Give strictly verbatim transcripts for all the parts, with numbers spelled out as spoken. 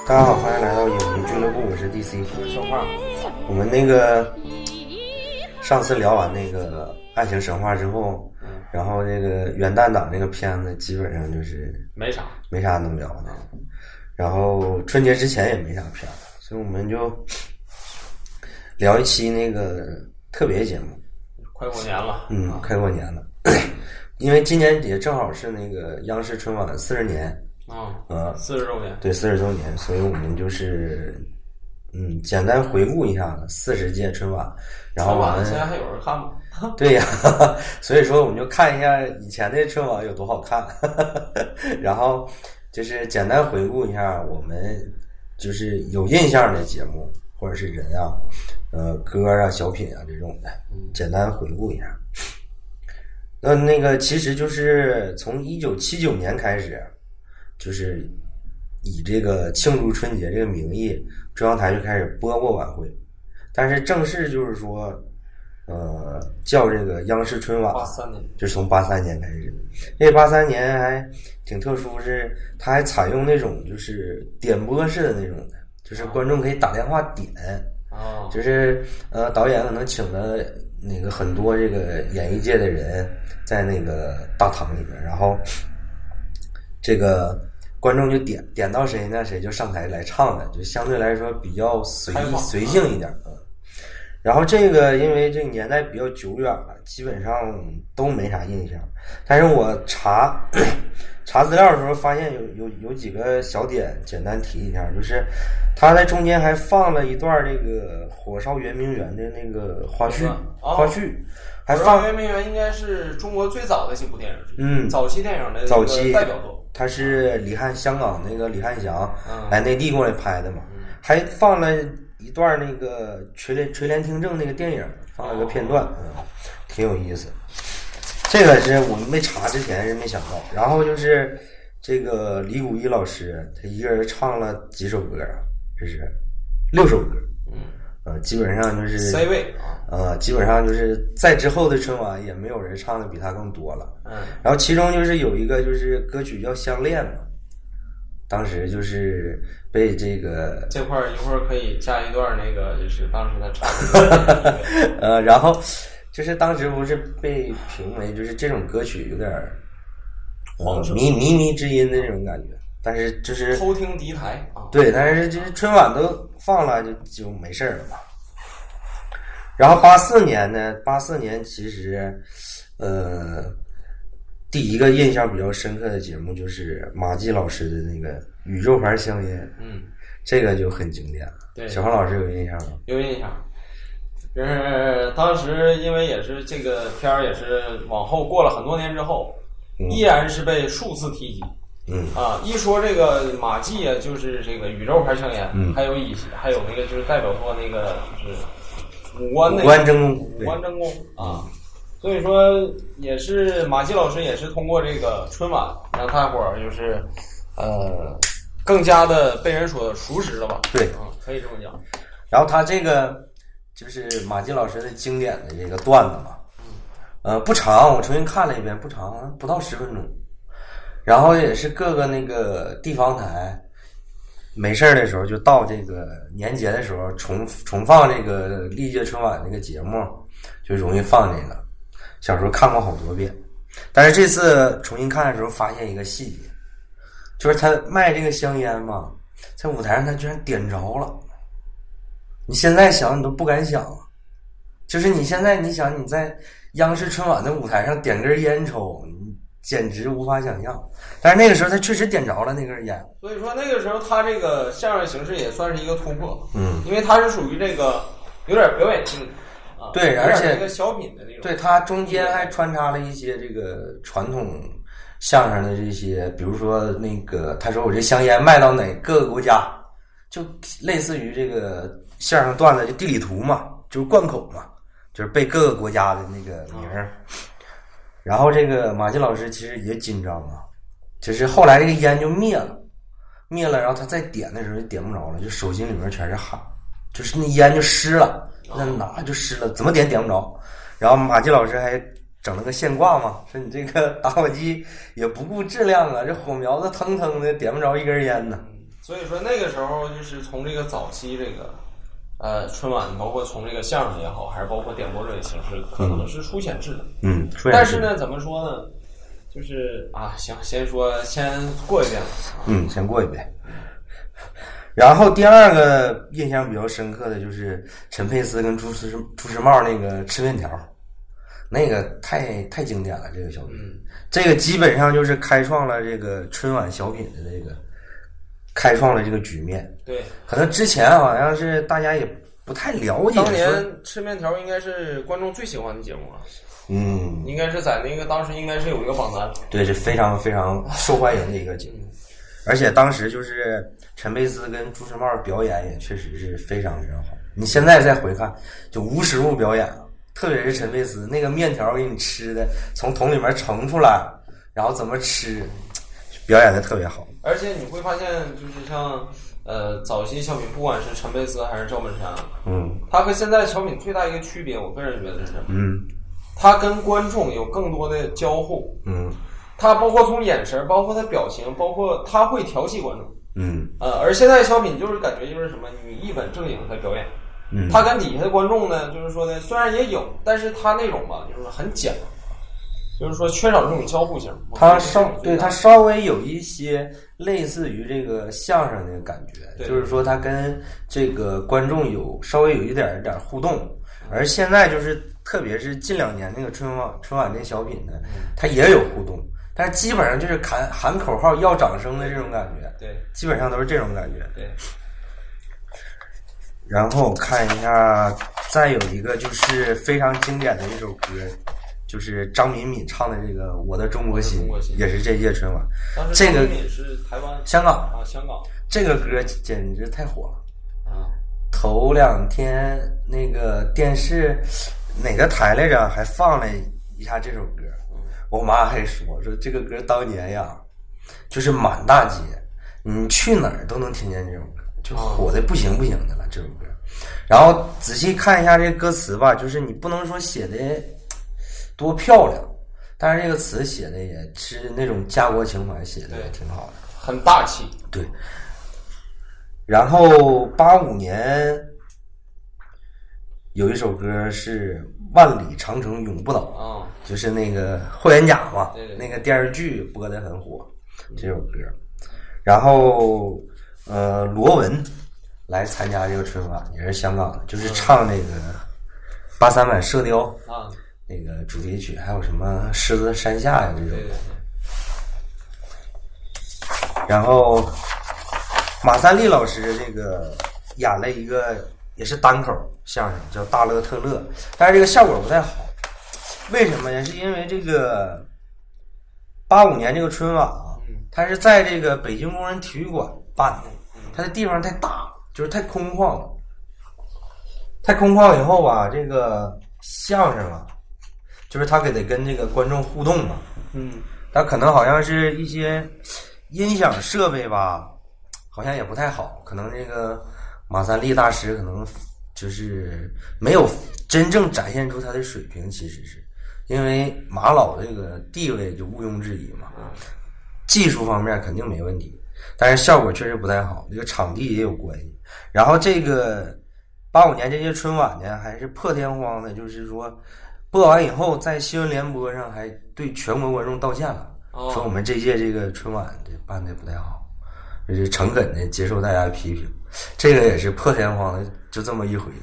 大家好，欢迎来到影迷俱乐部，我是 D C， 我是小胖。 我们那个上次聊完那个爱情神话之后，嗯、然后那个元旦档那个片子基本上就是没啥没啥能聊的，然后春节之前也没啥片子，所以我们就聊一期那个特别节目。 快过年了， 嗯，啊、快过年了，因为今年也正好是那个央视春晚四十年。 啊、 嗯，呃， 四十周年， 对，四十周年，所以我们就是，嗯，简单回顾一下四十届春晚，然后我们现在还有人看吗？ 对呀，所以说我们就看一下以前的春晚有多好看，然后就是简单回顾一下我们就是有印象的节目或者是人啊，呃，歌啊、小品啊这种的，简单回顾一下。那那个其实就是从一九七九年开始。就是以这个庆祝春节这个名义，中央台就开始播过晚会，但是正式就是说，呃，叫这个央视春晚， 八三年， 就是从八三年开始。这八三年还挺特殊，是它还采用那种就是点播式的那种的，就是观众可以打电话点， 啊， 就是呃，导演可能请了那个很多这个演艺界的人在那个大堂里面，然后这个。观众就点点到谁呢，谁就上台来唱了，就相对来说比较随意随性一点啊。然后这个因为这个年代比较久远了，基本上都没啥印象。但是我查查资料的时候发现有有有几个小点，简单提一下，就是他在中间还放了一段这个《火烧圆明园》的那个花絮， 哦、 花絮。还放《圆明园》应该是中国最早的几部电影， 嗯， 早期电影的早期代表作。 他是李汉香港那个李汉祥、 嗯、 来内地过来拍的嘛，嗯、还放了一段那个垂帘垂帘听政那个电影，放了个片段，嗯，挺有意思。这个是我们没查之前是没想到。然后就是这个李谷一老师，他一个人唱了几首歌，这是六首歌， 嗯。 呃，基本上就是 C 位呃，基本上就是在之后的春晚也没有人唱的比他更多了。 嗯， 然后其中就是有一个就是歌曲叫《相恋》嘛，当时就是被这个这块一会儿可以加一段那个，就是当时他唱的呃，然后就是当时不是被评为就是这种歌曲有点呃靡靡靡之音的那种感觉。但是就是偷听敌台啊， 对，但是就是春晚都放了，就就没事了嘛。然后八四年呢，八四年其实，呃，第一个印象比较深刻的节目就是马季老师的那个宇宙牌香烟， 嗯， 这个就很经典了。 对， 小黄老师有印象吗？ 有印象。就是当时因为也是这个片儿，也是往后过了很多年之后，嗯、依然是被数次提及。 嗯啊，一说这个马季啊，就是这个宇宙牌香烟， 嗯， 还有一些，还有那个就是代表作那个就是五官那个五官真功， 五官真功啊，所以说也是马季老师也是通过这个春晚让大伙儿就是呃更加的被人所熟识了吧？ 对， 啊，可以这么讲。 然后他这个就是马季老师的经典的这个段子嘛，呃，不长，我重新看了一遍，不长，不到十分钟。然后也是各个那个地方台没事的时候就到这个年节的时候重重放这个历届春晚那个节目，就容易放这个。小时候看过好多遍，但是这次重新看的时候发现一个细节，就是他卖这个香烟嘛，在舞台上他居然点着了。你现在想你都不敢想，就是你现在你想你在央视春晚的舞台上点根烟抽，简直无法想象，但是那个时候他确实点着了那根烟， 所以说那个时候他这个相声形式也算是一个突破， 嗯， 因为他是属于这个有点表演性啊， 对，而且一个小品的那种， 对，他中间还穿插了一些这个传统相声的这些，比如说那个他说我这香烟卖到哪各个国家，就类似于这个相声段子就地理图嘛，就是贯口嘛，就是背各个国家的那个名儿。嗯，然后这个马季老师其实也紧张啊，就是后来这个烟就灭了，灭了，然后他再点的时候就点不着了，就手心里面全是汗，就是那烟就湿了，那拿就湿了，怎么点点不着。然后马季老师还整了个现挂嘛，说你这个打火机也不顾质量啊，这火苗子腾腾的点不着一根烟呢。 所以说那个时候就是从这个早期这个呃春晚，包括从这个相声也好，还是包括点播这个形式，可能是初显制的。 嗯， 但是呢，怎么说呢？就是啊，行，先说先过一遍吧。 嗯，先过一遍。然后第二个印象比较深刻的就是陈佩斯跟朱时朱时茂那个吃面条，那个太太经典了，这个小品，嗯、这个基本上就是开创了这个春晚小品的这个开创了这个局面。 对， 可能之前好像是大家也不太了解。 当年吃面条应该是观众最喜欢的节目啊。 嗯， 应该是在那个当时应该是有一个榜单。 对，是非常非常受欢迎的一个节目，而且当时就是陈佩斯跟朱时茂表演也确实是非常非常好。你现在再回看，就无实物表演，特别是陈佩斯那个面条给你吃的，从桶里面盛出来，然后怎么吃，表演的特别好。 而且你会发现，就是像呃早期小品，不管是陈佩斯还是赵本山， 嗯， 他和现在小品最大一个区别，我个人觉得是什么？ 嗯。 他跟观众有更多的交互， 嗯， 他包括从眼神，包括他表情，包括他会调戏观众， 嗯， 呃，而现在小品就是感觉就是什么，你一本正经的表演， 嗯， 他跟底下的观众呢，就是说呢，虽然也有，但是他那种吧，就是很假，就是说缺少这种交互性。 他稍对他稍微有一些类似于这个相声的感觉，就是说他跟这个观众有稍微有一点一点互动，而现在就是。特别是近两年那个春晚春晚这小品呢，它也有互动，但是基本上就是喊喊口号要掌声的这种感觉， 对， 基本上都是这种感觉。 对。 然后看一下，再有一个就是非常经典的一首歌，就是张敏敏唱的这个《我的中国心》，也是这届春晚。这个是台湾、 香港啊，香港。 这个歌简直太火了啊！ 头两天那个电视。哪个台来着？还放了一下这首歌，我妈还说说这个歌当年呀，就是满大街，你去哪儿都能听见这首歌，就火的不行不行的了这首歌。然后仔细看一下这歌词吧，就是你不能说写的多漂亮，但是这个词写的也是那种家国情怀，写的也挺好的， 很大气。 对。然后八五年。有一首歌是《万里长城永不倒》 啊， 就是那个霍元甲嘛， 对对对， 那个电视剧播的很火，这首歌。然后呃，罗文来参加这个春晚，也是香港的，就是唱那个八三版《射雕》 啊， 那个主题曲，还有什么《狮子山下》呀这种。 对对对。 然后马三立老师这个演了一个。也是单口相声，叫大乐特乐，但是这个效果不太好。为什么呢？是因为这个八五年这个春晚啊，它是在这个北京工人体育馆办的，它的地方太大，就是太空旷了。太空旷以后吧，这个相声啊，就是他给得跟这个观众互动嘛， 嗯， 他可能好像是一些音响设备吧，好像也不太好，可能这个。马三立大师可能就是没有真正展现出他的水平，其实是因为马老这个地位就毋庸置疑嘛，技术方面肯定没问题，但是效果确实不太好，这个场地也有关系。然后这个八五年这届春晚呢，还是破天荒的，就是说播完以后在新闻联播上还对全国观众道歉了， 哦、 说我们这届这个春晚这办的不太好，就是诚恳的接受大家的批评。这个也是破天荒的，就这么一回。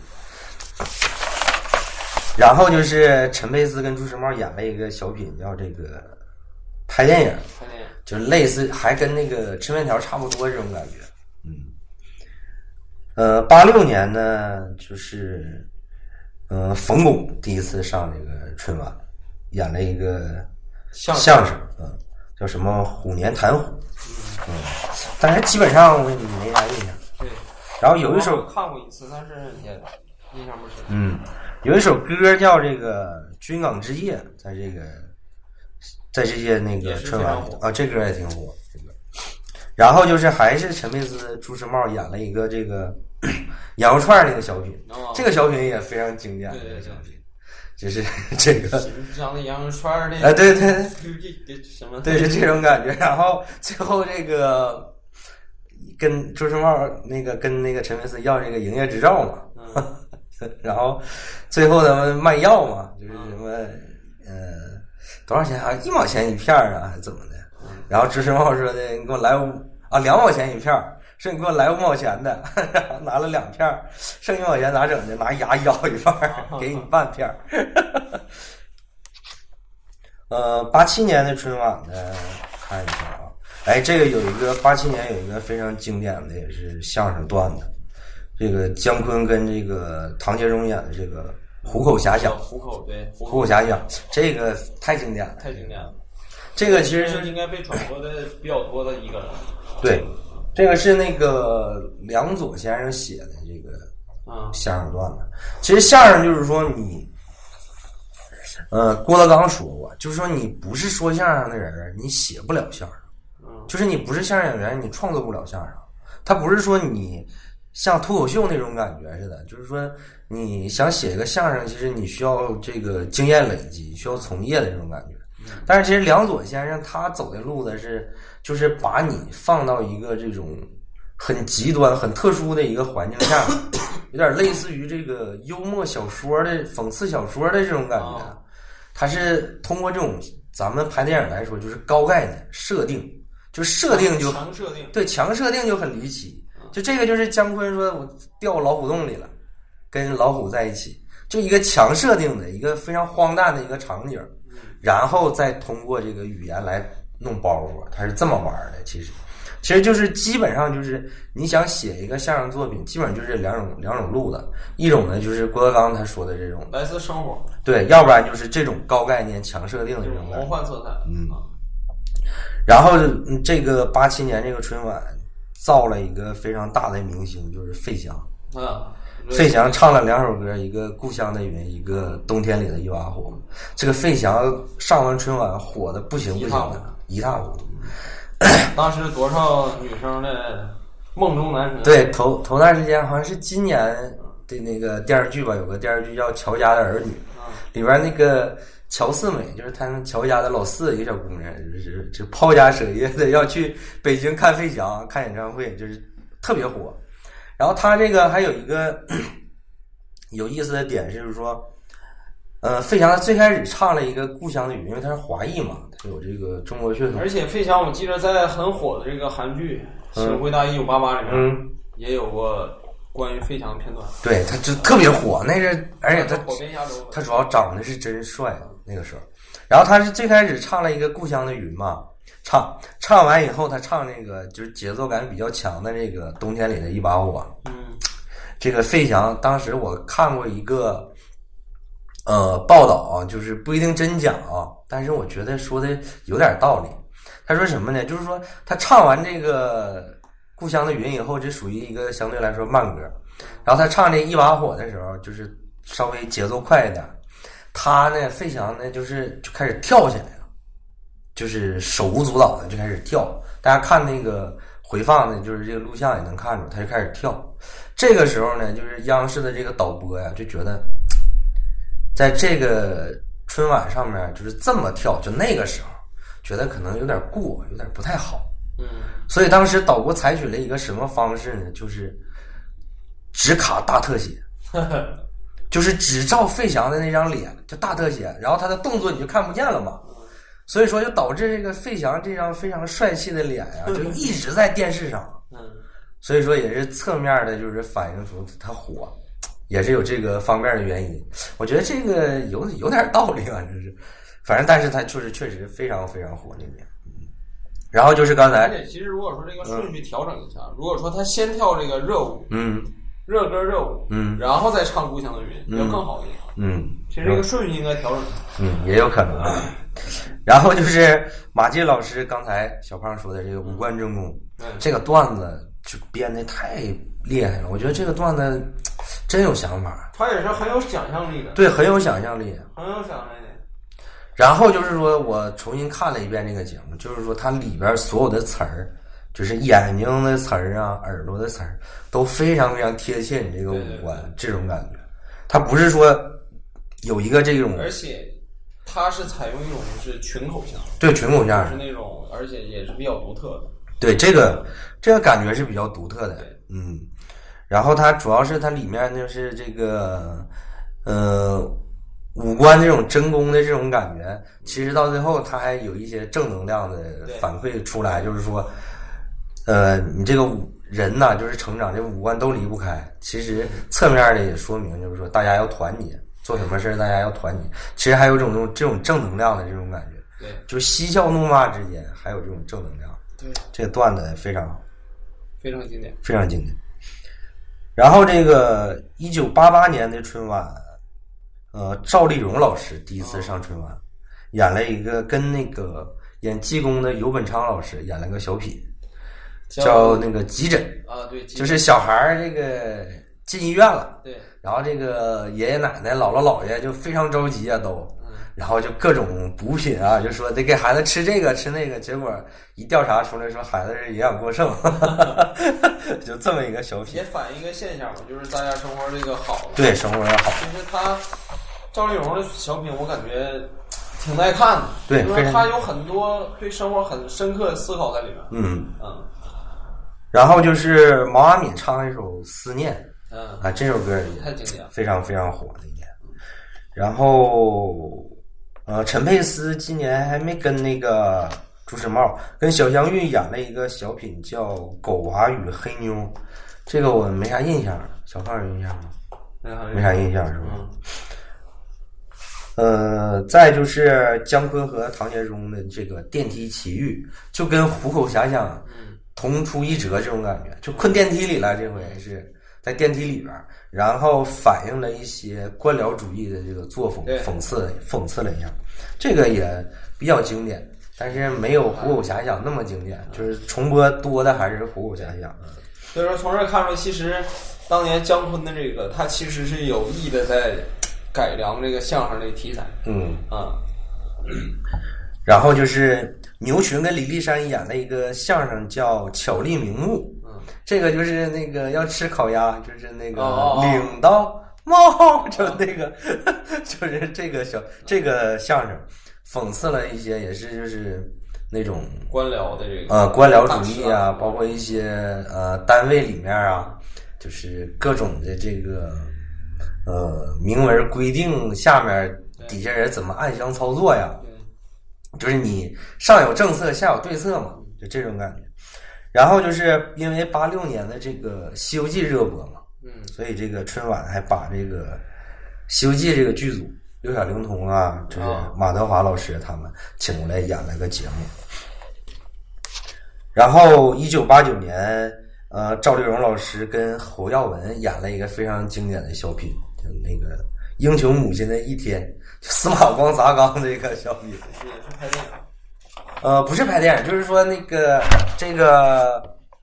然后就是陈佩斯跟朱时茂演了一个小品，叫这个拍电影， 拍电影就类似，还跟那个吃面条差不多这种感觉。嗯，呃，八六年呢，就是呃冯巩第一次上这个春晚，演了一个相声，嗯，叫什么虎年谈虎，嗯，但是基本上我没啥印象。 对， 然后有一首看过一次，但是也印象不深。 嗯，有一首歌叫这个《军港之夜》，在这个在这届那个春晚啊，这歌也挺火。这个，然后就是还是陈佩斯、朱时茂演了一个这个羊肉串那个小品， 哦、 这个小品也非常经典。 对对对， 就是这个新疆的羊肉串的， 哎，对对对， 什么？ 对，是这种感觉。然后最后这个跟朱时茂那个跟那个陈佩斯要这个营业执照嘛，嗯、然后最后他们卖药嘛，就是什么呃多少钱啊，一毛钱一片啊，还是怎么的？然后朱时茂说的，你给我来五啊两毛钱一片，说你给我来五毛钱的，然后拿了两片，剩一毛钱咋整的？拿牙咬一半，给你半片。呃，八七年的春晚呢，看一下啊，哎，这个有一个八七年有一个非常经典的，也是相声段子，这个姜昆跟这个唐杰忠演的这个虎口遐想， 虎口对， 虎口遐想，这个太经典了， 太经典了。 这个其实是应该被传播的比较多的一个， 对，这个是那个梁左先生写的这个相声段子。其实相声就是说你。呃，郭德纲说过，就是说你不是说相声的人，你写不了相声。嗯，就是你不是相声演员，你创作不了相声。他不是说你像脱口秀那种感觉似的，就是说你想写一个相声，其实你需要这个经验累积，需要从业的这种感觉。但是其实梁左先生他走的路子是，就是把你放到一个这种很极端、很特殊的一个环境下，有点类似于这个幽默小说的、讽刺小说的这种感觉。它是通过这种咱们拍电影来说，就是高概念设定，就设定就强设定， 对，强设定就很离奇。就这个就是姜昆说我掉老虎洞里了，跟老虎在一起，就一个强设定的一个非常荒诞的一个场景，然后再通过这个语言来弄包袱，它是这么玩的。其实其实就是基本上就是你想写一个相声作品，基本上就是两种两种路子，一种呢就是郭德纲他说的这种来自生活， 对，要不然就是这种高概念强设定的这种魔幻色彩。 嗯，然后这个八七年这个春晚造了一个非常大的明星，就是费翔。 嗯， 费翔唱了两首歌，一个《故乡的云》，一个《冬天里的一把火》。这个费翔上完春晚火的不行不行的，一塌糊涂。 当时多少女生的梦中男神。 对，头头段时间好像是今年的那个电视剧吧，有个电视剧叫《乔家的儿女》，里边那个乔四美，就是他们乔家的老四一个小姑娘，就是就抛家舍业的要去北京看费翔看演唱会，就是特别火。然后他这个还有一个有意思的点是说，呃，费翔他最开始唱了一个《故乡的云》，因为他是华裔嘛，他有这个中国血统。 而且费翔我记得在很火的这个韩剧《请回答一九八八》里面、嗯、也有过关于费翔的片段。 对，他就特别火，那是而且他火遍亚洲， 他主要长得是真帅那个时候。然后他是最开始唱了一个《故乡的云》嘛。唱唱完以后，他唱这个就是节奏感比较强的这个《冬天里的一把火》。 嗯， 这个费翔当时我看过一个呃报道啊，就是不一定真假啊，但是我觉得说的有点道理。他说什么呢？就是说他唱完这个《故乡的云》以后，这属于一个相对来说慢歌。然后他唱这一把火的时候，就是稍微节奏快一点。他呢，费翔呢，就是就开始跳起来了。就是手舞足蹈的就开始跳，大家看那个回放呢，就是这个录像也能看出，他就开始跳。这个时候呢，就是央视的这个导播呀，就觉得在这个春晚上面就是这么跳，就那个时候觉得可能有点过，有点不太好。 嗯， 所以当时导播采取了一个什么方式呢？就是只卡大特写，就是只照费翔的那张脸，就大特写，然后他的动作你就看不见了嘛。所以说就导致这个费翔这张非常帅气的脸呀、啊，就一直在电视上。 嗯， 所以说也是侧面的，就是反映出他火，也是有这个方面的原因。我觉得这个有有点道理啊，就是，反正但是他就是确实非常非常火那年。然后就是刚才， 而且其实如果说这个顺序调整一下，嗯、如果说他先跳这个热舞， 嗯， 热歌热舞， 嗯， 然后再唱《故乡的云》，要更好一点。 嗯， 其实这个顺序应该调整一下。 嗯，也有可能啊。然后就是马季老师刚才小胖说的这个五官争功， 嗯、 这个段子就编的太厉害了，我觉得这个段子真有想法。 他也是很有想象力的， 对，很有想象力， 很有想象力。 然后就是说我重新看了一遍这个节目，就是说它里边所有的词儿，就是眼睛的词儿啊、耳朵的词儿，都非常非常贴切你这个五官， 对对对， 这种感觉。它不是说有一个这种， 而且它是采用一种就是群口相， 对，群口相， 是那种，而且也是比较独特的。 对，这个这个感觉是比较独特的，嗯。然后它主要是它里面就是这个，呃，五官这种真功的这种感觉，其实到最后它还有一些正能量的反馈出来，就是说，呃，你这个人呐，就是成长，这五官都离不开。其实侧面的也说明，就是说大家要团结，做什么事大家要团结。其实还有这种这种正能量的这种感觉， 对， 就是嬉笑怒骂之间还有这种正能量。 对， 这个段子非常好， 非常经典， 非常经典。然后这个一九八八年的春晚，呃，赵丽蓉老师第一次上春晚，哦、演了一个跟那个演济公的尤本昌老师演了个小品，叫那个急诊啊，对， 就是小孩儿这个进医院了， 对， 然后这个爷爷奶奶、姥姥姥爷就非常着急啊，都。然后就各种补品啊，就说得给孩子吃这个吃那个，结果一调查出来说孩子是营养过剩，就这么一个小品， 也反映一个现象嘛，就是大家生活这个好， 对生活好。 其实他赵丽蓉的小品，我感觉挺耐看的， 对， 因为他有很多对生活很深刻的思考在里面。 嗯嗯。 然后就是毛阿敏唱了一首《思念》， 嗯啊，这首歌也太经典， 非常非常火那年。然后。呃，陈佩斯今年还没跟那个朱时茂跟小香玉演了一个小品叫《狗娃与黑妞》，这个我没啥印象，小胖有印象吗？没啥印象是吧？嗯、呃，再就是姜昆和唐杰忠的这个《电梯奇遇》，就跟《虎口遐想》同出一辙这种感觉，就困电梯里了，这回是在电梯里边。然后反映了一些官僚主义的这个作风，讽刺讽刺了一下，这个也比较经典，但是没有《虎口遐想》那么经典，就是重播多的还是《虎口遐想》。 所以说从这看出，其实当年姜昆的这个，他其实是有意的在改良这个相声这个题材。 嗯啊、 嗯，然后就是牛群跟李丽珊演了一个相声叫《巧立名目》。这个就是那个要吃烤鸭，就是那个领到猫，就那个就是这个小这个相声，讽刺了一些，也是就是那种官僚的这个呃官僚主义啊，包括一些呃单位里面啊，就是各种的这个呃明文规定下面底下人怎么暗箱操作呀，就是你上有政策下有对策嘛，就这种感觉。然后就是因为八六年的这个《西游记》热播嘛， 嗯， 所以这个春晚还把这个《西游记》这个剧组六小龄童啊，就是马德华老师他们请过来演了个节目。然后一九八九年，呃，赵丽蓉老师跟侯耀文演了一个非常经典的小品，就那个《英雄母亲的一天》，就司马光砸缸这个小品。 也是拍电影。 呃，不是拍电影，就是说那个这个，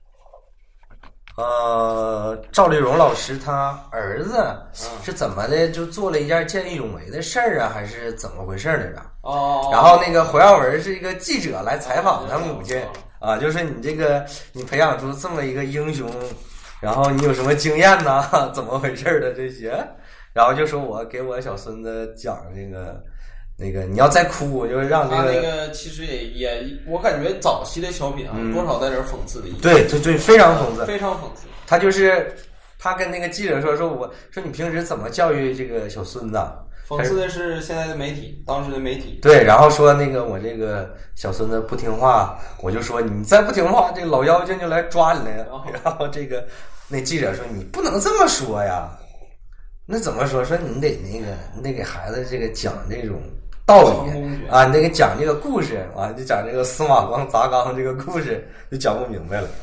呃，赵丽蓉老师他儿子是怎么的，就做了一件见义勇为的事儿啊，还是怎么回事来着？ 哦。 然后那个侯耀文是一个记者来采访他母亲啊，就是你这个你培养出这么一个英雄，然后你有什么经验呢？怎么回事的这些？然后就说我给我小孙子讲这个。那个你要再哭，我就让这个。 他那个其实也也，我感觉早期的小品啊， 嗯、 多少带点讽刺的意思。 对对对，非常讽刺， 非常讽刺。 他就是他跟那个记者说说，我说你平时怎么教育这个小孙子？ 讽刺的是现在的媒体，当时的媒体。 对，然后说那个我这个小孙子不听话，我就说你再不听话，这老妖精就来抓你来了。哦、然后这个那记者说你不能这么说呀，那怎么说？说你得那个你得给孩子这个讲这种。道理啊，你得给讲这个故事啊，就讲这个司马光砸缸这个故事，就讲不明白了。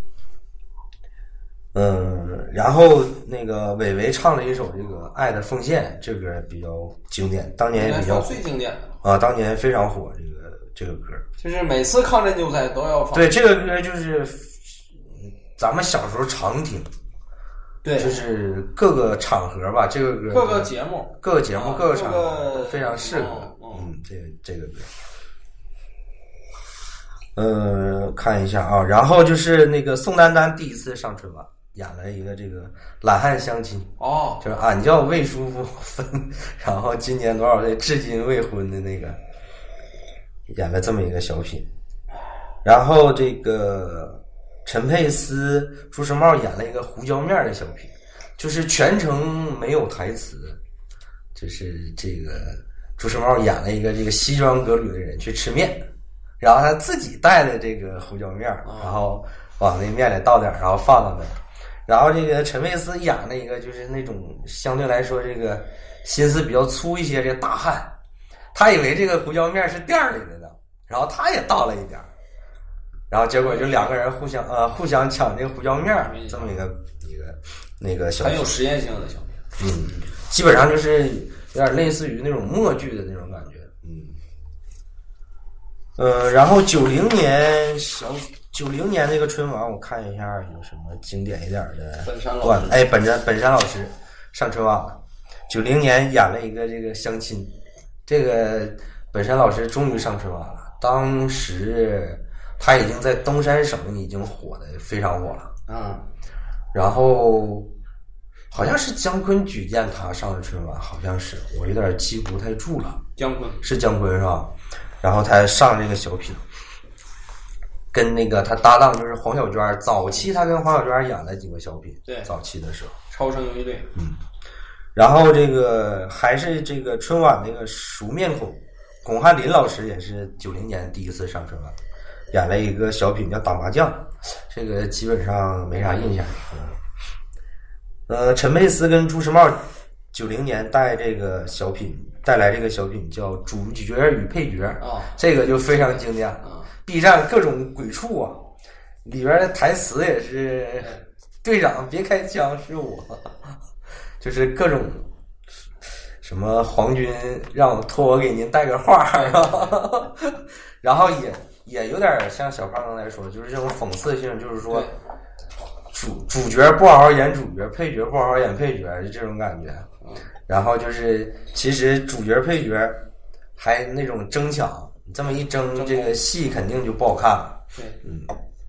嗯，然后那个韦唯唱了一首这个《爱的奉献》，这个比较经典，当年也比较最经典的啊，当年非常火。这个这个歌就是每次抗震救灾都要放。 对，这个歌就是咱们小时候常听。 对， 就是各个场合吧，这个歌各个节目， 各个节目， 啊、 各个场合都非常适合。 嗯， 嗯这个这个歌，呃，看一下啊，然后就是那个宋丹丹第一次上春晚，演了一个这个懒汉相亲哦， 就是俺叫魏叔父分，然后今年多少岁，至今未婚的那个，演了这么一个小品。 然后这个陈佩斯、朱时茂演了一个胡椒面的小品，就是全程没有台词，就是这个朱时茂演了一个这个西装革履的人去吃面，然后他自己带的这个胡椒面，然后往那面里倒点，然后放到那儿。然后这个陈佩斯演了一个就是那种相对来说这个心思比较粗一些这个大汉，他以为这个胡椒面是店里的呢，然后他也倒了一点，然后结果就两个人互相呃互相抢这个胡椒面，这么一个一个那个小品， 很有实验性的小品。 嗯，基本上就是有点类似于那种默剧的那种感觉。嗯，呃，然后九零年小九零年那个春晚，我看一下有什么经典一点的段子。哎，本山本山老师上春晚了，九零年演了一个这个相亲，这个本山老师终于上春晚了。当时他已经在东三省已经火的非常火了。 嗯， 然后好像是姜昆举荐他上的春晚，好像是我有点记不太住了。 姜昆是姜昆是吧？然后他上这个小品，跟那个他搭档就是黄小娟，早期他跟黄小娟演了几个小品， 对， 早期的时候， 超生游击队， 嗯，然后这个还是这个春晚那个熟面孔，巩汉林老师也是九零年第一次上春晚，演了一个小品叫打麻将，这个基本上没啥印象。呃，陈佩斯跟朱时茂九零年带这个小品，带来这个小品叫《主角与配角》， 哦， 这个就非常经典。 哦、 B 站各种鬼畜啊，里边的台词也是“队长别开枪，是我”，就是各种什么皇军让我托我给您带个话，然后也也有点像小胖刚才说，就是这种讽刺性，就是说。主主角不好好演主角，配角不好好演配角，就这种感觉。然后就是其实主角配角还那种争抢，你这么一争，这个戏肯定就不好看了。 对， 嗯，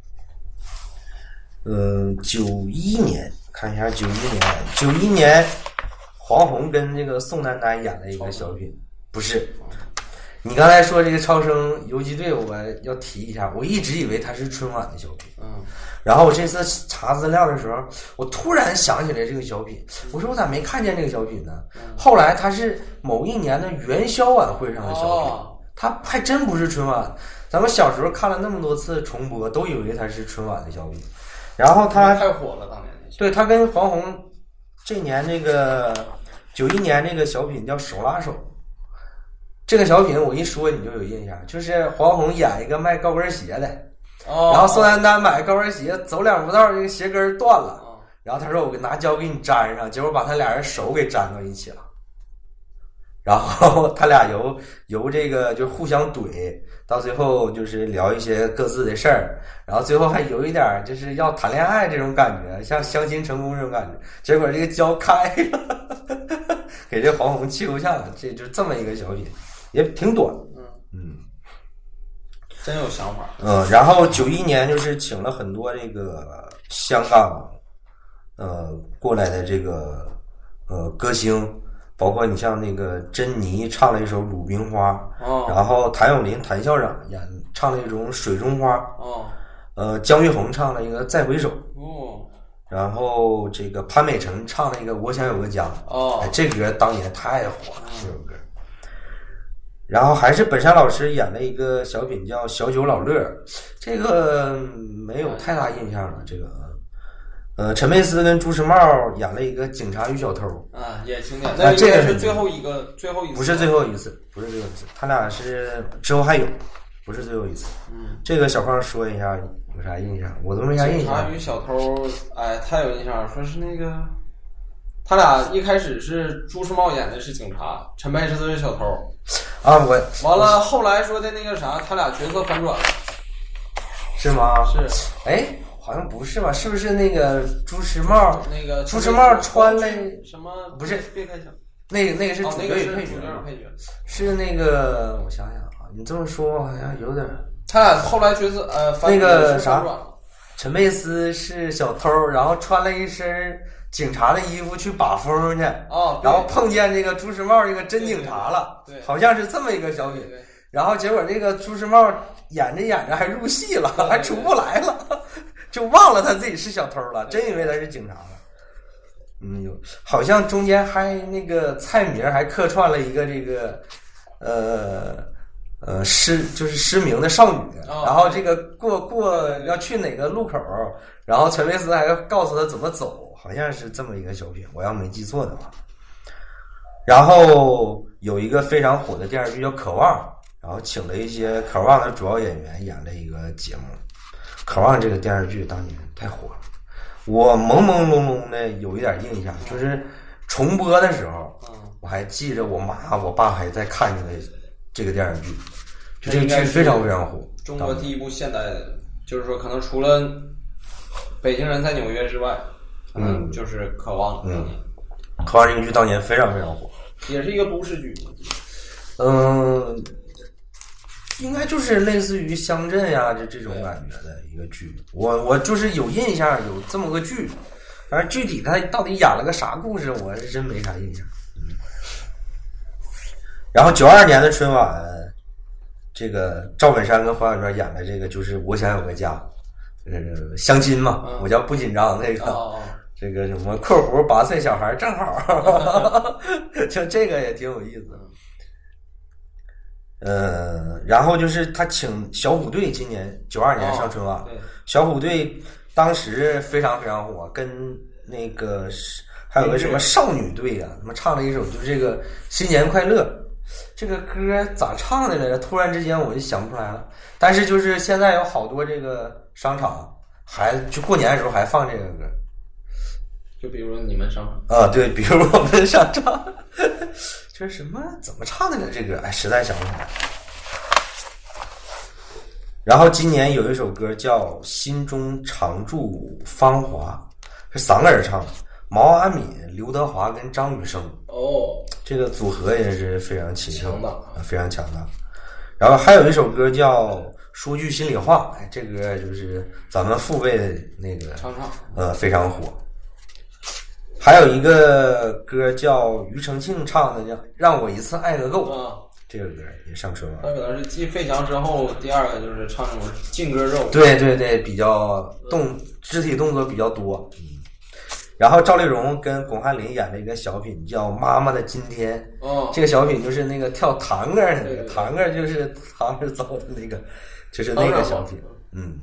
嗯，九一年看一下九一年，九一年黄宏跟这个宋丹丹演了一个小品，不是。你刚才说这个超生游击队，我要提一下，我一直以为它是春晚的小品。 嗯。 然后我这次查资料的时候，我突然想起来这个小品，我说我咋没看见这个小品呢？后来它是某一年的元宵晚会上的小品，它还真不是春晚。咱们小时候看了那么多次重播，都以为它是春晚的小品。然后它太火了，当年那对它跟黄宏这年那个九一年这个小品叫手拉手。这个小品我一说你就有印象，就是黄宏演一个卖高跟鞋的。 哦， 然后宋丹丹买高跟鞋，走两步道，这个鞋跟断了。哦、然后他说：“我拿胶给你粘上。”结果把他俩人手给粘到一起了。然后他俩由由这个就互相怼，到最后就是聊一些各自的事儿，然后最后还有一点就是要谈恋爱这种感觉，像相亲成功这种感觉。结果这个胶开了，给这黄宏气够呛了。这就这么一个小品，也挺短。 嗯嗯。 真有想法。 嗯，然后九一年就是请了很多这个香港呃过来的这个呃歌星，包括你像那个珍妮唱了一首《鲁冰花》， 哦， 然后谭咏麟谭校长演唱了一种《水中花》， 哦， 呃姜育恒唱了一个《再回首》， 哦， 然后这个潘美辰唱了一个《我想有个家》， 哦， 哎，这歌当年太火了，这首歌。然后还是本山老师演了一个小品叫《小酒老乐》，这个没有太大印象了。这个，呃，陈佩斯跟朱时茂演了一个《警察与小偷》 啊，也经典。那这个是最后一个，最后一次不是最后一次，不是最后一次，他俩是之后还有，不是最后一次。 嗯， 这个小胖说一下有啥印象？我都没啥印象。 警察与小偷，哎，太有印象了，说是那个。他俩一开始是朱时茂演的是警察，陈佩斯是小偷啊。我完了，后来说的那个啥，他俩角色反转了， 是吗？ 是。 哎，好像不是吧？是不是那个朱时茂？ 那个朱时茂穿了什么？ 不是， 别开枪。 那个那个是主角与配角， 哦、配角是那个，我想想啊，你这么说好像有点。 他俩后来角色呃， 那个啥，陈佩斯是小偷，然后穿了一身警察的衣服去把风去， 哦， 然后碰见这个朱时茂这个真警察了， 对， 好像是这么一个小品。 然后结果这个朱时茂演着演着还入戏了，还出不来了，就忘了他自己是小偷了，真以为他是警察了。嗯，有好像中间还那个蔡明还客串了一个这个呃呃失就是失明的少女， 哦、 然后这个过过要去哪个路口，然后陈佩斯还告诉他怎么走，好像是这么一个小品，我要没记错的话。然后有一个非常火的电视剧叫《渴望》，然后请了一些《渴望》的主要演员演了一个节目。《渴望》这个电视剧当年太火了。我朦朦胧胧的有一点印象，就是重播的时候，我还记着我妈我爸还在看这个这个电视剧，就这个剧非常非常火。 中国第一部现代的，就是说可能除了《北京人在纽约》之外，嗯，就是《渴望》。 嗯，《渴望》这个剧当年非常非常火， 也是一个都市剧。 嗯，应该就是类似于乡镇呀这这种感觉的一个剧。我我就是有印象有这么个剧，反正具体他到底演了个啥故事，我是真没啥印象。嗯。然后九二年的春晚，这个赵本山跟黄小娟演的这个就是《我想有个家》，就是相亲嘛，嗯、我叫不紧张那个。哦哦这个什么括弧八岁小孩正好，就这个也挺有意思。呃，然后就是他请小虎队，今年九二年上春晚，哦、小虎队当时非常非常火，跟那个还有个什么少女队啊，他们唱了一首就是这个新年快乐，这个歌咋唱的来着？突然之间我就想不出来了。但是就是现在有好多这个商场还就过年的时候还放这个歌。 就比如你们上啊，对，比如我们上唱，就是什么怎么唱的呢？这个哎，实在想不起来。然后今年有一首歌叫《心中常驻芳华》，是三个人唱的，毛阿敏、刘德华跟张雨生。哦，这个组合也是非常奇特，非常强大。然后还有一首歌叫《说句心里话》，哎，这歌就是咱们父辈的那个唱唱， 呃，非常火。还有一个歌叫庾澄庆唱的，叫《让我一次爱个够》，啊，这个歌也上春晚。 那可能是继费翔之后第二个就是唱这种劲歌肉。 对对对，比较动肢体动作比较多。嗯。然后赵丽蓉跟巩汉林演了一个小品叫《妈妈的今天》。哦。这个小品就是那个跳探戈的那个，探戈就是唐是走的那个，就是那个小品。嗯。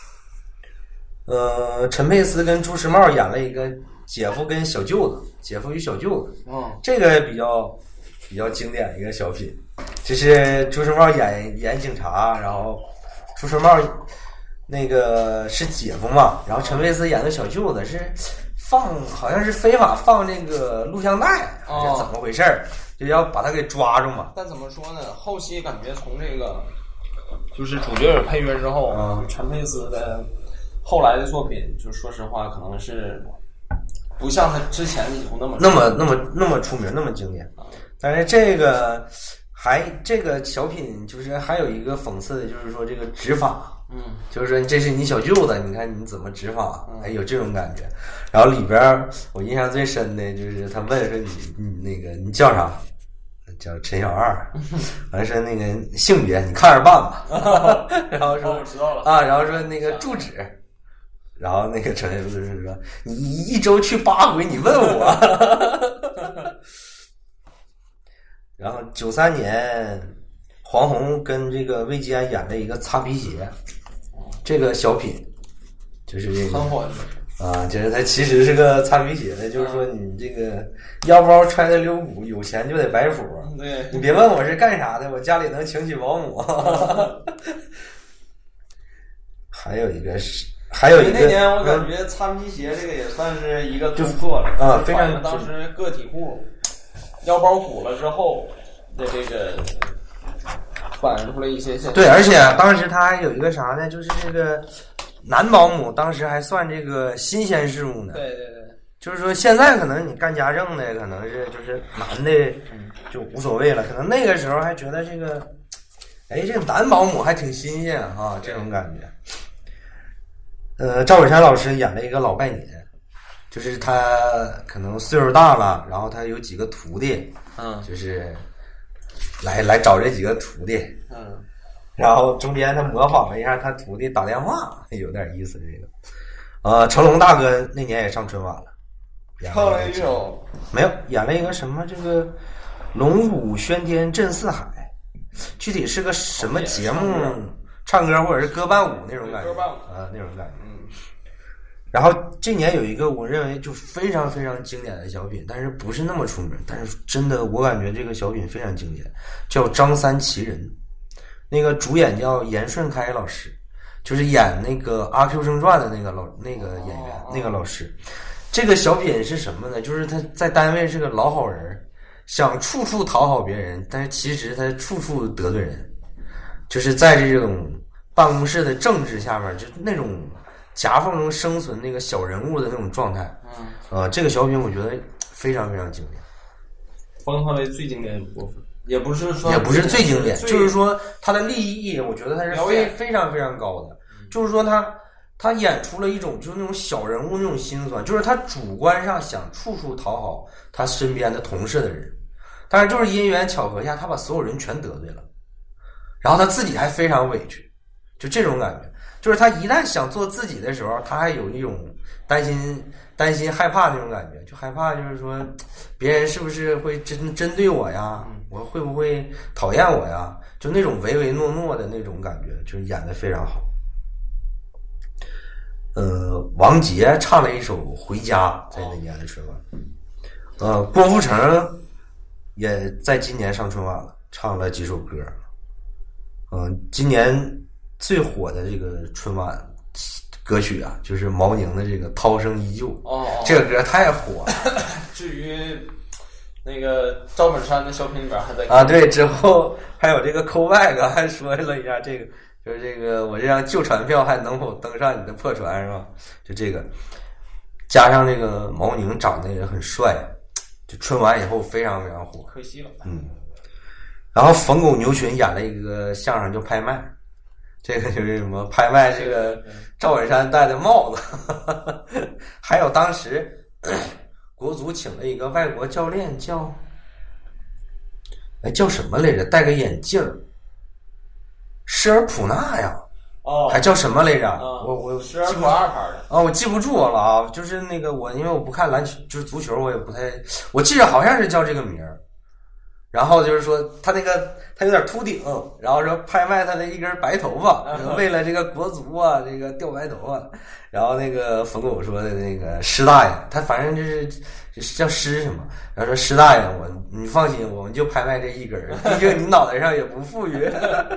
呃，陈佩斯跟朱时茂演了一个姐夫跟小舅子，姐夫与小舅子，哦，这个比较比较经典的一个小品，就是朱时茂演演警察，然后朱时茂那个是姐夫嘛，然后陈佩斯演的小舅子是放好像是非法放那个录像带，还是怎么回事儿，哦，就要把他给抓住嘛。 但怎么说呢？后期感觉从这个就是主角有配乐之后，嗯，陈佩斯的后来的作品，就说实话，可能是不像他之前以后那么那么那么那么出名，那么经典。但是这个还这个小品就是还有一个讽刺的，就是说这个执法，嗯，就是说这是你小舅子，你看你怎么执法，哎，有这种感觉。然后里边我印象最深的就是他问说你你那个你叫啥？叫陈小二，完说那个性别你看着办吧，然后说、 哦、我知道了啊，然后说那个住址。然后那个陈佩斯是说：“你一周去八回，你问我。”然后九三年，黄宏跟这个魏吉安演了一个擦皮鞋，这个小品就是这个啊，就是他其实是个擦皮鞋的，就是说你这个腰包揣的溜鼓，有钱就得摆谱。 对， 你别问我是干啥的，我家里能请起保姆。还有一个是。还有一个那年我感觉擦皮鞋这个也算是一个突破了啊，非常当时个体户腰包鼓了之后的这个反映出了一些现象。 对，而且当时他还有一个啥呢，就是这个男保姆当时还算这个新鲜事物呢。 对对对， 就是说现在可能你干家政的可能是就是男的就无所谓了，可能那个时候还觉得这个哎这个男保姆还挺新鲜啊，这种感觉。呃，赵本山老师演了一个老拜年，就是他可能岁数大了，然后他有几个徒弟，嗯，就是来来找这几个徒弟， 嗯， 然后中间他模仿了一下他徒弟打电话，有点意思这个。呃，成龙大哥那年也上春晚了， 唱了一首没有演了一个什么这个龙舞喧天震四海，具体是个什么节目？唱歌或者是歌伴舞那种感觉，啊，那种感觉。 嗯。 然后这年有一个我认为就非常非常经典的小品，但是不是那么出名，但是真的我感觉这个小品非常经典，叫《张三奇人》，那个主演叫严顺开老师，就是演那个《阿 Q 正传》的那个老那个演员、哦、那个老师。这个小品是什么呢？就是他在单位是个老好人，想处处讨好别人，但是其实他处处得罪人，就是在这种办公室的政治下面，就那种夹缝中生存那个小人物的那种状态。嗯，呃，这个小品我觉得非常非常经典， 封它为最经典的部分，也不是说也不是最经典，就是说它的利益，我觉得它是非非常非常高的。嗯、就是说他他演出了一种就是那种小人物那种心酸，就是他主观上想处处讨好他身边的同事的人，但是就是因缘巧合下，他把所有人全得罪了，然后他自己还非常委屈，就这种感觉。就是他一旦想做自己的时候，他还有一种担心、担心、害怕那种感觉，就害怕就是说，别人是不是会针针对我呀？我会不会讨厌我呀？就那种唯唯诺诺的那种感觉，就是演得非常好。呃，王杰唱了一首《回家》在那年的春晚。呃，郭富城也在今年上春晚了，唱了几首歌。嗯、呃，今年最火的这个春晚歌曲啊，就是毛宁的这个《涛声依旧》。 哦， 这个歌太火了。 至于那个赵本山的小品里边还在啊，对，之后还有这个 callback 还说了一下这个，就是这个我这张旧船票还能否登上你的破船是吧？就这个，加上这个毛宁长得也很帅，就春晚以后非常非常火。 可惜了， 嗯。然后冯巩牛群演了一个相声叫拍卖。这个就是什么拍卖这个赵本山戴的帽子，还有当时国足请了一个外国教练叫，哎叫什么来着？戴个眼镜儿，施尔普纳呀， 哦， 还叫什么来着？ 哦、 我我施尔普二牌的啊，我记不住了啊，就是那个我因为我不看篮球，就是足球，我也不太，我记得好像是叫这个名儿。然后就是说他那个他有点秃顶，然后说拍卖他的一根白头发，为了这个国足啊，这个掉白头发。然后那个冯巩说的那个施大爷，他反正就是叫施什么，然后说施大爷，我你放心，我们就拍卖这一根，毕竟你脑袋上也不富裕。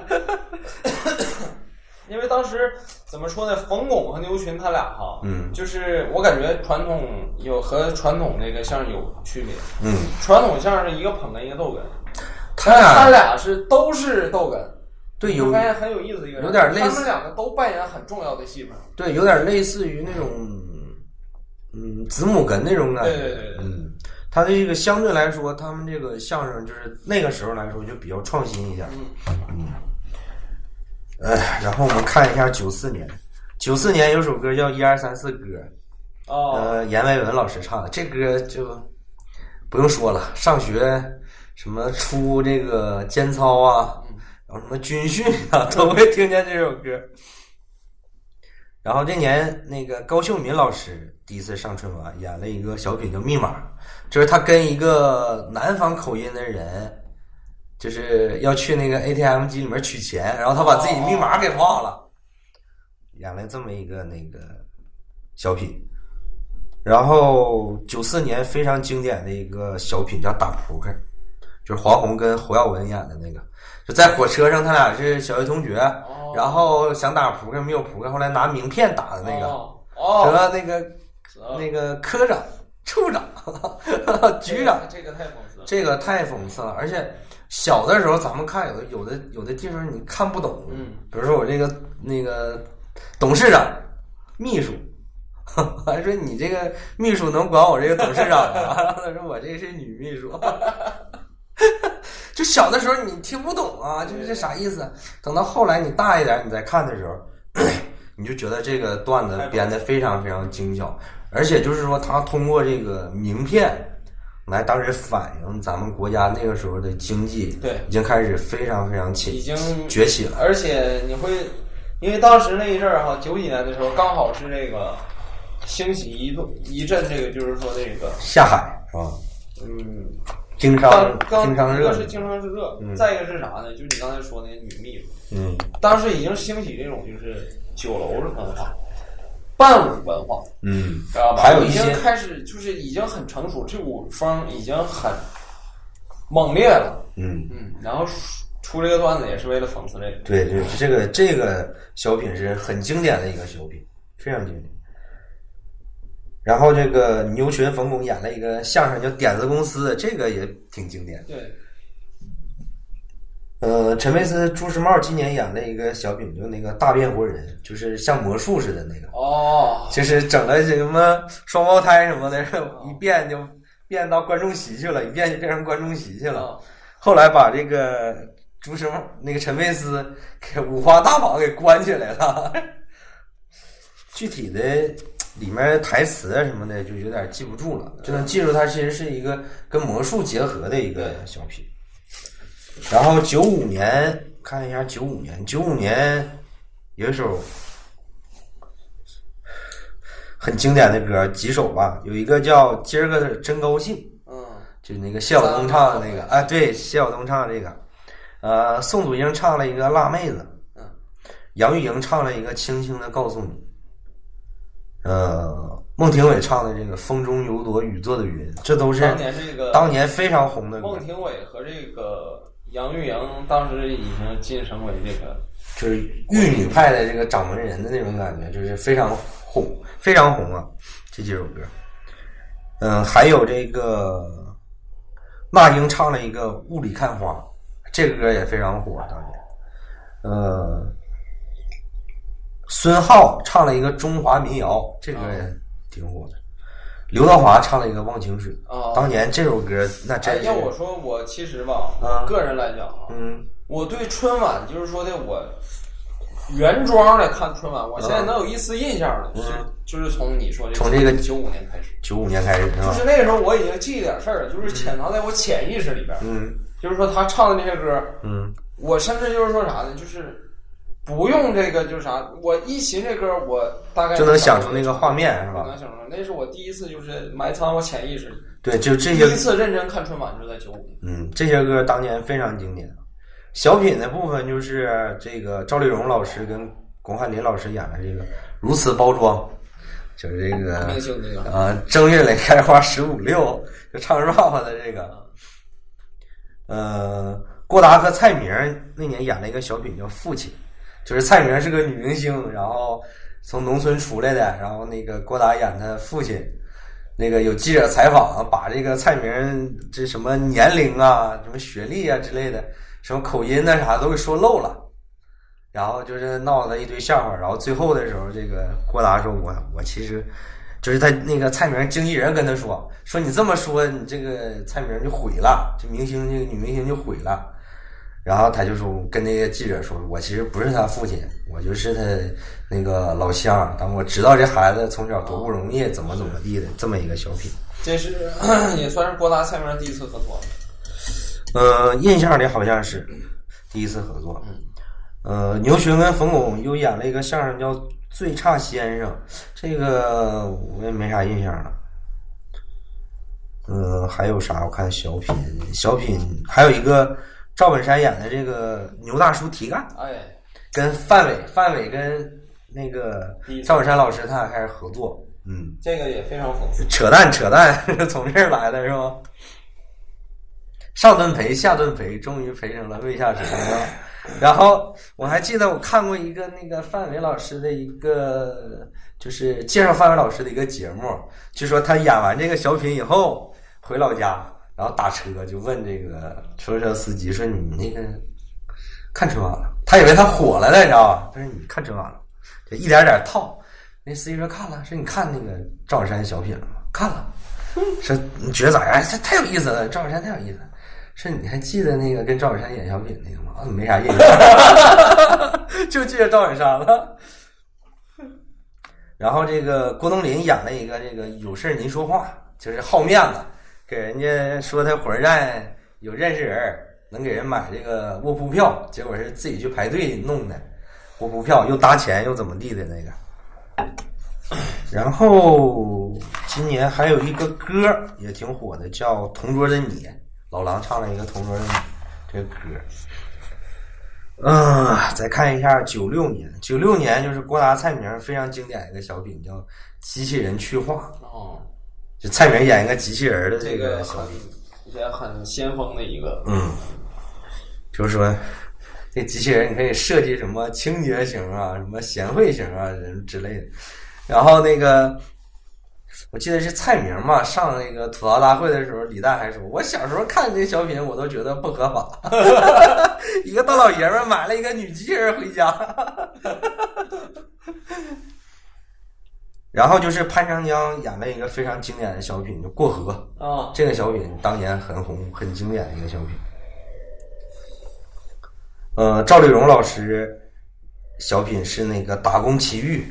因为当时怎么说呢，冯巩和牛群他俩哈， 嗯， 就是我感觉传统有和传统这个相声有区别， 嗯， 传统相声是一个捧哏一个逗哏， 他俩他俩是都是逗哏， 对，有发现很有意思一个人， 有点类似， 他们两个都扮演很重要的戏份， 对，有点类似于那种嗯子母哏那种感觉， 对对对对， 嗯，他的这个相对来说，他们这个相声就是那个时候来说就比较创新一下， 嗯嗯。呃，然后我们看一下九四年，九四年有首歌叫《一二三四歌》， 哦， 呃，阎维文老师唱的，这歌就不用说了，上学什么出这个间操啊，然后什么军训啊，都会听见这首歌。然后这年那个高秀敏老师第一次上春晚，演了一个小品叫《密码》，就是他跟一个南方口音的人。就是要去那个 A T M 机里面取钱，然后他把自己密码给忘了，演了这么一个那个小品。然后九四年非常经典的一个小品叫打扑克，就是黄宏跟侯耀文演的那个，就在火车上他俩是小学同学，然后想打扑克没有扑克，后来拿名片打的那个，和那个那个科长、处长、局长， 这个太讽刺了， 这个太讽刺了，而且。小的时候，咱们看有的有的有的地方你看不懂， 嗯， 比如说我这个那个董事长、秘书，还说你这个秘书能管我这个董事长吗？然后他说我这是女秘书，就小的时候你听不懂啊，就是这啥意思？等到后来你大一点，你再看的时候，你就觉得这个段子编得非常非常精巧，而且就是说他通过这个名片。 来当时反映咱们国家那个时候的经济， 对， 已经开始非常非常起， 已经崛起了。 而且你会，因为当时那一阵儿哈，九几年的时候，刚好是这个兴起一度一阵这个，就是说这个下海是吧？ 嗯， 经商经商热， 一个是经商热，嗯、再一个是啥呢？就是你刚才说那个女秘书， 嗯， 当时已经兴起这种就是酒楼的文化。伴舞文化， 嗯， 知道吧？ 还有一些已经开始，就是已经很成熟，这股风已经很猛烈了。 嗯嗯，然后出这个段子也是为了讽刺这个。 对对，这个这个小品是很经典的一个小品，非常经典。然后这个牛群、冯巩演了一个相声叫《点子公司》，这个也挺经典。 对。 呃，陈佩斯、朱时茂今年演了一个小品，就那个大变活人，就是像魔术似的那个。 哦。 就是整了什么双胞胎什么的，一变就变到观众席去了，一变就变成观众席去了。 哦、 后来把这个朱时茂那个陈佩斯给五花大绑给关起来了。具体的里面台词啊什么的就有点记不住了，就能记住它其实是一个跟魔术结合的一个小品。然后九五年看一下，九五年，九五年有一首很经典的歌，几首吧，有一个叫《今儿个真高兴》， 嗯， 就是那个谢晓东唱的那个，啊，对，谢晓东唱的这个，呃，宋祖英唱了一个《辣妹子》， 嗯， 杨钰莹唱了一个《轻轻的告诉你》，呃，孟庭苇唱的这个《风中有朵雨做的云》，这都是当年这个当年非常红的歌。 孟庭苇和这个杨钰莹当时已经晋升为这个就是玉女派的这个掌门人的那种感觉，就是非常红，非常红啊！这几首歌，嗯，还有这个那英唱了一个《雾里看花》，这个歌也非常火，当年。呃，孙浩唱了一个《中华民谣》，这个也挺火的。刘德华唱了一个《忘情水》 啊， 当年这首歌那真是。 要我说，我其实吧，我个人来讲啊， 嗯， 我对春晚就是说的我原装的看春晚，我现在能有一丝印象了， 嗯、 是就是从你说这从这个九五年开始， 九五年开始是吧？ 就是那个时候我已经记一点事儿了，就是潜藏在我潜意识里边， 嗯， 就是说他唱的那些歌， 嗯， 我甚至就是说啥呢，就是。不用这个就是啥，我一寻这歌，我大概就能想出那个画面，是吧？ 能想出，那是我第一次就是埋藏我潜意识。 对，就这些。 第一次认真看春晚就在九五年。 嗯，这些歌当年非常经典。小品的部分就是这个赵丽蓉老师跟巩汉林老师演的这个《如此包装》，就是这个明星这个啊，正月里开花十五六，就唱 rap 的这个。呃，郭达和蔡明那年演了一个小品叫《父亲》。就是蔡明是个女明星，然后从农村出来的，然后那个郭达演他父亲，那个有记者采访，把这个蔡明这什么年龄啊、什么学历啊之类的，什么口音啊啥都给说漏了，然后就是闹了一堆笑话，然后最后的时候，这个郭达说我我其实就是他那个蔡明经纪人跟他说说你这么说，你这个蔡明就毁了，这明星这个女明星就毁了。然后他就说跟那个记者说，我其实不是他父亲，我就是他那个老乡，但我知道这孩子从小多不容易，怎么怎么地的，这么一个小品。 这是也算是郭达蔡明第一次合作。 呃，印象里好像是第一次合作。呃，牛群跟冯巩又演了一个相声叫《最差先生》，这个我也没啥印象了。嗯、呃，还有啥？我看小品，小品还有一个。赵本山演的这个牛大叔提干， 哎， 跟范伟，范伟跟那个赵本山老师他俩开始合作，嗯， 这个也非常讽刺， 扯淡扯淡，从这儿来的是吧？上顿陪，下顿陪，终于陪成了胃下垂了。然后我还记得我看过一个那个范伟老师的一个，就是介绍范伟老师的一个节目，就说他演完这个小品以后回老家。然后打车就问这个出租车司机说：“你那个看春晚了？”他以为他火了呢，你知道吧？他说：“你看春晚了？”就一点点套。那司机说：“看了。”说：“你看那个赵本山小品了吗？”看了。说：“你觉得咋样？哎，他太有意思了，赵本山太有意思了。”说：“你还记得那个跟赵本山演小品那个吗？”啊，没啥印象，就记得赵本山了。然后这个郭冬临演了一个这个有事您说话，就是好面子。 给人家说他火车站有认识人能给人买这个卧铺票，结果是自己去排队弄的卧铺票，又搭钱又怎么地的那个。然后今年还有一个歌也挺火的，叫《同桌的你》，老狼唱了一个《同桌的你》这个歌。嗯、呃，再看一下九六年，九六年就是郭达蔡明非常经典的一个小品，叫《机器人去化》。 哦， 就蔡明演一个机器人的这个小品， 也很先锋的一个。 嗯，就是说这机器人你可以设计什么清洁型啊，什么贤惠型啊人之类的。然后那个我记得是蔡明嘛，上那个吐槽大会的时候，李诞还说，我小时候看这小品我都觉得不合法。一个大老爷们买了一个女机器人回家。然后就是潘长江演了一个非常经典的小品，就《过河》 啊， 这个小品当年很红，很经典的一个小品。呃，赵丽蓉老师小品是那个《打工奇遇》，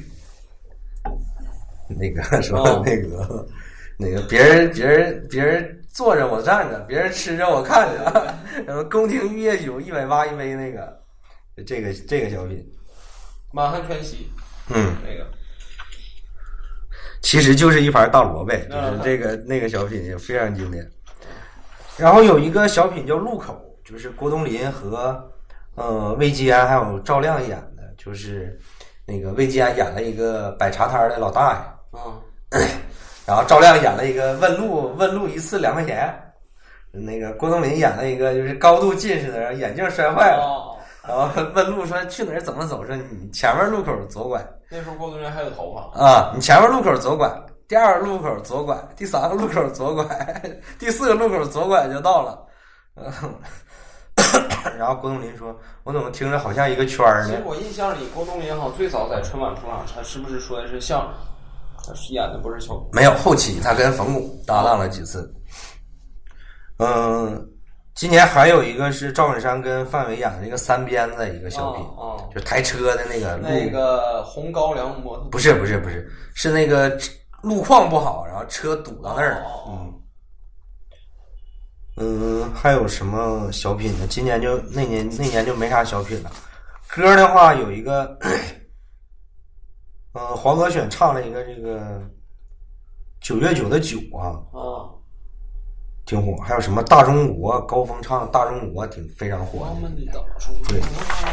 那个是吧？哦、那个那个别人别人别人坐着我站着，别人吃着我看着，然后宫廷玉液酒一百八一杯那个，这个这个小品， 满汉全席， 嗯， 那个。 其实就是一盘大萝卜，就是这个那个小品也非常经典。然后有一个小品叫《路口》，就是郭冬临和呃魏吉安还有赵亮演的，就是那个魏吉安演了一个摆茶摊的老大爷，嗯，然后赵亮演了一个问路问路一次两块钱，那个郭冬临演了一个就是高度近视的人，眼镜摔坏了。哦，然后问路说去哪儿怎么走，说你前面路口左拐。 那时候郭冬临还有头发啊！你前面路口左拐，第二个路口左拐，第三个路口左拐，第四个路口左拐就到了。嗯、然后郭冬临说：“我怎么听着好像一个圈呢？” 其实我印象里，郭冬临好像最早在春晚出场，他是不是说的是相声？他是演的不是小品？ 没有，后期他跟冯巩搭档了几次。嗯。今年还有一个是赵本山跟范伟演的那个三鞭子一个小品， 哦哦、 就抬车的那个路那个红高粱摩托， 不是不是不是，是那个路况不好，然后车堵到那儿了。 哦、 嗯嗯，还有什么小品呢？今年就那年那年就没啥小品了。歌的话有一个，呃，黄格选唱了一个这个九月九的九啊。 哦， 挺火，还有什么大中国，高峰唱大中国挺非常火的。对，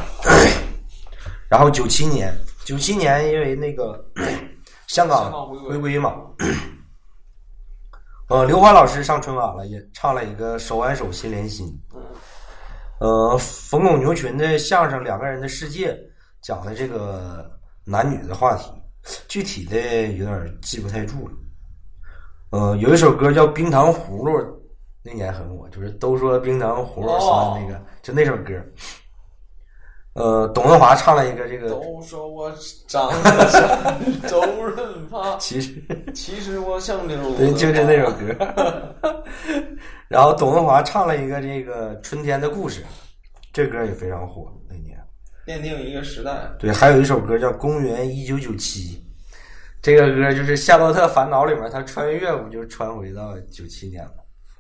然后九七年，九七年因为那个香港回归嘛，呃，刘欢老师上春晚了，也唱了一个手挽手心连心。呃，冯巩牛群的相声《两个人的世界》讲的这个男女的话题，具体的有点记不太住了。呃，有一首歌叫《冰糖葫芦》。那年很火，就是都说冰糖葫芦酸那个，哦、就那首歌。呃，董文华唱了一个这个。 都说我长得像周润发， 其实其实我像刘。 对，就是那首歌。然后董文华唱了一个这个春天的故事，这歌也非常火那年。 奠定一个时代。 对，还有一首歌叫《公元一九九七》，这个歌就是《夏洛特烦恼》里面他穿越不就穿回到九七年了。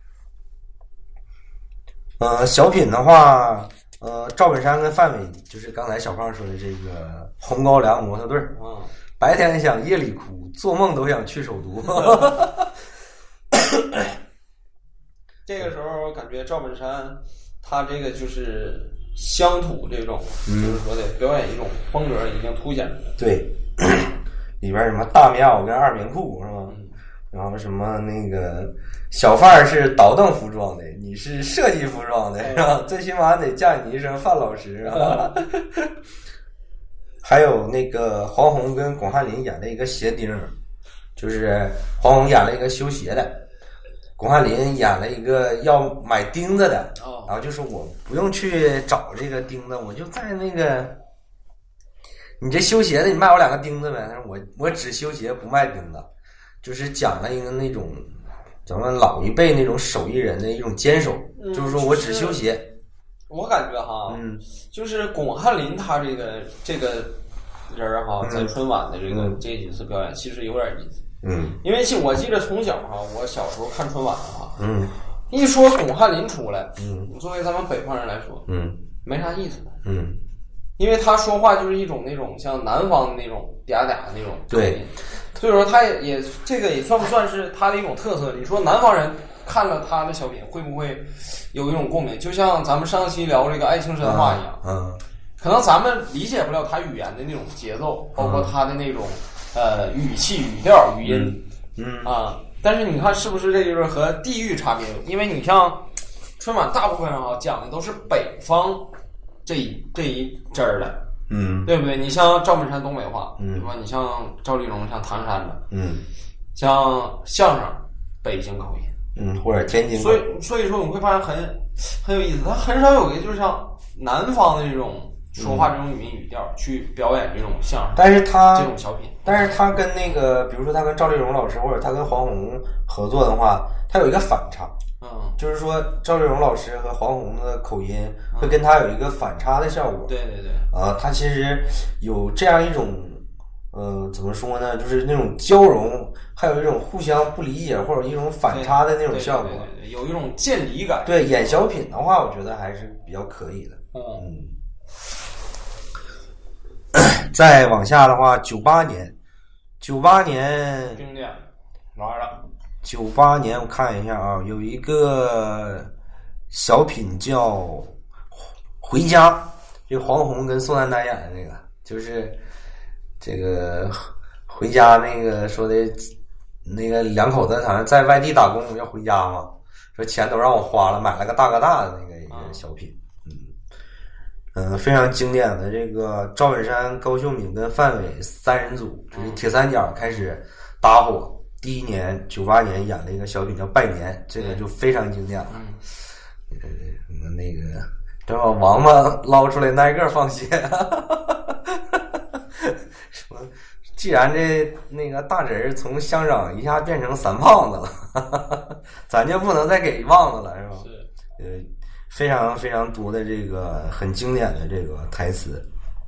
呃，小品的话，呃，赵本山跟范伟就是刚才小胖说的这个红高粱模特队儿， 嗯， 白天想夜里哭，做梦都想去首都。 这个时候感觉赵本山他这个就是乡土这种，嗯、就是说的表演一种风格已经凸显出来。 对，里边什么大棉袄跟二棉裤是吗？嗯、然后什么那个。小范儿是倒腾服装的，你是设计服装的，是吧？最起码得叫你一声范老师啊。还有那个黄宏跟巩汉林演了一个鞋钉，就是黄宏演了一个修鞋的，巩汉林演了一个要买钉子的，然后就是我不用去找这个钉子，我就在那个你这修鞋的，你卖我两个钉子呗？但是我我只修鞋不卖钉子，就是讲了一个那种。咱们老一辈那种手艺人的一种坚守，嗯、就是说我只修鞋。 我感觉哈，嗯，就是巩汉林他这个这个人哈，在春晚的这个、嗯、这几次表演，其实有点意思。 嗯， 因为我记得从小哈，我小时候看春晚的话， 嗯， 一说巩汉林出来， 嗯， 作为咱们北方人来说， 嗯， 没啥意思， 嗯， 因为他说话就是一种那种像南方的那种嗲嗲的那种， 对， 所以说他也也这个也算不算是他的一种特色？你说南方人看了他的小品会不会有一种共鸣？就像咱们上期聊这个爱情神话一样， 嗯，嗯可能咱们理解不了他语言的那种节奏，包括他的那种呃语气、语调、语音， 嗯啊，但是你看是不是这就是和地域差别？因为你像春晚大部分啊讲的都是北方这一这一支儿的， 嗯， 对不对？你像赵本山东北话， 嗯， 对吧？你像赵丽蓉像唐山的， 嗯， 像相声北京口音， 嗯，或者天津口音，所以所以说你会发现很很有意思，他很少有一个就是像南方的这种。说话这种语音语调、嗯、去表演这种相声， 但是他这种小品， 但是他跟那个，比如说他跟赵丽蓉老师，或者他跟黄宏合作的话，他有一个反差， 嗯， 就是说赵丽蓉老师和黄宏的口音会跟他有一个反差的效果， 对对对， 啊，他其实有这样一种，呃，怎么说呢，就是那种交融，还有一种互相不理解或者一种反差的那种效果， 对对对对，有一种渐离感。 对，演小品的话，我觉得还是比较可以的， 嗯。 嗯再往下的话，九八年，九八年经典来了。 九八年我看一下啊，有一个小品叫《回家》，这个黄宏跟宋丹丹演的那个，就是这个回家那个说的，那个两口子好像在外地打工要回家嘛，说钱都让我花了，买了个大哥大的那个一个小品。嗯，非常经典的这个赵本山、高秀敏跟范伟三人组，就是铁三角开始搭伙。第一年九八年演了一个小品叫《拜年》，这个就非常经典了。嗯，呃，什么那个，这把王八捞出来挨个放血。什么？既然这那个大侄从乡长一下变成三胖子了，咱就不能再给一棒子了，是吧？是。呃。非常非常多的这个很经典的这个台词。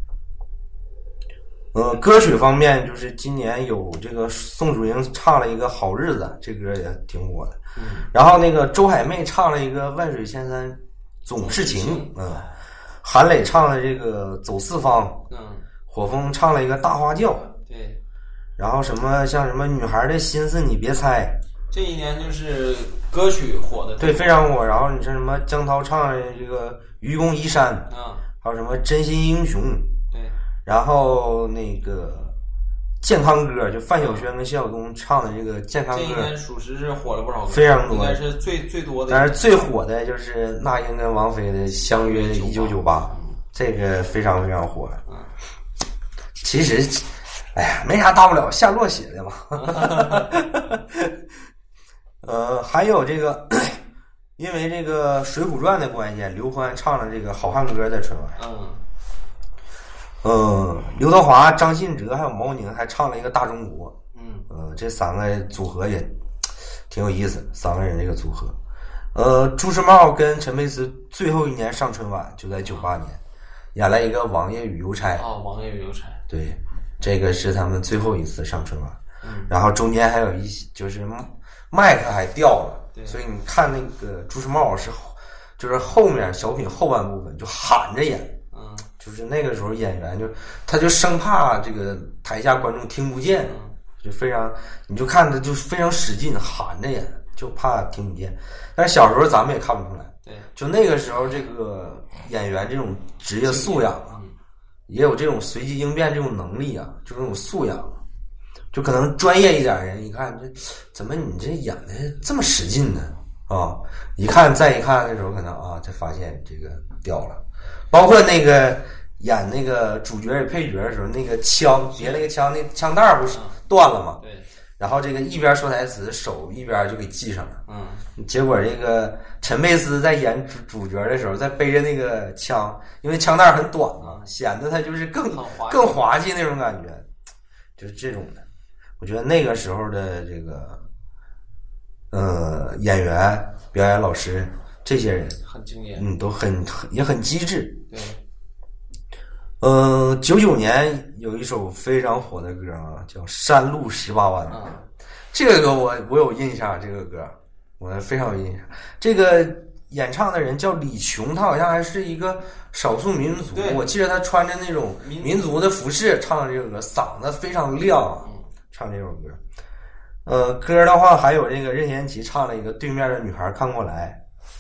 呃，歌曲方面就是今年有这个宋祖英唱了一个《好日子》，这歌也挺火的。嗯。然后那个周海媚唱了一个《万水千山总是情》，嗯。韩磊唱了这个《走四方》，嗯。火风唱了一个《大花轿》， 对。 然后什么像什么女孩的心思你别猜。 这一年就是歌曲火的， 对，非常火。然后你说什么江涛唱的这个《愚公移山》， 啊， 还有什么《真心英雄》， 对。然后那个健康歌，就范晓萱跟谢晓东唱的这个健康歌， 这一年属实是火了不少歌， 非常多， 应该是最最多的。 但是最火的就是那英跟王菲的《相约一九九八》，这个非常非常火。嗯，其实，哎呀，没啥大不了，夏洛写的嘛。呃，还有这个，因为这个《水浒传》的关系，刘欢唱了这个《好汉歌》在春晚。嗯。嗯，刘德华、张信哲还有毛宁还唱了一个《大中国》。嗯。呃，这三个组合也挺有意思，三个人这个组合。呃，朱时茂跟陈佩斯最后一年上春晚就在九八年，演了一个《王爷与邮差》。 哦，《王爷与邮差》。 对，这个是他们最后一次上春晚。嗯。然后中间还有一些就是。麦克还掉了，所以你看那个朱时茂是，就是后面小品后半部分就喊着演，嗯，就是那个时候演员就他就生怕这个台下观众听不见，嗯、就非常你就看他就非常使劲喊着演，就怕听不见。但是小时候咱们也看不出来， 对， 就那个时候这个演员这种职业素养啊，嗯、也有这种随机应变这种能力啊，就这种素养。就可能专业一点人一看，这怎么你这演的这么使劲呢？啊，一看再一看的时候，可能啊才发现这个掉了。包括那个演那个主角与配角的时候，那个枪别那个枪，那枪带不是断了吗？ 对。 然后这个一边说台词，手一边就给系上了。 嗯。 结果这个陈佩斯在演主主角的时候，在背着那个枪，因为枪带很短嘛，显得他就是更更滑稽那种感觉，就是这种的。我觉得那个时候的这个，呃，演员、表演老师这些人很敬业， 嗯，都很很也很机智。 对。 嗯、呃，九九年有一首非常火的歌啊，叫《山路十八弯》。 嗯。 这个歌我我有印象，这个歌我非常有印象。这个演唱的人叫李琼，他好像还是一个少数民族，我记得他穿着那种民族的服饰唱的这个歌，嗓子非常亮，唱这首歌。呃，歌的话还有这个任贤齐唱了一个《对面的女孩看过来》，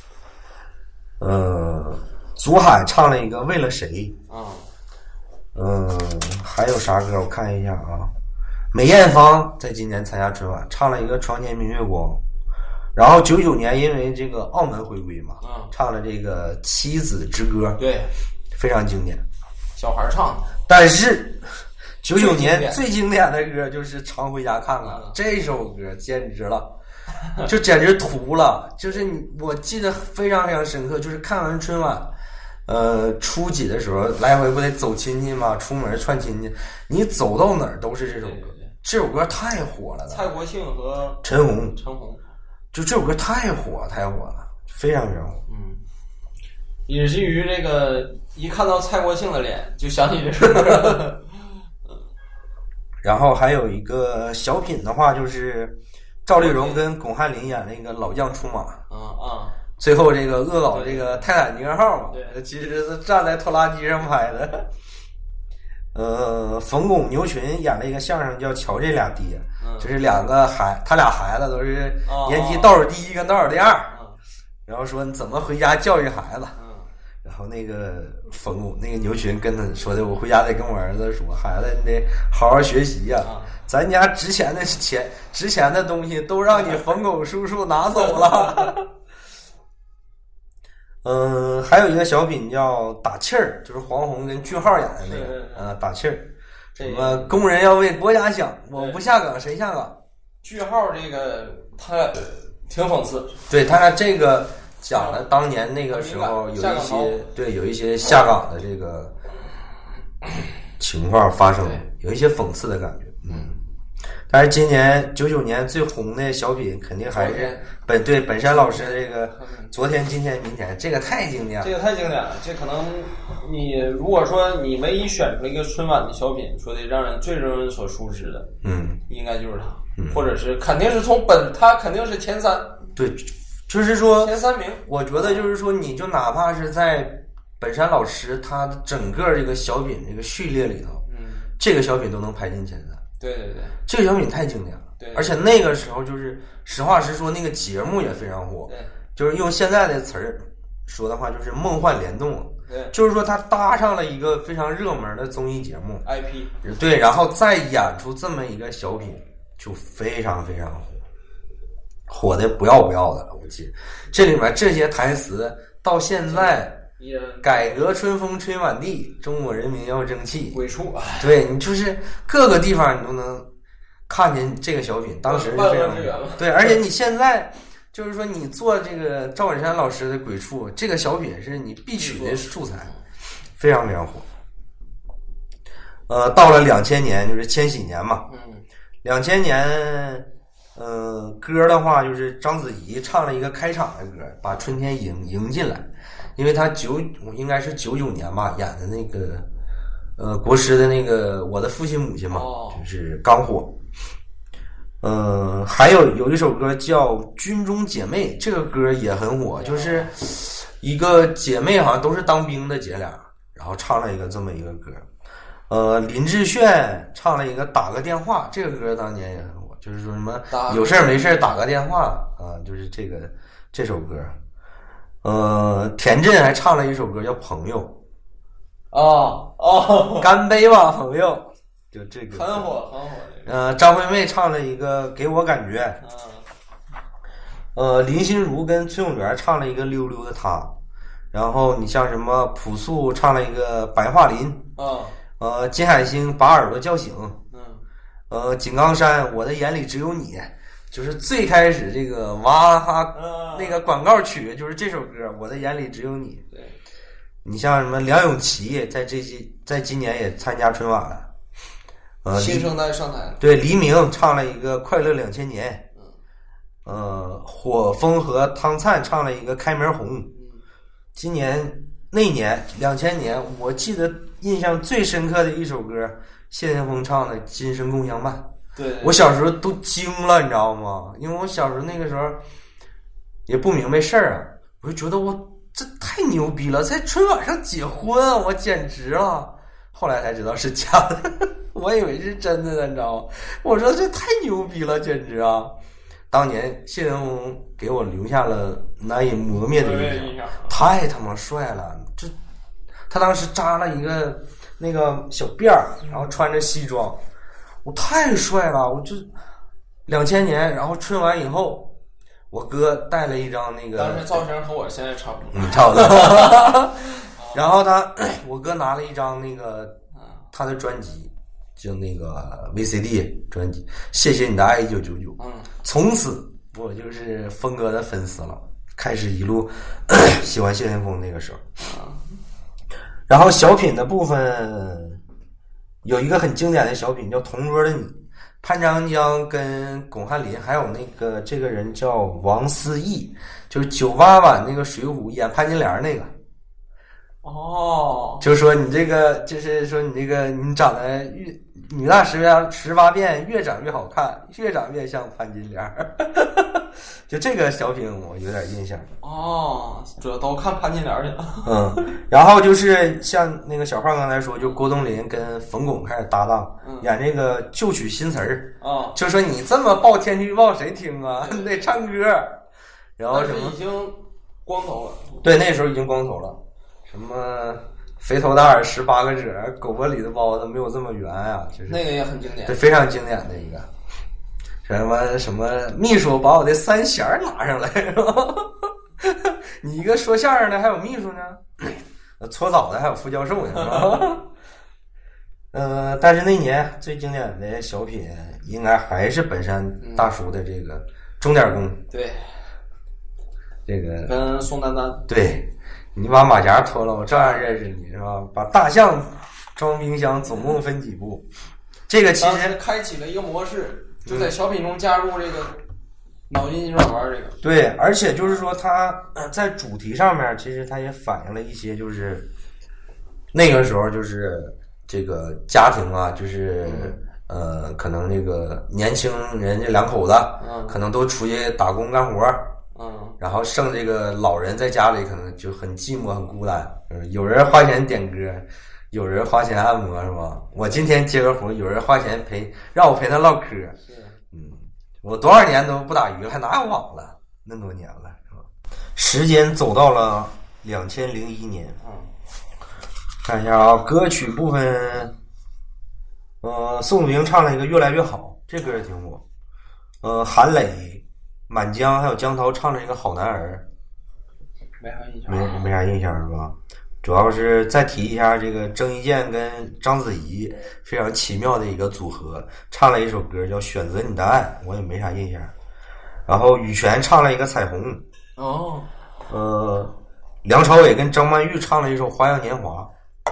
呃，祖海唱了一个《为了谁》啊，嗯、呃，还有啥歌？我看一下啊，梅艳芳在今年参加春晚，唱了一个《床前明月光》。然后九九年因为这个澳门回归嘛，嗯、唱了这个《妻子之歌》， 对， 非常经典， 小孩唱的。 但是九九年最经典的歌就是《常回家看看》，嗯、这首歌简直了，就简直涂了。就是你，我记得非常非常深刻，就是看完春晚，呃，初几的时候来回不得走亲戚嘛，出门串亲戚，你走到哪儿都是这首歌，对对对，这首歌太火了。 蔡国庆和陈红， 陈红。 就这首歌太火太火了，非常非常火。 嗯，以至于这个一看到蔡国庆的脸就想起这首歌。 然后还有一个小品的话，就是赵丽蓉跟巩汉林演那个老将出马。 啊啊！ 最后这个恶搞这个泰坦尼克号嘛，对，其实是站在拖拉机上拍的。呃，冯巩、牛群演了一个相声叫《瞧这俩爹》，嗯、就是两个孩，他俩孩子都是年级倒数第一跟倒数第二，哦、然后说你怎么回家教育孩子，嗯、然后那个冯巩那个牛群跟他说的，我回家得跟我儿子说，孩子你得好好学习呀、啊，嗯、咱家值钱的钱、值钱的东西都让你冯巩叔叔拿走了。嗯，还有一个小品叫打气儿，就是黄宏跟句号演的那个，呃，打气儿，什么工人要为国家想，我不下岗谁下岗？ 句号这个他挺讽刺， 对他这个讲了当年那个时候有一些对有一些下岗的这个情况发生，有一些讽刺的感觉，嗯。但是今年九九年最红的小品肯定还是本对本山老师的这个昨天今天明天，这个太经典了， 这个太经典了。这可能你如果说你唯一选出了一个春晚的小品，说的让人最让人所熟知的， 嗯， 应该就是他，嗯、或者是肯定是从本他肯定是前三， 对，就是说前三名。 我觉得就是说，你就哪怕是在本山老师他的整个这个小品这个序列里头， 嗯， 这个小品都能排进前三。 对对对， 这个小品太经典了， 对， 而且那个时候就是实话实说，那个节目也非常火， 对， 就是用现在的词儿说的话，就是梦幻联动了， 对， 就是说他搭上了一个非常热门的综艺节目 I P， 对，然后再演出这么一个小品，就非常非常火，火的不要不要的了。我记得这里面这些台词到现在。改革春风吹满地，中国人民要争气。 鬼畜， 对你就是各个地方你都能看见这个小品，当时是非常对，而且你现在就是说你做这个赵本山老师的鬼畜，这个小品是你必取的素材，非常非常火。呃，到了两千年，就是千禧年嘛， 嗯， 两千年，呃，歌的话就是章子怡唱了一个开场的歌，把春天迎迎进来。因为他九应该是九九年吧演的那个，呃，国师的那个我的父亲母亲嘛， 哦、 就是刚火。嗯、呃，还有有一首歌叫《军中姐妹》，这个歌也很火，就是一个姐妹好像都是当兵的姐俩，然后唱了一个这么一个歌。呃，林志炫唱了一个《打个电话》，这个歌当年也很火，就是说什么有事没事打个电话啊，就是这个这首歌。呃，田震还唱了一首歌叫《朋友》， 哦哦， 干杯吧朋友，就这个很火很火。 呃，张惠妹唱了一个《给我感觉》，呃，林心如跟崔永元唱了一个《溜溜的他》，然后你像什么朴树唱了一个《白桦林》， 啊， 呃，金海星把耳朵叫醒， 嗯， 呃，井冈山我的眼里只有你。就是最开始这个娃哈哈那个广告曲就是这首歌，我的眼里只有你。 对， 你像什么梁咏琪在这些在今年也参加春晚了，呃， 新生代上台了。 对，黎明唱了一个《快乐两千年》，嗯，呃，火风和汤灿唱了一个《开门红》。 嗯， 今年那年两千年，我记得印象最深刻的一首歌，谢霆锋唱的《今生共相伴》。 对， 我小时候都惊了，你知道吗？因为我小时候那个时候也不明白事儿啊，我就觉得我这太牛逼了，在春晚上结婚啊，我简直了。后来才知道是假的，我以为是真的呢，你知道吗？我说这太牛逼了，简直啊！当年谢霆锋给我留下了难以磨灭的印象，太他妈帅了！这他当时扎了一个那个小辫儿，然后穿着西装，我太帅了！我就两千年，然后春晚以后，我哥带了一张那个， 当时造型和我现在差不多， 嗯，差不多。然后他，我哥拿了一张那个他的专辑，就那个 V C D 专辑，谢谢你的爱一九九九。嗯，从此我就是峰哥的粉丝了，开始一路喜欢谢霆锋那个时候。然后小品的部分有一个很经典的小品叫《同桌的你》，潘长江跟巩汉林还有那个这个人叫王思义，就是九八版那个水浒演潘金莲那个。 哦， 就说你这个，就是说你这个，你长得越女大十八十八变，越长越好看，越长越像潘金莲。就这个小品我有点印象。 哦，主要都看潘金莲去了。 嗯，然后就是像那个小胖刚才说，就郭冬临跟冯巩开始搭档，嗯、演这个旧曲新词儿。 哦， 就说你这么报天气预报谁听啊？你得唱歌。然后什么？ 已经光头了。 对，那时候已经光头了。什么肥头大耳十八个褶，狗窝里的包子没有这么圆啊！就是那个也很经典， 对，非常经典的一个。什么什么秘书把我的三弦拿上来，是吧？你一个说相声的还有秘书呢，搓澡的还有副教授呢，是吧？呃，但是那年最经典的小品应该还是本山大叔的这个钟点工。 嗯、对， 这个跟宋丹丹。 对。你把马甲脱了，我照样认识你，是吧？把大象装冰箱，总共分几步？这个其实开启了一个模式，就在小品中加入这个脑筋急转弯这个。 对，而且就是说它在主题上面，其实它也反映了一些，就是那个时候就是这个家庭啊，就是、嗯、呃，可能这个年轻人这两口子，嗯，可能都出去打工干活。嗯，然后剩这个老人在家里可能就很寂寞很孤单，有人花钱点歌，有人花钱按摩，是吧？我今天接个活，有人花钱陪让我陪他唠嗑。 是， 嗯，我多少年都不打鱼了，还哪有网了？那么多年了，是吧？时间走到了两千零一年。嗯，看一下啊，歌曲部分，呃，宋祖英唱了一个《越来越好》，这歌也挺火。呃，韩磊。满江还有江涛唱了一个好男儿， 没啥印象， 没没啥印象是吧？主要是再提一下这个郑伊健跟章子怡非常奇妙的一个组合，唱了一首歌叫《选择你的爱》，我也没啥印象。然后羽泉唱了一个《彩虹》， 哦， 呃，梁朝伟跟张曼玉唱了一首《花样年华》，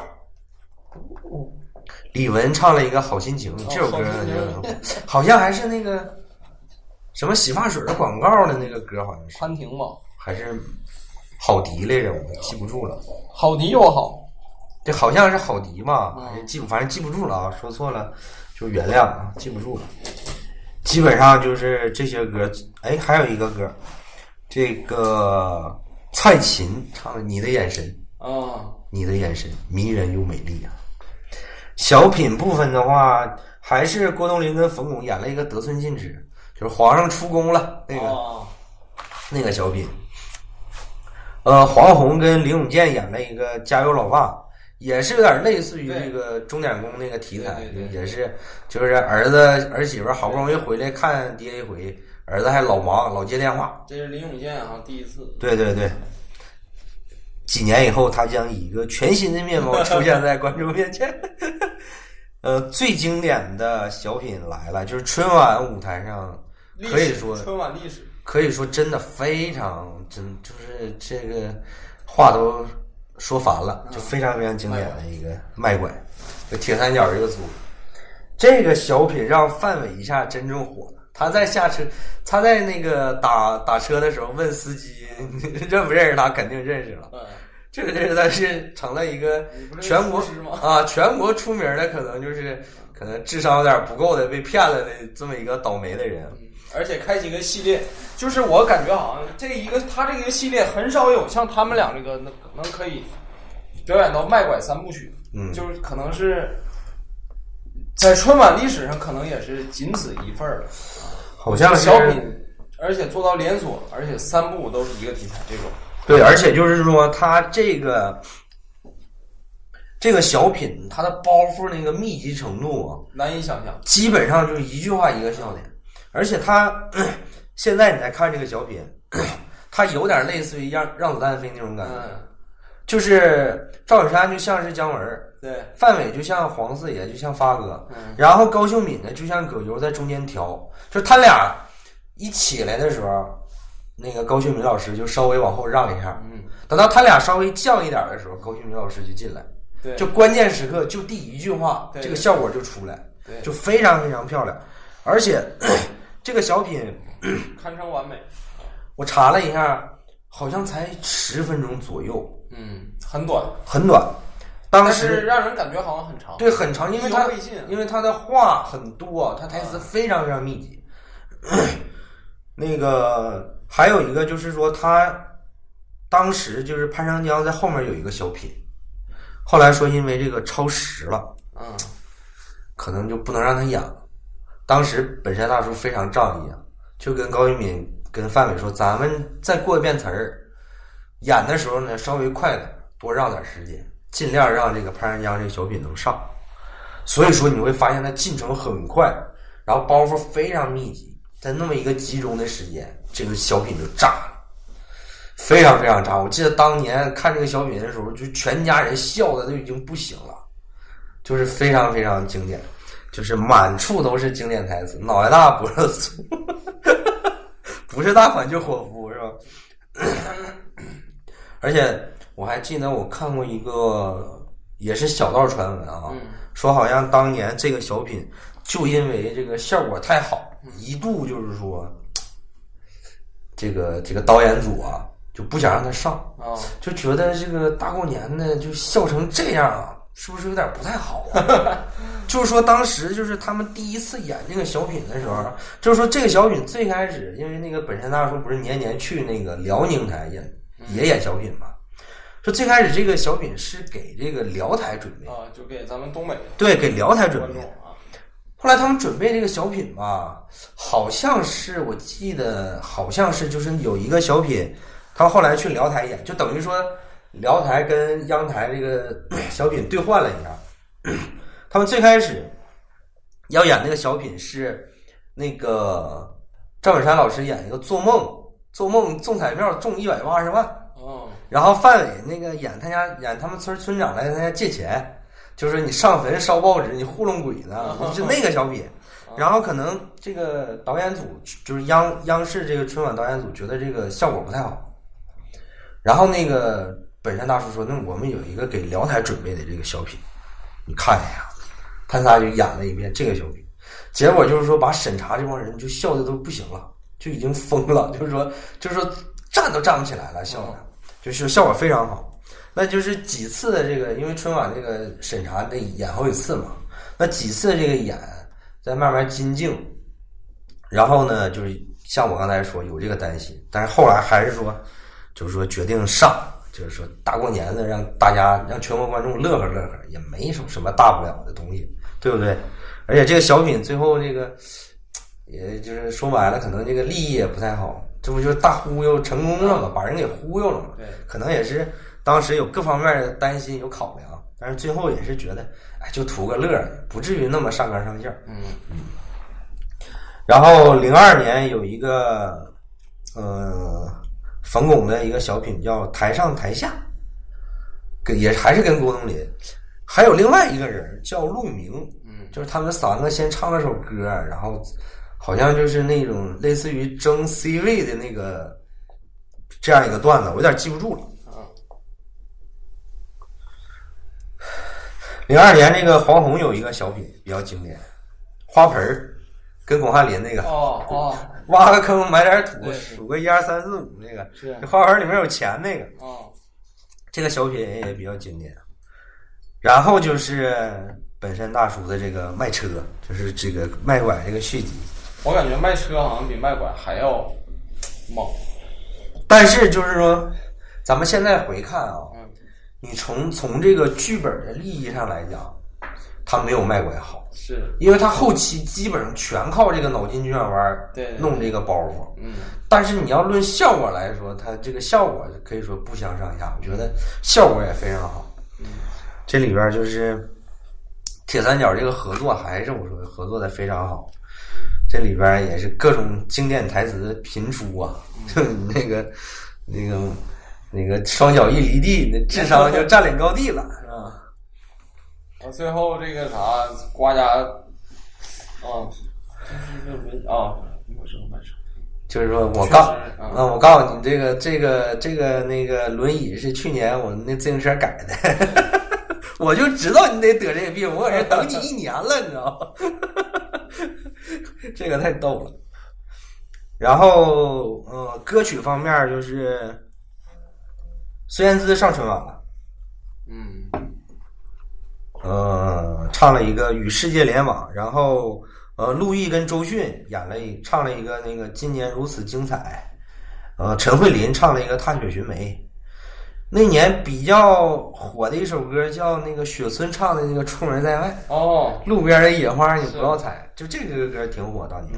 李玟唱了一个《好心情》，这首歌好像还是那个。什么洗发水的广告的那个歌好像是潘婷吧， 还是好迪来着，我记不住了。 好迪又好， 这好像是好迪嘛，还是记不，反正记不住了啊，说错了就原谅啊，记不住了。基本上就是这些歌，哎，还有一个歌，这个蔡琴唱的《你的眼神》 啊， 你的眼神迷人又美丽啊。小品部分的话，还是郭冬临跟冯巩演了一个得寸进尺。就是皇上出宫了那个、哦、那个小品，呃，黄宏跟林永健演了一个加油老爸，也是有点类似于这个钟点工那个题材， 对对对对， 也是就是儿子儿媳妇好不容易回来看爹一回，儿子还老忙老接电话。 这是林永健啊第一次。 对对对，几年以后他将以一个全新的面貌出现在观众面前。呃，最经典的小品来了，就是春晚舞台上。可以说春晚历史， 可以说真的非常真，就是这个话都说烦了，就非常非常经典的一个卖拐，就铁三角这个组。这个小品让范伟一下真正火了。他在下车，他在那个打打车的时候问司机认不认识他，肯定认识了。 这个这个他是成了一个全国啊全国出名的，可能就是可能智商有点不够的被骗了的这么一个倒霉的人。 嗯、而且开启一个系列，就是我感觉好像这一个他这个系列很少有像他们俩这个能可以表演到卖拐三部曲， 嗯， 就是可能是在春晚历史上可能也是仅此一份了。 好像是小品，而且做到连锁，而且三部都是一个题材，这种对，而且就是说他这个这个小品，它的包袱那个密集程度啊， 难以想象， 基本上就是一句话一个笑点，而且他现在你再看这个小品，它有点类似于让让子弹飞那种感觉， 嗯、 就是赵本山就像是姜文， 对， 范伟就像黄四爷，就像发哥， 嗯、 然后高秀敏呢就像葛优在中间调，就他俩一起来的时候，那个高秀敏老师就稍微往后让一下， 嗯， 等到他俩稍微降一点的时候，高秀敏老师就进来， 对， 就关键时刻就第一句话，这个效果就出来， 对， 就非常非常漂亮，而且这个小品堪称完美。 我查了一下，好像才十分钟左右， 嗯，很短， 很短。当时但是让人感觉好像很长， 对，很长，因为他因为他的话很多，他台词非常非常密集。那个还有一个就是说，他当时就是潘长江在后面有一个小品，后来说因为这个超时了， 嗯， 可能就不能让他演了。当时本山大叔非常仗义啊，就跟高云敏跟范伟说，咱们再过一遍词儿，演的时候呢稍微快点，多让点时间，尽量让这个潘长江这个小品能上。所以说你会发现他进程很快，然后包袱非常密集，在那么一个集中的时间，这个小品就炸了，非常非常炸。我记得当年看这个小品的时候，就全家人笑的都已经不行了，就是非常非常经典，就是满处都是经典台词，脑袋大脖子粗，不是大款就伙夫，是吧？而且我还记得我看过一个也是小道传闻啊， 嗯、 说好像当年这个小品就因为这个效果太好，一度就是说这个这个导演组啊就不想让他上， 哦、 就觉得这个大过年的就笑成这样啊，是不是有点不太好啊？就是说当时就是他们第一次演这个小品的时候，就是说这个小品最开始，因为那个本山大叔不是年年去那个辽宁台演也演小品嘛，说最开始这个小品是给这个辽台准备啊，就给咱们东北对给辽台准备。后来他们准备这个小品吧，好像是我记得好像是就是有一个小品，他们后来去辽台演，就等于说辽台跟央台这个小品兑换了一下。他们最开始要演那个小品是那个赵本山老师演一个做梦做梦中彩票中一百八十万， 哦， 然后范伟那个演他家演他们村村长来他家借钱。就是你上坟烧报纸，你糊弄鬼呢，就那个小品。然后可能这个导演组就是央央视这个春晚导演组觉得这个效果不太好，然后那个本山大叔说，那我们有一个给辽台准备的这个小品，你看一下。他仨就演了一遍这个小品，结果就是说把审查这帮人就笑的都不行了，就已经疯了，就是说就是说站都站不起来了，笑的就是效果非常好。那就是几次的这个，因为春晚这个审查得演好几次嘛，那几次这个演在慢慢精进，然后呢，就是像我刚才说有这个担心，但是后来还是说，就是说决定上，就是说大过年的让大家让全国观众乐呵乐呵，也没什么什么大不了的东西，对不对？而且这个小品最后这个，也就是说白了，可能这个利益也不太好，这不就是大忽悠成功了嘛，把人给忽悠了嘛， 对， 可能也是。当时有各方面的担心有考量，但是最后也是觉得，哎，就图个乐，不至于那么上纲上线。 嗯嗯。然后零二年有一个，呃，冯巩的一个小品叫《台上台下》，跟也还是跟郭冬临，还有另外一个人叫陆明， 嗯， 就是他们三个先唱了首歌，然后好像就是那种类似于争 C 位的那个这样一个段子，我有点记不住了。零二年那个黄宏有一个小品比较经典，花盆儿，跟巩汉林那个哦哦， 挖个坑埋点土，数个一二三四五那个， 是花盆里面有钱那个。 哦， 这个小品也比较经典。然后就是本山大叔的这个卖车，就是这个卖拐这个续集。 我感觉卖车好像比卖拐还要猛。 但是就是说，咱们现在回看啊，嗯，你从从这个剧本的利益上来讲，他没有卖拐好， 是因为他后期基本上全靠这个脑筋急转弯弄这个包袱。 嗯， 但是你要论效果来说，他这个效果可以说不相上下，我觉得效果也非常好。 嗯， 这里边就是铁三角这个合作，还是我说合作的非常好。这里边也是各种经典台词频出啊，就你那个那个那个双脚一离地，那智商就占领高地了，是吧？ 我最后这个啥瓜家，啊，就是这轮啊，我说没事。 就是说我告，嗯，我告诉你，这个这个这个那个轮椅是去年我那自行车改的，我就知道你得得这个病，我搁这等你一年了，你知道吗？这个太逗了。然后，呃，歌曲方面就是孙燕姿上春晚了， 嗯， 呃，唱了一个《与世界联网》，然后呃，陆毅跟周迅演了一唱了一个那个《今年如此精彩》，呃，陈慧琳唱了一个《踏雪寻梅》。那年比较火的一首歌叫那个雪村唱的那个《出门在外》， 哦， 路边的野花你不要采，就这个歌挺火当年。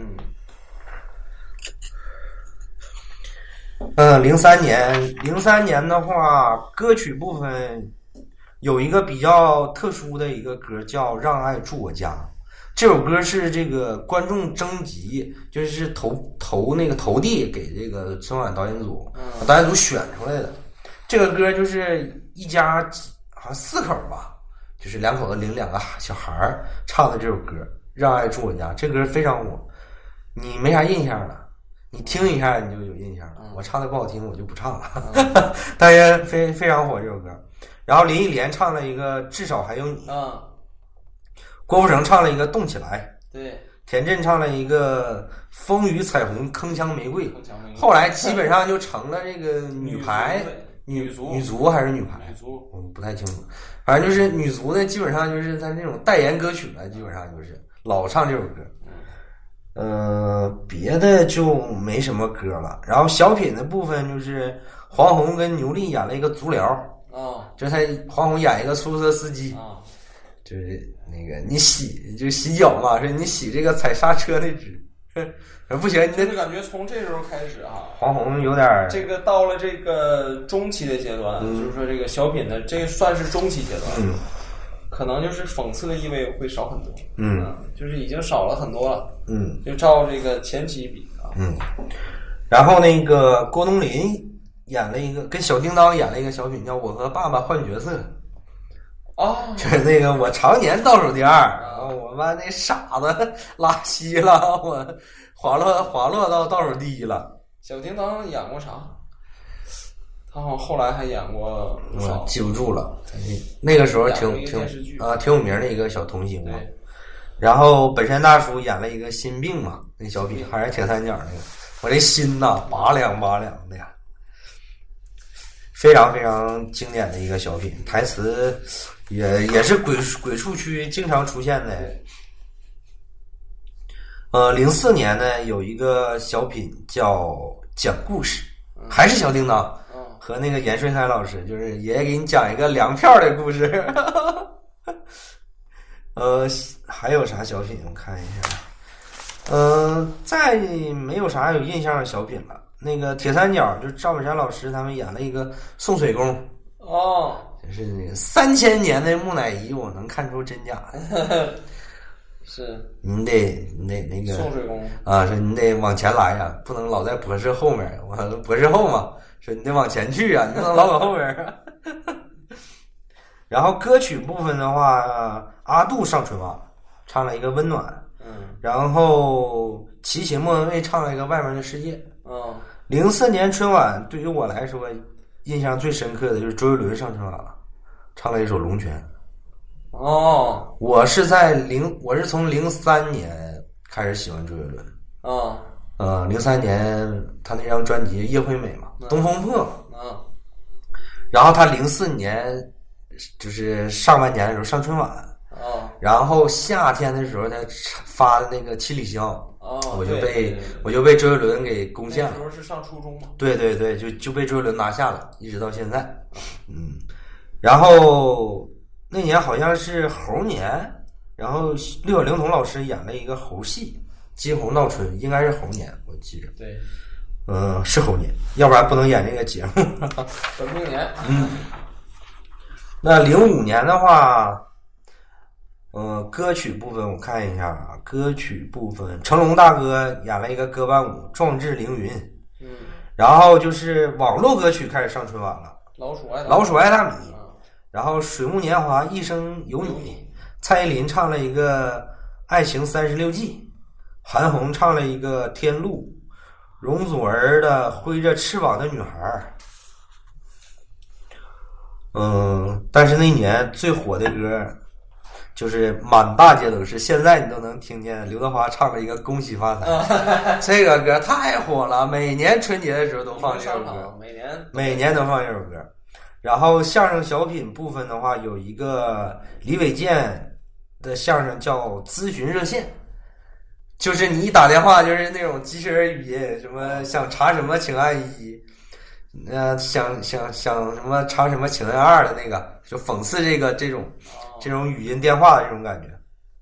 嗯， 呃，零三年，零三年的话，歌曲部分有一个比较特殊的一个歌叫《让爱住我家》。这首歌是这个观众征集，就是投投那个投递给这个春晚导演组， 嗯， 导演组选出来的。这个歌就是一家好像四口吧，就是两口子领两个小孩唱的这首歌《让爱住我家》。这歌非常火，你没啥印象了，你听一下你就有印象了。 嗯， 我唱的不好听，我就不唱了。嗯、但是非非常火这首歌。然后林忆莲唱了一个《至少还有你》。 嗯。 郭富城唱了一个动起来， 对， 田震唱了一个风雨彩虹铿锵玫瑰，后来基本上就成了这个女排女足女足还是女排女足， 我不太清楚，反正就是女足的基本上就是在那种代言歌曲了，基本上就是老唱这首歌。呃，别的就没什么歌了。然后小品的部分就是黄宏跟牛莉演了一个足疗啊， 哦， 就是他黄宏演一个出租车司机啊， 就是那个你洗就洗脚嘛，说你洗这个踩刹车的纸，不行，你得就感觉从这时候开始啊， 黄宏有点这个到了这个中期的阶段，嗯、就是说这个小品的这算是中期阶段， 嗯， 可能就是讽刺的意味会少很多， 嗯， 啊、就是已经少了很多了， 嗯， 就照这个前期比啊， 嗯，然后那个郭冬临演了一个跟小叮当演了一个小品叫《我和爸爸换角色》。 哦， 就是那个我常年倒数第二，然后我妈那傻子拉稀了，我滑落滑落到倒数第一了。 小叮当演过啥？他好像后来还演过， 我记不住了。那个时候挺挺啊挺有名的一个小童星嘛。然后本山大叔演了一个心病嘛，那小品还是铁三角那个，我这心呐拔凉拔凉的呀，非常非常经典的一个小品，台词。也也是鬼鬼畜区经常出现的。呃，零四年呢有一个小品叫讲故事，还是小叮当，和那个严顺开老师，就是爷爷给你讲一个粮票的故事。呃，还有啥小品？我看一下。呃，再没有啥有印象的小品了。那个铁三角，就是赵本山老师他们演了一个送水工。 哦。 就是那个三千年的木乃伊，我能看出真假的。 是， 你得你得那个送水工啊，说你得往前来呀，不能老在博士后面。我博士后嘛，说你得往前去啊，你不能老搁后面啊。然后歌曲部分的话，阿杜上春晚唱了一个《温暖》， 嗯， 然后齐秦莫文蔚唱了一个《外面的世界》。 嗯， 零四年春晚对于我来说印象最深刻的就是周杰伦上春晚了，唱了一首《龙泉》。 哦， 我是在零，我是从零三年开始喜欢周杰伦。 哦， 呃，零三年他那张专辑《叶惠美》嘛， 嗯 《东风破》。 嗯， 然后他零四年就是上半年的时候上春晚， 哦， 然后夏天的时候他发的那个七里香， 哦， 我就被对对对我就被周杰伦给攻陷了。 那时候是上初中嘛？ 对对对，就就被周杰伦拿下了，一直到现在。嗯，然后那年好像是猴年，然后六小龄童老师演了一个猴戏《金猴闹春》，应该是猴年，我记着。 对， 嗯，是猴年，要不然不能演这个节目。 本命年。 嗯，那零五年的话，呃，歌曲部分我看一下啊，歌曲部分，成龙大哥演了一个歌伴舞《壮志凌云》。 嗯， 然后就是网络歌曲开始上春晚了， 老鼠爱老鼠爱大米， 嗯、 然后水木年华一生有你，蔡依林唱了一个爱情三十六计，韩红唱了一个天路，容祖儿的挥着翅膀的女孩。嗯，但是那年最火的歌就是满大街都是，现在你都能听见刘德华唱了一个恭喜发财，这个歌太火了，每年春节的时候都放这首歌， 每年每年都放这首歌。然后相声小品部分的话，有一个李伟健的相声叫咨询热线，就是你一打电话就是那种机器人语音，什么想查什么请按一，呃，想想想什么查什么请按二的那个，就讽刺这个这种这种语音电话的这种感觉。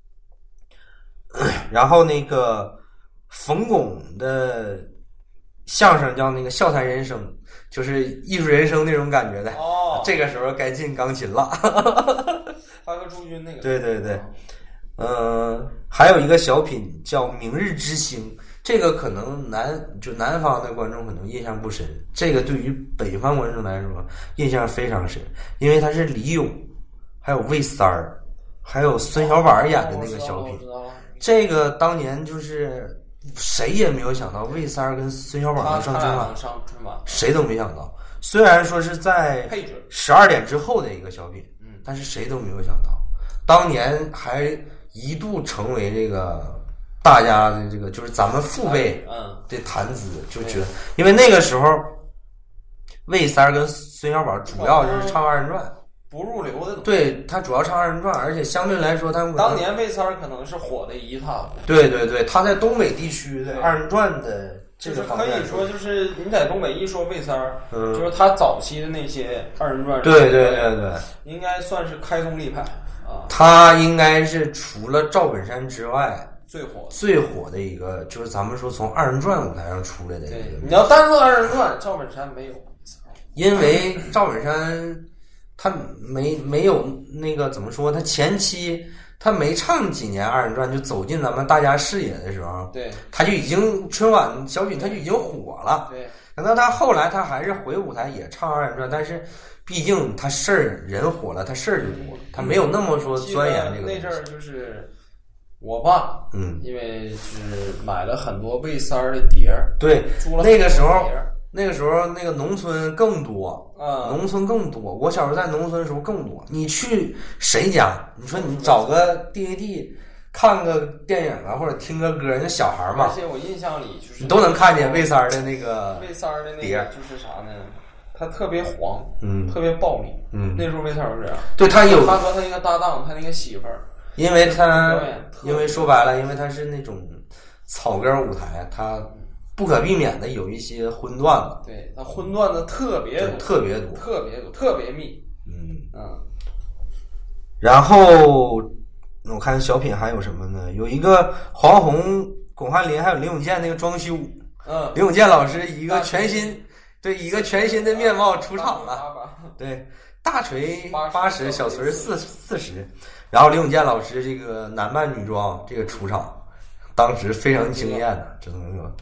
然后那个冯巩的相声叫那个笑谈人生，就是艺术人生那种感觉的。 哦， 这个时候该进钢琴了。 发个朱军那个。 对对对，嗯、呃，还有一个小品叫《明日之星》，这个可能南就南方的观众可能印象不深，这个对于北方观众来说印象非常深，因为他是李咏，还有魏三儿，还有孙小宝演的那个小品。这个当年就是谁也没有想到魏三儿跟孙小宝能上春晚， 上春晚谁都没想到。虽然说是在十二点之后的一个小品， 嗯， 但是谁都没有想到，当年还一度成为这个大家的这个就是咱们父辈的谈资，就觉得，因为那个时候魏三儿跟孙小宝主要就是唱二人转。 不入流的， 对，他主要唱二人转，而且相对来说他们当年魏三儿可能是火的一塌糊涂。 对对对，他在东北地区的二人转的这个方面， 就是可以说就是你在东北一说魏三儿， 嗯， 就是他早期的那些二人转， 对对对对， 应该算是开宗立派啊。 他应该是除了赵本山之外最火最火的一个，就是咱们说从二人转舞台上出来的。 对，你要单说二人转，赵本山没有， 因为赵本山。他没没有那个怎么说？他前期他没唱几年二人转就走进咱们大家视野的时候， 对， 他就已经春晚小品他就已经火了。 对， 等到他后来他还是回舞台也唱二人转，但是毕竟他事儿人火了，他事儿就多，他没有那么说钻研这个。 那阵儿就是我爸， 嗯， 因为是买了很多魏三儿的碟儿， 对， 租了那个时候。那个时候，那个农村更多， 啊、 嗯，农村更多。我小时候在农村的时候更多。你去谁家？你说你找个 D V D 看个电影啊，或者听个歌，那小孩嘛。 而且我印象里就是你都能看见魏三儿的那个魏三儿的那个就是啥呢？他特别黄， 嗯， 特别暴力， 嗯。 那时候魏三儿就这样。 对他有他和他那个搭档，他那个媳妇儿， 因为他因为说白了，因为他是那种草根舞台，他。不可避免的有一些荤段子， 对，他荤段子特别多， 特别多， 特别多，特别密， 嗯嗯。 然后我看小品还有什么呢？有一个黄宏、巩汉林还有林永健那个装修， 嗯， 林永健老师一个全新，对，一个全新的面貌出场了，对，大锤八十，小锤四四十，然后林永健老师这个男扮女装这个出场，当时非常惊艳的，只能说。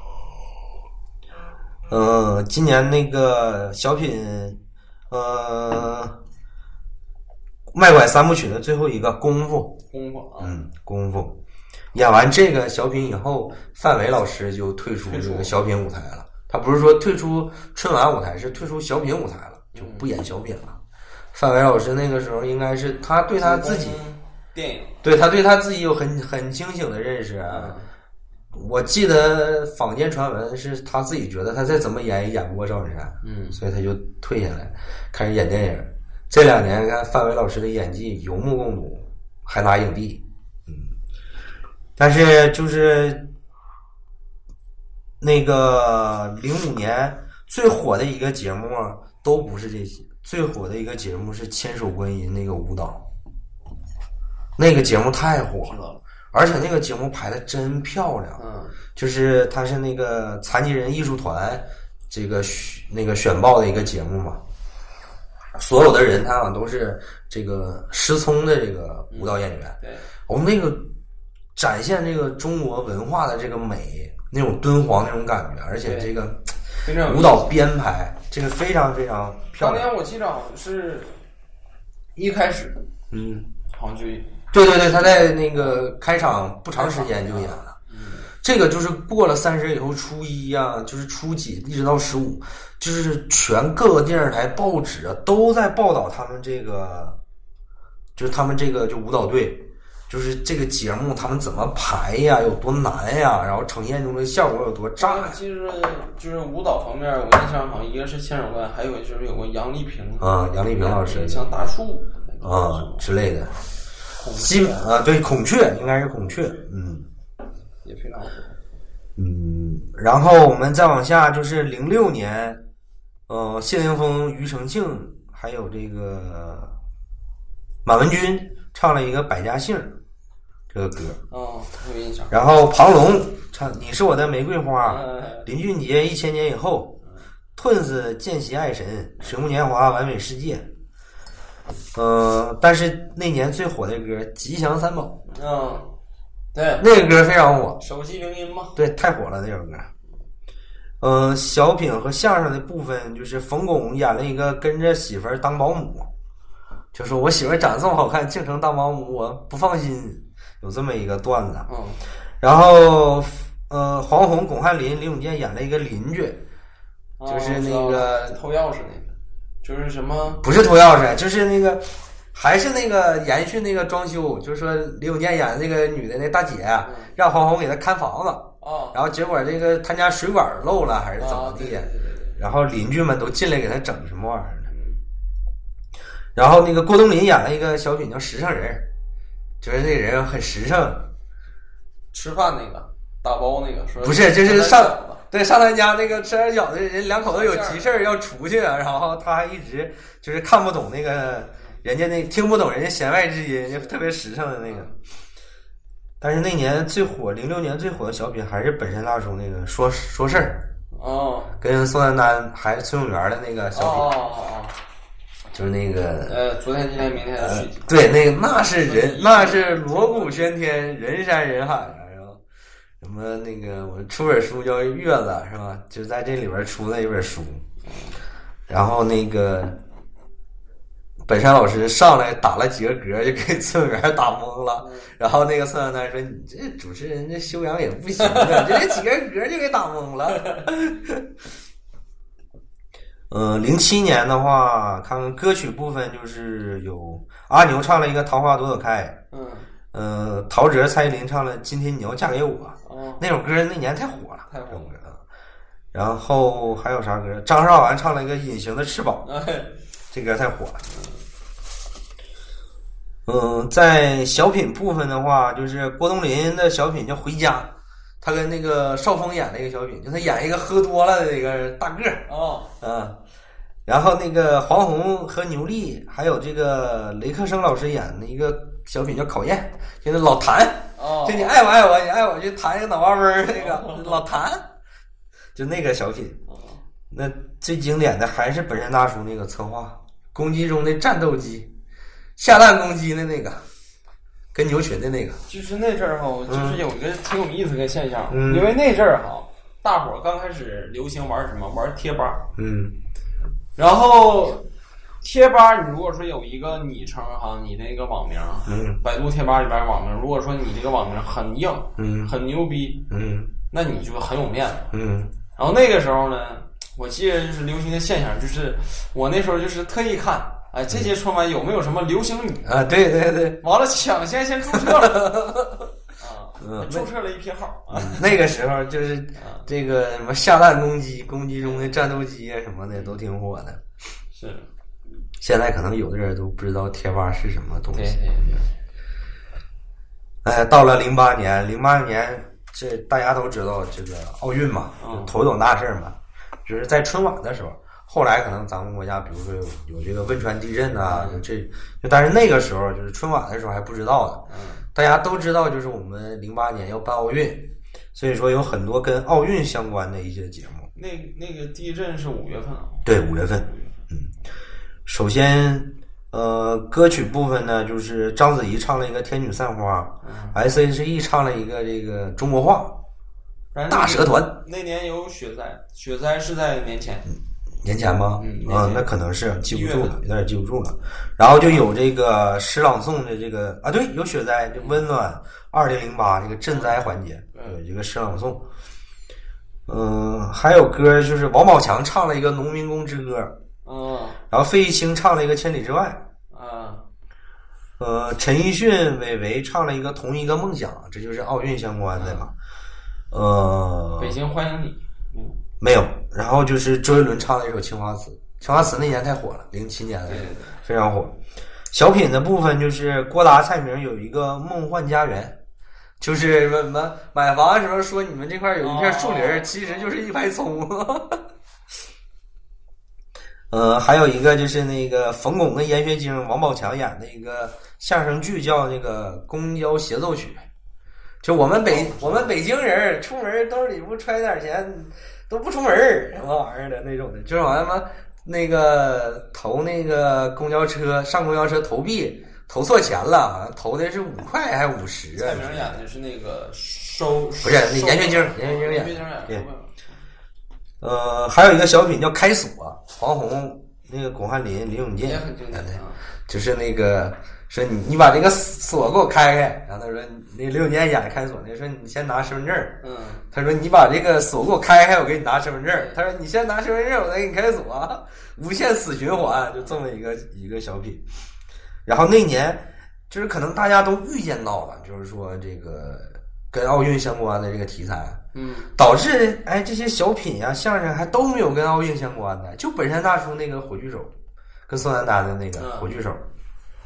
嗯、呃，今年那个小品，呃，卖拐三部曲的最后一个功夫， 功夫，啊、 嗯，功夫，演完这个小品以后，范伟老师就退出这个小品舞台了。他不是说退出春晚舞台，是退出小品舞台了，就不演小品了。嗯、范伟老师那个时候应该是他对他自己电影， 对他对他自己有很很清醒的认识啊。 嗯我记得坊间传闻是他自己觉得他再怎么演也演不过赵本山， 嗯， 所以他就退下来开始演电影。这两年看范伟老师的演技有目共睹，还拿影帝。嗯，但是就是那个零五年最火的一个节目啊，都不是这些，最火的一个节目是《千手观音》那个舞蹈，那个节目太火了，而且那个节目排的真漂亮。 嗯， 就是它是那个残疾人艺术团这个那个选报的一个节目嘛，所有的人他好像都是这个失聪的这个舞蹈演员。 嗯、对， 我们那个展现这个中国文化的这个美，那种敦煌那种感觉，而且这个舞蹈编排这个非常非常漂亮。 当年我记着好像是一开始， 嗯， 好像就对对对，他在那个开场不长时间就演了。这个就是过了三十以后，初一啊，就是初几一直到十五，就是全各个电视台、报纸啊都在报道他们这个，就是他们这个就舞蹈队，就是这个节目他们怎么排呀，有多难呀，然后呈现出的效果有多炸。 其实就是舞蹈方面，我印象好像一个是千手观，还有就是有个杨丽萍啊，杨丽萍老师像大树啊之类的，基本啊对孔雀应该是孔雀，嗯。 也非常好。 嗯，然后我们再往下就是零六年，呃，谢霆锋、庾澄庆还有这个马文君唱了一个《百家姓》这个歌， 哦，有印象。 然后庞龙唱《你是我的玫瑰花》，嗯、林俊杰《一千年以后》，Twins《见习爱神》，水木年华《完美世界》。呃，但是那年最火的歌《吉祥三宝》。 嗯。对， 那个歌非常火， 手机铃音吗？ 对，太火了那首歌。呃，小品和相声的部分就是冯巩演了一个跟着媳妇儿当保姆，就说我媳妇儿长这么好看，净程当保姆我不放心，有这么一个段子。 嗯， 然后呃，黄宏、巩汉林、林永健演了一个邻居，就是那个、 哦、偷钥匙那个，就是什么？ 不是偷钥匙，就是那个。还是那个延续那个装修，就是说李永健演的那个女的那大姐，嗯、让黄宏给她看房子， 哦， 然后结果这个他家水管漏了还是怎么地， 哦、 然后邻居们都进来给他整什么玩意儿呢？然后那个郭冬临演了一个小品叫《实诚人》，就是那个人很实诚， 吃饭那个打包那个，说不是，就是上对上他家那个吃点饺子人两口子有急事要出去，然后他还一直就是看不懂那个。人家那听不懂人家弦外之音，就特别实诚的那个。但是那年最火，零六年最火的小品还是本山大叔那个说说事儿哦， 跟宋丹丹还是崔永元的那个小品， 哦哦哦， 就是那个呃，昨天、今天、明天的续集、 呃。对，那个那是人，那是锣鼓喧天，人山人海啊，然后什么那个我出本书叫《月子》是吧？就在这里边出的一本书，然后那个。本山老师上来打了几个嗝，就给崔永元打懵了。然后那个宋丹丹说：“你这主持人这修养也不行啊，这几个嗝就给打懵了。”呃，零七年的话，看看歌曲部分，就是有阿牛唱了一个《桃花朵朵开》， 嗯， 呃，陶喆、蔡依林唱了《今天你要嫁给我》， 哦， 那首歌那年太火了， 太火了。 然后还有啥歌？张韶涵唱了一个《隐形的翅膀》， 哎， 这歌太火了。嗯，在小品部分的话，就是郭冬临的小品叫《回家》，他跟那个邵峰演了一个小品，就他演一个喝多了的那个大个儿哦， 嗯，然后那个黄宏和牛莉还有这个雷克生老师演的一个小品叫《考验》，就是老谭哦， 就你爱不爱我，你爱我就弹一个脑瓜嗡儿那个、哦、老谭，就那个小品。那最经典的还是本山大叔那个策划，公鸡中的战斗机。下蛋公鸡的那个，跟牛群的那个， 就是那阵儿哈，就是有一个挺有意思的现象， 嗯、 因为那阵儿哈，大伙儿刚开始流行玩什么，玩贴吧， 嗯， 然后贴吧，你如果说有一个昵称哈，你的那个网名， 嗯， 百度贴吧里边网名，如果说你这个网名很硬， 嗯， 很牛逼， 嗯， 那你就很有面子， 嗯， 然后那个时候呢，我记得就是流行的现象，就是我那时候就是特意看。哎，这届春晚有没有什么流行语啊？对对对， 完了抢先先注册了啊！ 嗯， 注册了一批号。 嗯、那个时候就是这个什么下蛋公鸡、公鸡中的战斗机啊什么的都挺火的。 是。 现在可能有的人都不知道贴吧是什么东西。 对对对。 哎，到了零八年，零八年这大家都知道这个奥运嘛， 嗯、 头等大事嘛，就是在春晚的时候。后来可能咱们国家，比如说有有这个汶川地震呐、啊，就这，就但是那个时候就是春晚的时候还不知道的，大家都知道就是我们零八年要办奥运，所以说有很多跟奥运相关的一些节目。 那那个地震是五月份啊？ 对，五月份。嗯，首先呃，歌曲部分呢，就是章子怡唱了一个《天女散花》，嗯、S H E 唱了一个这个中国话，大蛇团。 那年有雪灾，雪灾是在年前。 嗯年前吗？ 嗯啊，那可能是记不住了，有点记不住了。然后就有这个诗朗诵的这个啊，对，有雪灾，就温暖二零零八这个赈灾环节，有这个诗朗诵。嗯，还有歌就是王宝强唱了一个《农民工之歌》， 嗯， 然后费玉清唱了一个《千里之外》， 啊， 呃，陈奕迅、韦唯唱了一个《同一个梦想》，这就是奥运相关的嘛。呃， 北京欢迎你。嗯没有，然后就是周杰伦唱的一首《青花瓷》，《青花瓷》那年太火了，零七年的时候非常火。小品的部分就是郭达、蔡明有一个《梦幻家园》，就是什么买房的时候说你们这块有一片树林，哦、其实就是一排葱。呃，还有一个就是那个冯巩跟严学晶、王宝强演的一个相声剧，叫那个《公交协奏曲》。就我们北我们北京人出门兜里不揣点钱都不出门什么玩意儿的那种的，就是好像什么那个投那个公交车上公交车投币投错钱了，投的是五块还是五十啊？ 蔡明演的是那个收不是那严学晶，严学晶演的对。呃，还有一个小品叫《开锁》，黄宏那个巩汉林、林永健也很经典， 就是那个。说你你把这个锁给我开开，然后他说那林永健演开锁那说你先拿身份证， 嗯， 他说你把这个锁给我开开，我给你拿身份证，他说你先拿身份证，我再给你开锁，无限死循环，就这么一个一个小品。然后那年就是可能大家都预见到了，就是说这个跟奥运相关的这个题材， 嗯， 导致哎这些小品呀、啊、相声还都没有跟奥运相关的，就本山大叔那个火炬手，跟宋丹丹的那个火炬手。嗯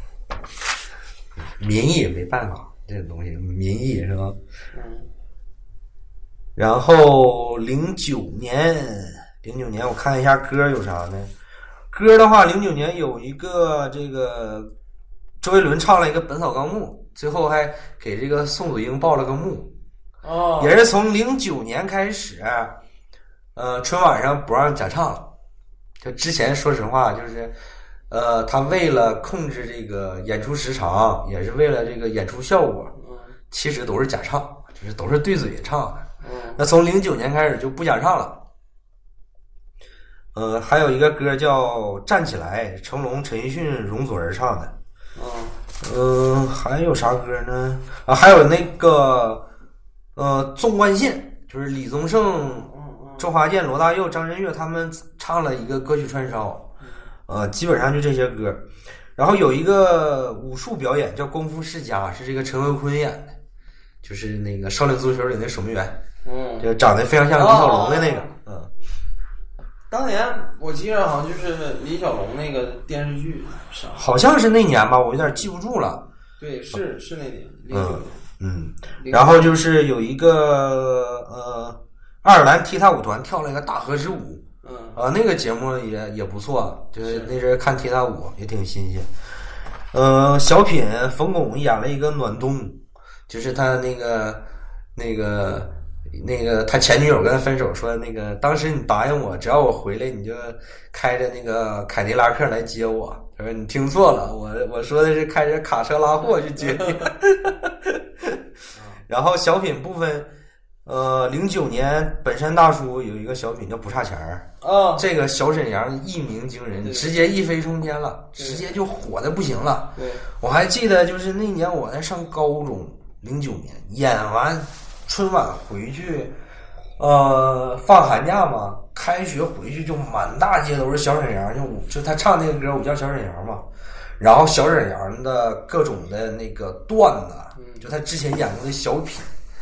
民意没办法，这个东西民意是吧？ 嗯。 然后零九年，零九年我看一下歌有啥呢？歌的话，零九年有一个这个周杰伦唱了一个《本草纲目》，最后还给这个宋祖英报了个幕。 哦。 也是从零九年开始，呃，春晚上不让假唱了。就之前说实话就是。呃，他为了控制这个演出时长，也是为了这个演出效果，其实都是假唱，就是都是对嘴唱的。那从零九年开始就不假唱了。呃，还有一个歌叫《站起来》，成龙、陈奕迅、容祖儿唱的。嗯、呃，还有啥歌呢？啊，还有那个呃，纵贯线，就是李宗盛、周华健、罗大佑、张震岳他们唱了一个歌曲串烧。呃，基本上就这些歌，然后有一个武术表演叫《功夫世家》，是这个陈文坤演的，就是那个少林足球里那守门员， 嗯， 就长得非常像李小龙的那个， 哦、嗯。当年我记得好像就是李小龙那个电视剧， 好像是那年吧，我有点记不住了。 对，是是那年， 嗯嗯。然后就是有一个呃，爱尔兰踢踏舞团跳了一个大和之舞。 嗯啊，那个节目也也不错，就是那阵看踢踏舞也挺新鲜。呃，小品冯巩演了一个暖冬，就是他那个那个那个他前女友跟他分手，说那个当时你答应我，只要我回来你就开着那个凯迪拉克来接我。他说你听错了，我我说的是开着卡车拉货去接你。然后小品部分。呃，零九年本山大叔有一个小品叫不差钱儿啊， 这个小沈阳一鸣惊人，直接一飞冲天了，直接就火的不行了。 对， 我还记得就是那年我在上高中，零九年演完春晚回去，呃，放寒假嘛，开学回去就满大街都是小沈阳，就就他唱那个歌，我叫小沈阳嘛。然后小沈阳的各种的那个段子，就他之前演过的小品。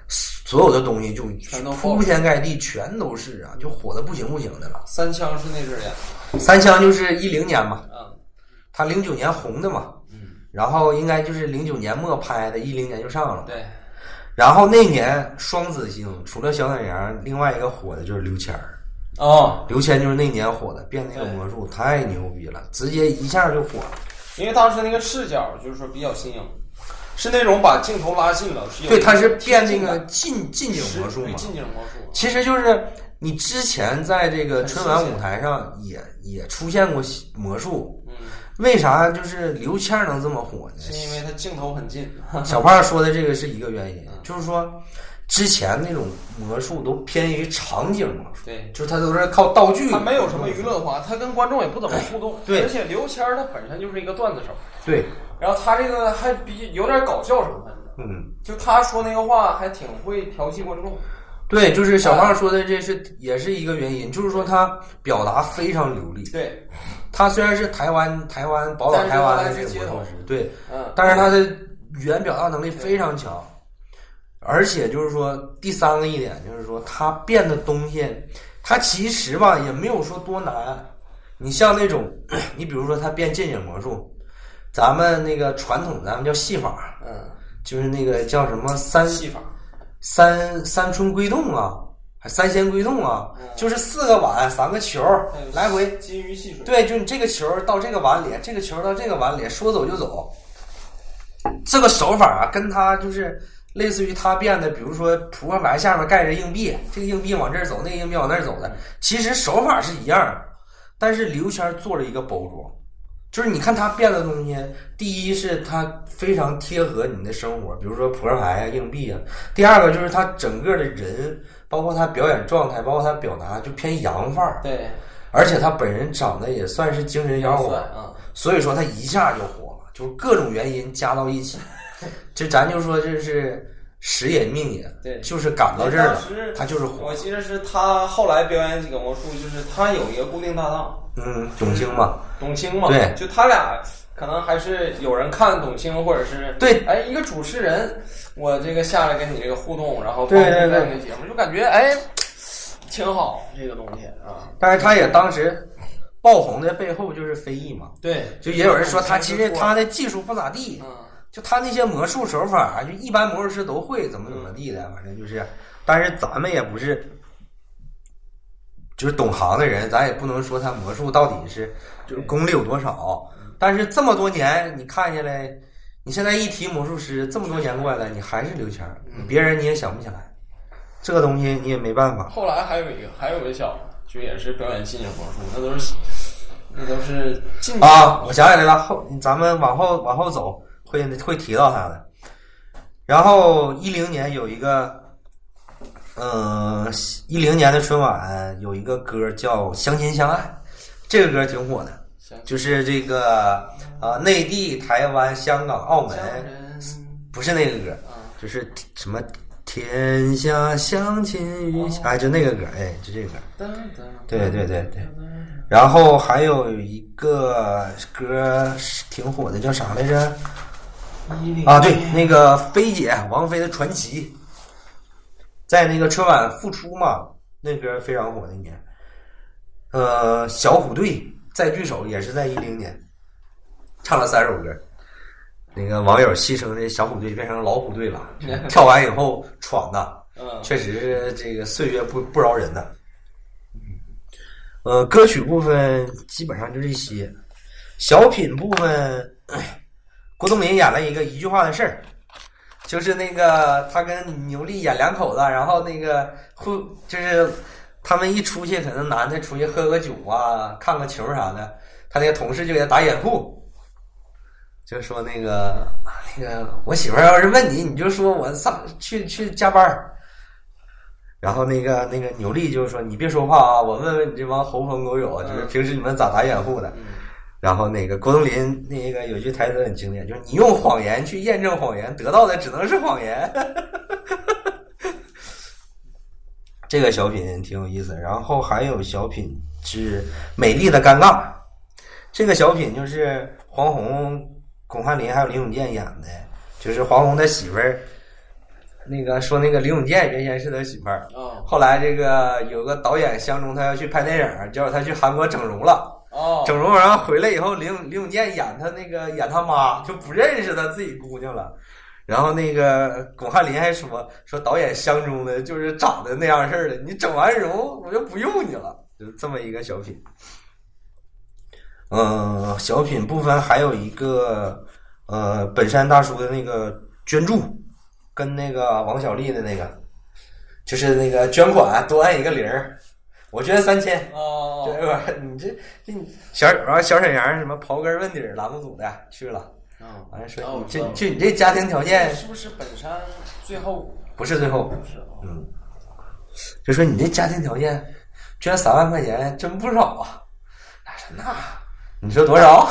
所有的东西就铺天盖地，全都是啊，就火的不行不行的了。 三枪是那阵儿演， 三枪就是一零年嘛， 嗯， 他零九年红的嘛， 嗯， 然后应该就是零九年末拍的，一零年就上了， 对。 然后那年双子星除了小沈阳，另外一个火的就是刘谦儿。 哦， 刘谦就是那年火的，变那个魔术太牛逼了，直接一下就火了。 因为当时那个视角就是说比较新颖，是那种把镜头拉近了，是有对，他是变那个近近景魔术嘛， 近景魔术。 其实就是你之前在这个春晚舞台上也也出现过魔术， 嗯， 为啥就是刘谦能这么火呢？ 是因为他镜头很近。 小胖说的这个是一个原因，就是说之前那种魔术都偏于场景魔术， 对， 就是他都是靠道具， 他没有什么娱乐化，他跟观众也不怎么互动， 对， 而且刘谦他本身就是一个段子手， 对， 然后他这个还比有点搞笑成分的， 嗯， 就他说那个话还挺会调戏观众。 对，就是小胖说的，这是也是一个原因，就是说他表达非常流利。 对， 他虽然是台湾台湾宝岛台湾的这个魔术师，对， 嗯， 但是他的语言表达能力非常强，而且就是说第三个一点就是说他变的东西，他其实吧也没有说多难。你像那种，你比如说他变近景魔术，咱们那个传统咱们叫戏法， 嗯， 就是那个叫什么三戏法。 三三春归洞啊，还三仙归洞啊，嗯、就是四个碗三个球来回金鱼戏水。 对，就你这个球到这个碗里，这个球到这个碗里，说走就走。这个手法啊，跟他就是类似于他变的，比如说扑克牌下面盖着硬币，这个硬币往这儿走，那个硬币往那儿走的，其实手法是一样的，但是刘谦做了一个包装。就是你看他变的东西，第一是他非常贴合你的生活，比如说扑克牌啊、硬币啊。第二个就是他整个的人，包括他表演状态，包括他表达就偏洋范儿。 对， 而且他本人长得也算是精神小伙， 嗯， 所以说他一下就火了，就是各种原因加到一起，这咱就说这是时也命也， 对， 就是赶到这儿了，他就是火。 我记得是他后来表演几个魔术，就是他有一个固定搭档。 嗯，董卿嘛， 董卿嘛， 对， 就他俩可能还是有人看董卿，或者是对， 哎，一个主持人，我这个下来跟你这个互动，然后对对对， 这个节目就感觉哎挺好，这个东西啊。 但是他也当时爆红的背后就是非议嘛， 对， 就也有人说他其实他的技术不咋地， 嗯， 就他那些魔术手法，就一般魔术师都会怎么怎么地的，反正就是，但是咱们也不是。就是懂行的人，咱也不能说他魔术到底是就是功力有多少，但是这么多年你看下来，你现在一提魔术师，这么多年过来，你还是刘谦，别人你也想不起来，这个东西你也没办法。 后来还有一个，还有一个小子，就也是表演近景魔术，那都是那都是近景啊，我想起来了，后咱们往后往后走会会提到他的。然后一零年有一个。嗯，一零年的春晚有一个歌叫《相亲相爱》，这个歌挺火的，就是这个啊，内地、台湾、香港、澳门，不是那个歌，就是什么天下相亲遇，哎，就那个歌，哎，就这个歌，对对对对。然后还有一个歌挺火的，叫啥来着？啊，对，那个菲姐，王菲的《传奇》。在那个春晚复出嘛，那歌非常火那年。呃，小虎队再聚首也是在一零年，唱了三首歌。那个网友戏称这小虎队变成老虎队了，跳完以后闯的，确实是这个岁月不不饶人呐。呃，歌曲部分基本上就这些，小品部分，郭冬临演了一个一句话的事儿。就是那个他跟牛莉演两口子，然后那个会就是他们一出去，可能男的出去喝个酒啊，看个球啥的，他那个同事就给他打掩护，就说那个那个我媳妇儿要是问你，你就说我上去去加班。然后那个那个牛莉就说你别说话啊，我问问你这帮狐朋狗友，就是平时你们咋打掩护的。然后那个郭冬临那个有句台词很经典，就是你用谎言去验证谎言，得到的只能是谎言。这个小品挺有意思。然后还有小品是《美丽的尴尬》，这个小品就是黄宏、巩汉林还有林永健演的，就是黄宏的媳妇儿那个说那个林永健原先是他媳妇儿， 哦， 后来这个有个导演相中他要去拍电影，结果他去韩国整容了。 哦， 整容然后回来以后，林林永健演他那个演他妈就不认识他自己姑娘了。然后那个巩汉林还说说导演相中的就是长得那样式儿的，你整完容我就不用你了，就是这么一个小品。嗯、呃，小品部分还有一个呃本山大叔的那个捐助，跟那个王小利的那个，就是那个捐款多按一个零儿。我捐三千哦， 这个你这这小然后小沈阳什么刨根问底儿栏目组的去了， 嗯， 完了说哦你这就你这家庭条件是不是本山最后不是最后， 不是？ 嗯，就说你这家庭条件捐三万块钱真不少啊。他说那你说多少？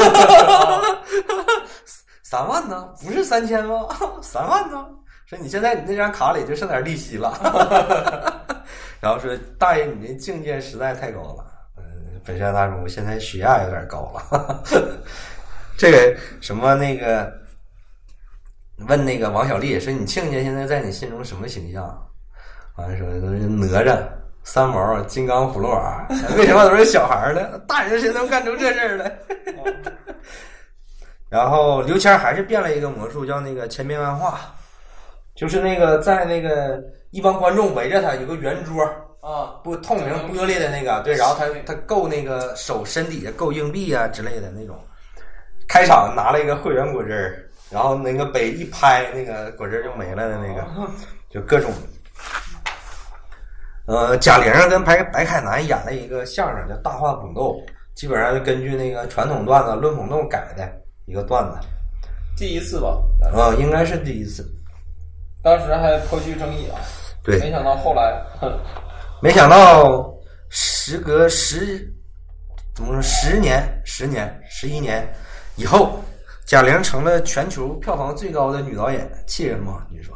三万呢？不是三千吗？三万呢？说你现在你那张卡里就剩点利息了。然后说大爷你这境界实在太高了，嗯，本山大叔现在血压有点高了。这个什么那个问那个王小丽说你亲家现在在你心中什么形象？完了说都是哪吒、三毛、金刚、葫芦娃，为什么都是小孩呢？大人谁能干出这事儿来？然后刘谦还是变了一个魔术，叫那个千变万化，就是那个在那个一帮观众围着他有个圆桌啊， 不透明玻璃的那个，对，然后他他够那个手身底下够硬币啊之类的那种。开场拿了一个汇源果汁儿，然后那个杯一拍，那个果汁就没了的那个，就各种。呃，贾玲跟白白凯南演了一个相声叫《大话捧逗》，基本上就根据那个传统段子论捧逗改的一个段子。 第一次吧？ 啊、呃，应该是第一次。 当时还颇具争议啊。 对。 没想到后来， 没想到时隔十怎么说十年、十年、十一年以后，贾玲成了全球票房最高的女导演，气人吗？你说？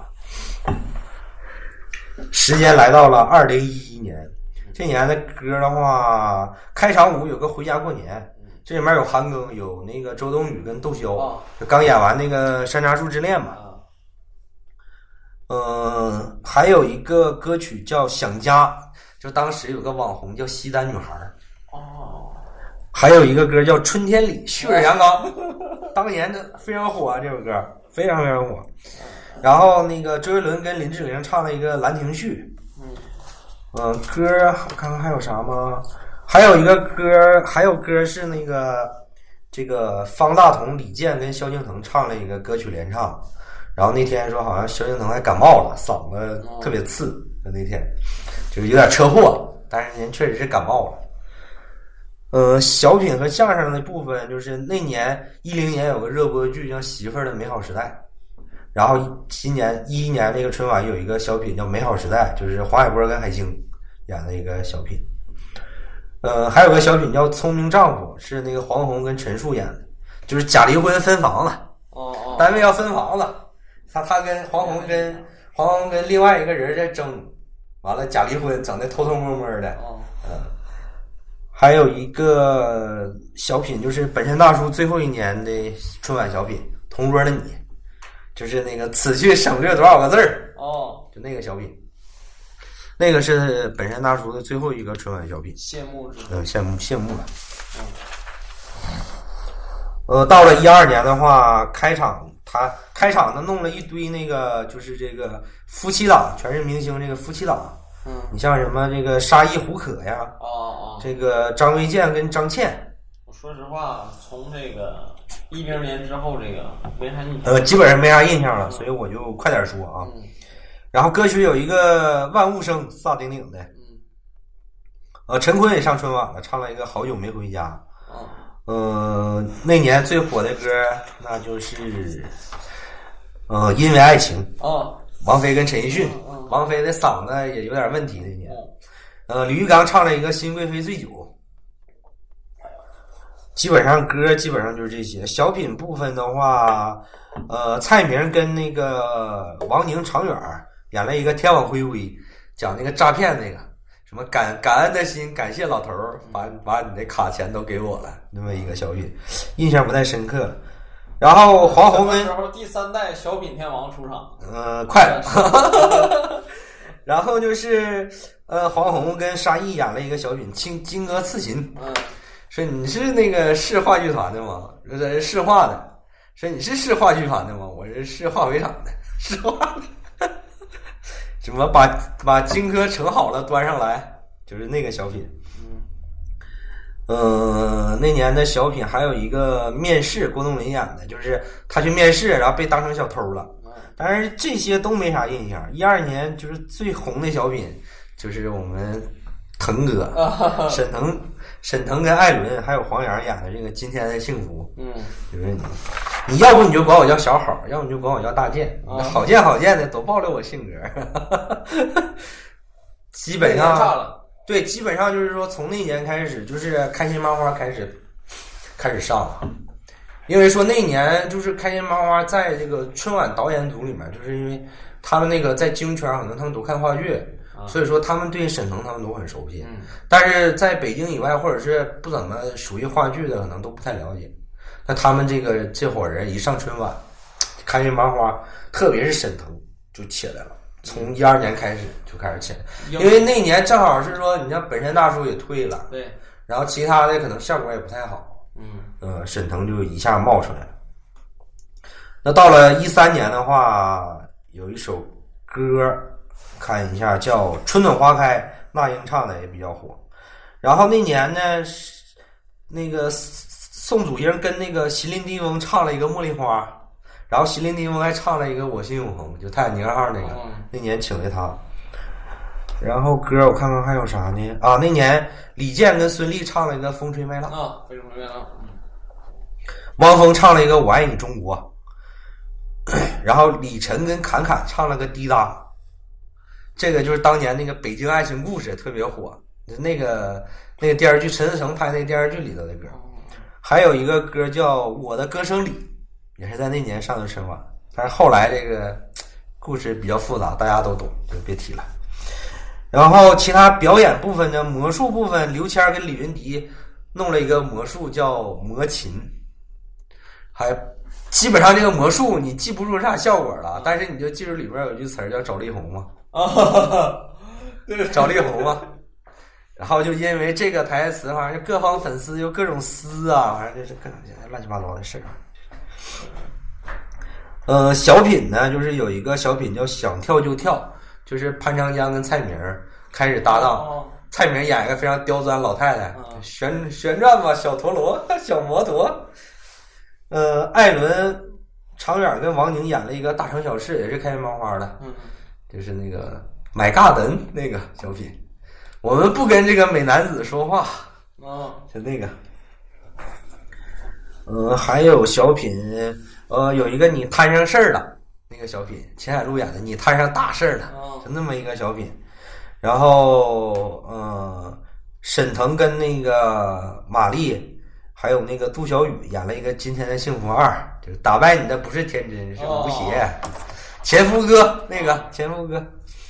时间来到了二零一一年，这年的歌的话，开场舞有个《回家过年》，这里面有韩庚，有那个周冬雨跟窦骁， 哦、 就刚演完那个《山楂树之恋》嘛。嗯、呃，还有一个歌曲叫《想家》，就当时有个网红叫西单女孩。 哦。 还有一个歌叫《春天里》，旭日阳刚，当年的非常火啊，这首歌非常非常火。然后那个周杰伦跟林志玲唱了一个《兰亭序》，嗯，呃，歌我看看还有啥吗？还有一个歌，还有歌是那个这个方大同、李健跟萧敬腾唱了一个歌曲联唱。然后那天说好像萧敬腾还感冒了，嗓子特别刺，那天就是有点车祸，但是人确实是感冒了。呃，小品和相声的部分，就是那年一零年有个热播剧叫《媳妇儿的美好时代》，然后今年一一年那个春晚有一个小品叫《美好时代》，就是黄海波跟海清演的一个小品。呃，还有个小品叫《聪明丈夫》，是那个黄宏跟陈数演的，就是假离婚分房子， 哦哦， 单位要分房子，他他跟黄宏跟黄宏跟另外一个人在争，完了假离婚，整的偷偷摸摸的， 哦， 嗯。还有一个小品，就是本山大叔最后一年的春晚小品《同桌的你》，就是那个此去省略多少个字儿哦， 就那个小品，那个是本山大叔的最后一个春晚小品。 谢幕是嗯，谢幕谢幕了。嗯。呃，到了一二年的话，开场他开场他弄了一堆那个，就是这个夫妻档，全是明星这个夫妻档。 嗯， 你像什么这个沙溢胡可呀， 哦哦， 这个张卫健跟张倩。 我说实话，从这个一零年之后，这个没啥印象。 呃，基本上没啥印象了，所以我就快点说啊。 嗯。 然后歌曲有一个万物生，萨顶顶的。 嗯。 呃，陈坤也上春晚了，唱了一个好久没回家。 哦。 呃，那年最火的歌那就是呃，因为爱情。 哦。 王菲跟陈奕迅。 嗯嗯、 王菲的嗓子也有点问题那年。呃，李玉刚唱了一个《新贵妃醉酒》。基本上歌基本上就是这些。小品部分的话，呃，蔡明跟那个王宁、常远演了一个《天网恢恢》，讲那个诈骗那个什么感感恩的心，感谢老头儿把把你的卡钱都给我了，那么一个小品，印象不太深刻。 然后黄宏跟然后第三代小品天王出场， 呃，快了。然后就是呃，黄宏跟沙溢演了一个小品《金金戈刺秦》， 嗯， 说你是那个市话剧团的吗？说是市话的。说你是市话剧团的吗？我是市化肥厂的，市话的。什么把把荆轲盛好了端上来，就是那个小品。嗯，呃，那年的小品还有一个面试，郭冬临演的，就是他去面试，然后被当成小偷了。但是这些都没啥印象。一二年就是最红的小品，就是我们腾哥、沈腾、沈腾跟艾伦还有黄洋演的这个《今天的幸福》。嗯，就是你，你要不你就管我叫小好，要不你就管我叫大健，啊、好见好见的都暴露我性格。基本上，对，基本上就是说从那年开始，就是开心麻花开始开始上了。因为说那年就是开心麻花在这个春晚导演组里面，就是因为他们那个在京圈可能他们都看话剧，啊、所以说他们对沈腾他们都很熟悉。嗯，但是在北京以外或者是不怎么属于话剧的，可能都不太了解。那他们这个这伙人一上春晚，开心麻花，特别是沈腾就起来了。从一二年开始就开始起来，因为那年正好是说，你像本山大叔也退了， 对， 然后其他的可能效果也不太好。嗯，呃，沈腾就一下冒出来了。那到了一三年的话，有一首歌，看一下叫《春暖花开》，那英唱的也比较火。然后那年呢，那个宋祖英跟那个席琳迪翁唱了一个《茉莉花》，然后席琳迪翁还唱了一个《我心永恒》，就泰坦尼克号那个，嗯、那年请的他。然后歌我看看还有啥呢？啊，那年李健跟孙俪唱了一个《风吹麦浪》 啊，《风吹麦浪》。 汪峰唱了一个《我爱你中国》，然后李晨跟侃侃唱了个《滴答》，这个就是当年那个《北京爱情故事》特别火，那个那个电视剧陈思诚拍那个电视剧里头的歌。还有一个歌叫《我的歌声里》，也是在那年上的春晚，但是后来这个故事比较复杂，大家都懂，就别提了。然后其他表演部分呢，魔术部分，刘谦跟李云迪弄了一个魔术叫魔琴，还基本上这个魔术你记不住啥效果了，但是你就记住里边有句词儿叫找力宏嘛，啊，对，找力宏嘛。然后就因为这个台词，反正各方粉丝又各种撕啊，反正这是各种乱七八糟的事儿。呃，小品呢，就是有一个小品叫想跳就跳。就是潘长江跟蔡明开始搭档，哦、蔡明演一个非常刁钻老太太，嗯、旋旋转吧小陀螺，小摩托。呃，艾伦、常远跟王宁演了一个大城小事，也是开心麻花的，嗯、就是那个买嘎登那个小品。我们不跟这个美男子说话，哦，就那个。呃，还有小品，呃，有一个你摊上事儿了。那个小品，秦海璐演的，你摊上大事了，就那么一个小品。然后，呃，沈腾跟那个马丽，还有那个杜小雨演了一个《今天的幸福二》，就是打败你的不是天真，是吴邪。哦、前夫哥那个前夫哥，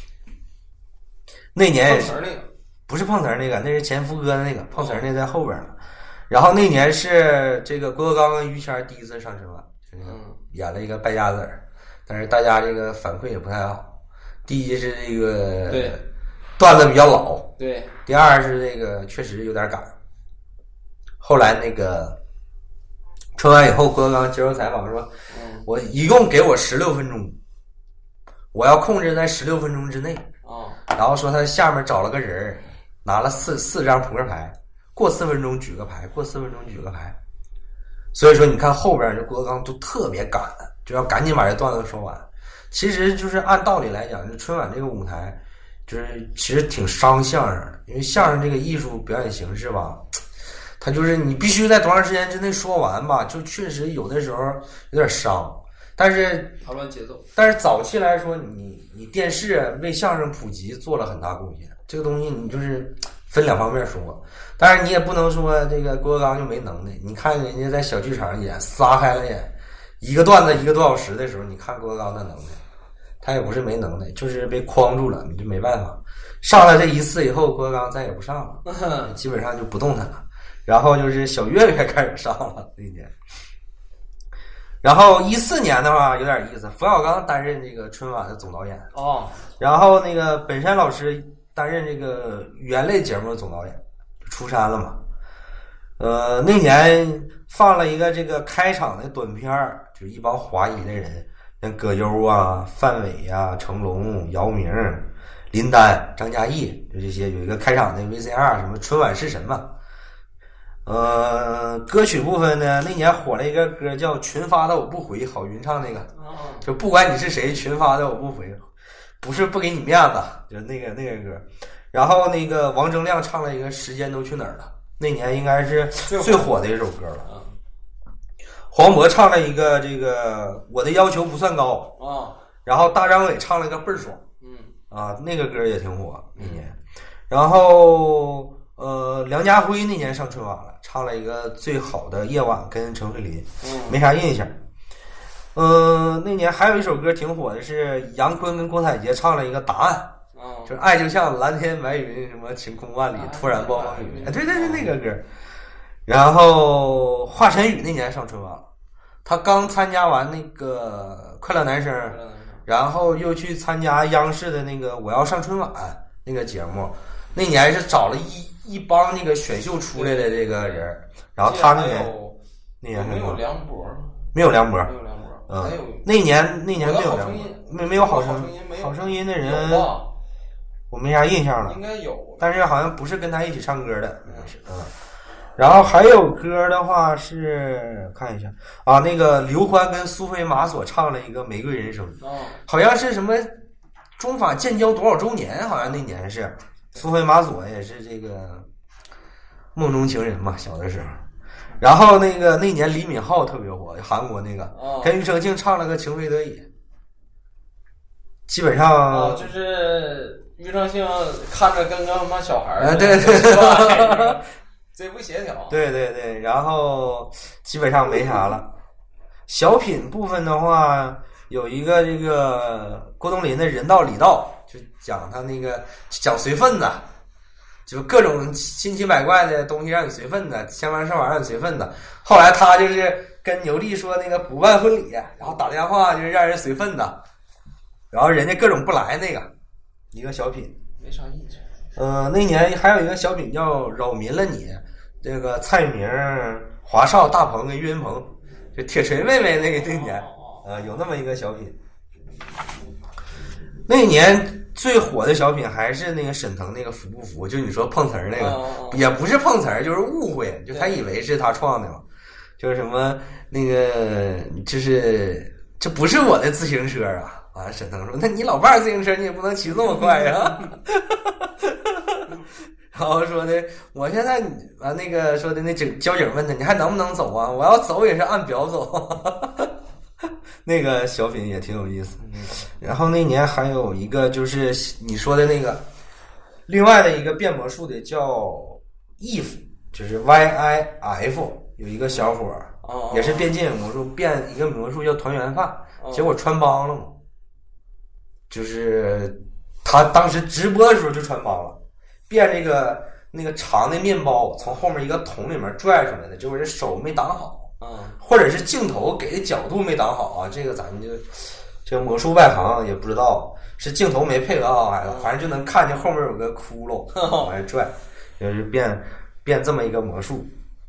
那年也是那个不是碰瓷儿那个，那是前夫哥的那个，碰瓷儿那在后边了。然后那年是这个郭德纲跟于谦第一次上春晚，就是演了一个败家子儿。但是大家这个反馈也不太好。第一是这个对段子比较老， 对； 第二是这个确实有点赶。后来那个春晚以后，郭德纲接受采访说：“嗯、我一共给我十六分钟，我要控制在十六分钟之内。”哦。然后说他下面找了个人，拿了四四张扑克牌，过四分钟举个牌，过四分钟举个牌。所以说，你看后边这郭德纲都特别赶。就要赶紧把这段子说完。其实就是按道理来讲，就春晚这个舞台，就是其实挺伤相声的，因为相声这个艺术表演形式吧，它就是你必须在多长时间之内说完吧，就确实有的时候有点伤。但是讨论节奏， 但是早期来说，你你电视为相声普及做了很大贡献，这个东西你就是分两方面说。但是你也不能说这个郭德纲就没能耐，你看人家在小剧场演撒开了演。一个段子一个多小时的时候，你看郭德纲的能耐，他也不是没能耐，就是被框住了，你就没办法。上来这一次以后，郭德纲再也不上了，基本上就不动弹了。然后就是小岳岳开始上了那年。 然后一四年的话有点意思，冯小刚担任这个春晚的总导演哦， 然后那个本山老师担任这个语言类节目的总导演，出山了嘛。呃，那年放了一个这个开场的短片儿，就一帮华裔的人，像葛优啊、范伟啊、成龙、姚明、林丹、张嘉译，就这些有一个开场的 V C R， 什么春晚是什么。呃，歌曲部分呢，那年火了一个歌叫《群发的我不回》，郝云唱那个，就不管你是谁，群发的我不回，不是不给你面子，就是那个那个歌。然后那个王铮亮唱了一个《时间都去哪儿了》，那年应该是最火的一首歌了。黄渤唱了一个这个我的要求不算高啊， 然后大张伟唱了一个倍儿爽， 嗯啊，那个歌也挺火那年。然后呃，梁家辉那年上春晚了，唱了一个《最好的夜晚》跟陈慧琳，没啥印象。嗯、呃，那年还有一首歌挺火的，是杨坤跟郭采洁唱了一个《答案》， 哦， 就是爱就像蓝天白云，什么晴空万里，突然暴风雨。哎，对对对，那个歌。然后华晨宇那年上春晚了，他刚参加完那个快乐男声，然后又去参加央视的那个我要上春晚那个节目。那年是找了一一帮那个选秀出来的这个人，然后他那年那年没有梁博， 没有梁博， 没有梁博， 嗯， 还有那年那年没有梁博，没没有好声音， 好声音的人我没啥印象了， 应该有， 但是好像不是跟他一起唱歌的，是嗯。然后还有歌的话是看一下啊，那个刘欢跟苏菲玛索唱了一个《玫瑰人生》，好像是什么中法建交多少周年，好像那年是。苏菲玛索也是这个梦中情人嘛，小的时候。然后那个那年李敏镐特别火，韩国那个、哦、跟庾澄庆唱了个情非得已，基本上、 哦、就是庾澄庆看着跟个他妈小孩儿、 啊、对对对贼不协调， 对对对，然后基本上没啥了。小品部分的话有一个这个郭冬临的人道礼道，就讲他那个讲随份子，就各种千奇百怪的东西让你随份子，千万事玩让你随份子。后来他就是跟牛莉说那个不办婚礼，然后打电话就是让人随份子，然后人家各种不来那个一个小品， 没啥印象。 呃，那年还有一个小品叫《扰民了你》，这个蔡明、华少、大鹏跟岳云鹏，就铁锤妹妹那个那年。呃，有那么一个小品。那一年最火的小品还是那个沈腾那个服不服，就你说碰瓷儿那个、哦、也不是碰瓷儿，就是误会，就他以为是他创的嘛，就是什么那个就是这不是我的自行车啊啊！沈腾说：“那你老伴儿自行车你也不能骑这么快呀。”然后说的，我现在啊那个说的那警交警问他你还能不能走啊？我要走也是按表走。那个小品也挺有意思。然后那年还有一个就是你说的那个另外的一个变魔术的叫 if， 就是 Y I F， 有一个小伙儿、哦、也是变金影魔术，变一个魔术叫团圆饭、哦、结果穿帮了嘛，就是他当时直播的时候就穿帮了，变这个那个长的面包从后面一个桶里面拽出来的，结果这手没挡好，嗯，或者是镜头给的角度没挡好啊，这个咱们就这个魔术外行也不知道是镜头没配合好还是，反正就能看见后面有个窟窿往外拽，就是变变这么一个魔术。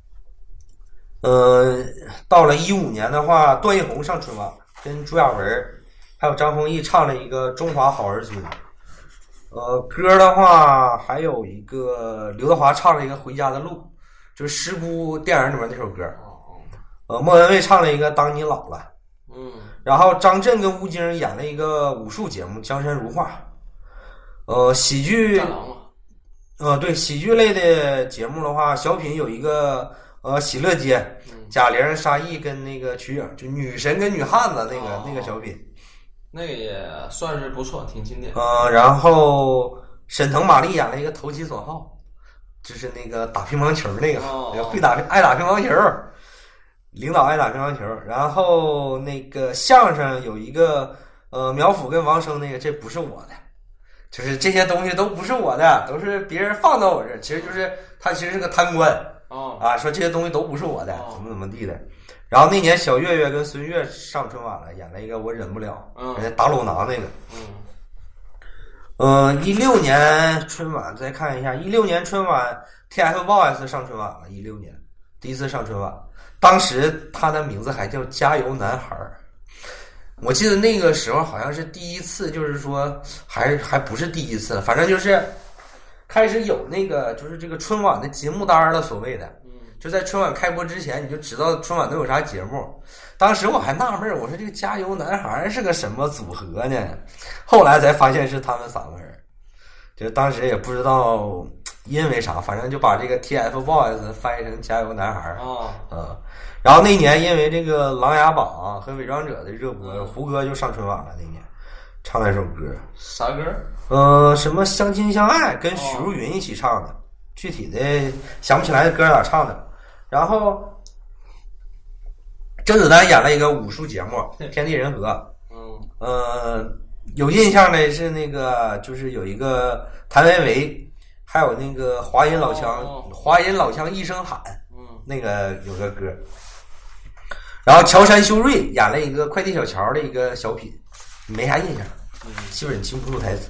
呃，到了一五年的话，段奕宏上春晚，跟朱亚文还有张丰毅唱了一个《中华好儿孙》。呃，歌的话还有一个刘德华唱了一个《回家的路》，就是《师姑》电影里面那首歌。呃，莫文蔚唱了一个《当你老了》。嗯。然后张震跟吴京演了一个武术节目《江山如画》。呃，喜剧。呃，对，喜剧类的节目的话，小品有一个呃《喜乐街》，贾玲、沙溢跟那个瞿颖，就女神跟女汉子那个、哦、那个小品。 那个也算是不错，挺经典。 呃，然后沈腾、马丽演了一个投其所好，就是那个打乒乓球那个，哦、会打爱打乒乓球，领导爱打乒乓球。然后那个相声有一个呃苗阜跟王声那个，这不是我的，就是这些东西都不是我的，都是别人放到我这儿，其实就是他其实是个贪官。哦、啊，说这些东西都不是我的，哦、怎么怎么地的。 然后那年小岳岳跟孙越上春晚了，演了一个我忍不了， 嗯， 人家打裸囊那个。 嗯。 呃，一六年春晚再看一下，一六年春晚 T F BOYS 上春晚了，一六年第一次上春晚，当时他的名字还叫加油男孩儿。我记得那个时候好像是第一次，就是说还还不是第一次，反正就是开始有那个就是这个春晚的节目单了，所谓的，就在春晚开播之前你就知道春晚都有啥节目。当时我还纳闷，我说这个加油男孩是个什么组合呢？后来才发现是他们三个人，就当时也不知道因为啥，反正就把这个 T F BOYS 翻译成加油男孩啊， 嗯。然后那年因为这个《琅琊榜》和《伪装者》的热播，嗯、胡歌就上春晚了。那年唱了首歌， 啥歌？ 呃，什么相亲相爱，跟许茹芸一起唱的，哦、具体的想不起来歌咋唱的。然后甄子丹演了一个武术节目《天地人和》， 嗯， 呃，有印象的是那个就是有一个谭维维，还有那个华阴老腔，哦、华阴老腔一声喊。那个有个歌，然后乔杉修睿演了一个快递小乔的一个小品，没啥印象，基本记不住台词。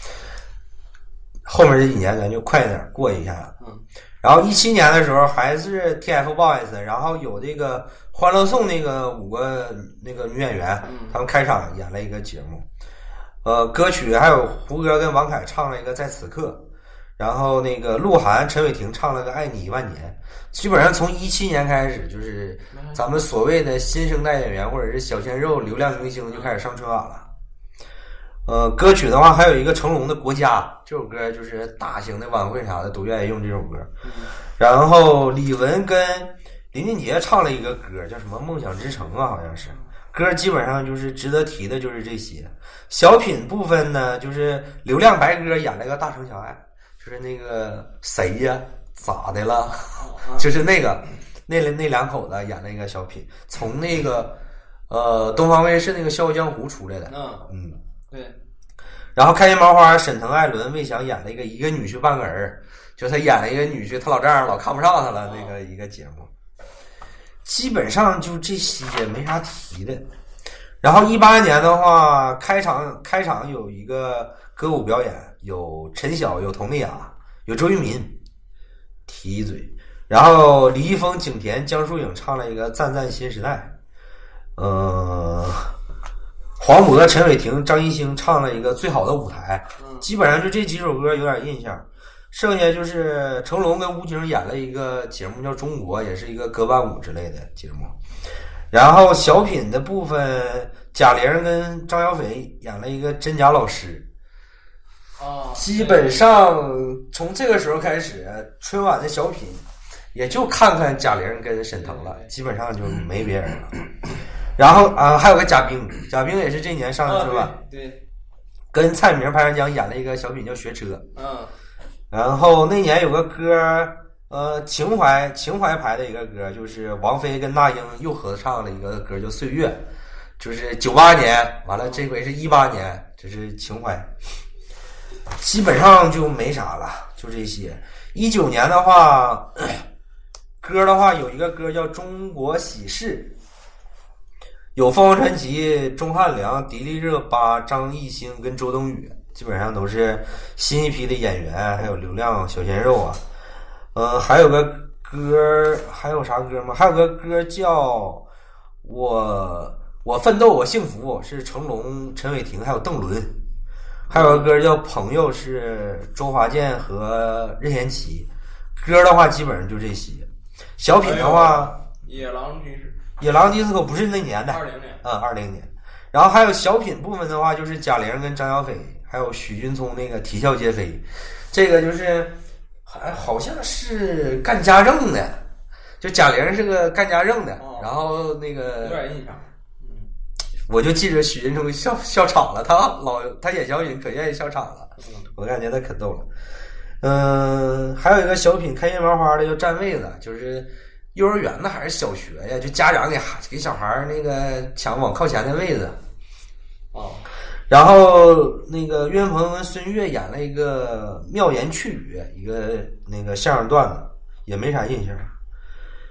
后面这几年咱就快点过一下。 嗯， 然后一七年的时候还是 T F BOYS， 然后有这个欢乐颂那个五个那个女演员，他们开场演了一个节目，呃，歌曲还有胡歌跟王凯唱了一个在此刻。然后那个鹿晗、陈伟霆唱了个《爱你一万年》，基本上从一七年开始，就是咱们所谓的新生代演员或者是小鲜肉、流量明星就开始上春晚了。呃，歌曲的话还有一个成龙的《国家》，这首歌就是大型的晚会啥的都愿意用这首歌。然后李玟跟林俊杰唱了一个歌，叫什么《梦想之城》啊，好像是。歌基本上就是值得提的就是这些。小品部分呢，就是流量白鸽演了一个《大城小爱》。就是那个谁呀，咋的了？就是那个那那两口子演了一个小品，从那个呃东方卫视那个《笑傲江湖》出来的。 嗯嗯， 对。 然后开心麻花沈腾、艾伦、魏翔演了一个一个女婿半个儿，就他演了一个女婿，他老丈人老看不上他了，那个一个节目。基本上就这些，没啥提的。然后一八年的话，开场开场有一个歌舞表演。有陈晓，有佟丽娅，有周渝民，提一嘴。然后李易峰、景甜、江疏影唱了一个《赞赞新时代》，呃，黄渤、陈伟霆、张艺兴唱了一个《最好的舞台》。基本上就这几首歌有点印象。剩下就是成龙跟吴京演了一个节目叫《中国》，也是一个歌伴舞之类的节目。然后小品的部分，贾玲跟张小斐演了一个真假老师。基本上从这个时候开始，春晚的小品也就看看贾玲跟沈腾了，基本上就没别人了。然后啊，还有个贾冰，贾冰也是这年上的春晚， 对， 跟蔡明、潘长江演了一个小品叫《学车》。 嗯， 然后那年有个歌，呃，情怀情怀牌的一个歌，就是王菲跟那英又合唱了一个歌叫《岁月》，就是九八年，完了这回是一八年，这是情怀。基本上就没啥了，就这些。一九年的话，歌的话有一个歌叫《中国喜事》，有凤凰传奇、钟汉良、迪丽热巴、张艺兴跟周冬雨，基本上都是新一批的演员，还有流量小鲜肉啊。呃，还有个歌，还有啥歌吗？还有个歌叫我我奋斗我幸福，是成龙、陈伟霆还有邓伦。还有个歌叫《朋友》，是周华健和任贤齐。歌的话基本上就这些。小品的话， 野狼军事， 野狼迪斯科不是那年的， 二零年， 嗯，二零年。然后还有小品部分的话，就是贾玲跟张小斐，还有许君聪那个啼笑皆非，这个就是还好像是干家政的，就贾玲是个干家政的， 哦、 然后那个有点印象。 我就记着许君聪笑笑场了，他老他演小品可愿意笑场了，我感觉他可逗了。嗯、呃，还有一个小品开心麻花的叫占位子，就是幼儿园的还是小学呀，就家长给给小孩那个抢往靠前的位子。 哦。 然后那个岳云鹏跟孙越演了一个妙言趣语，一个那个相声段子，也没啥印象。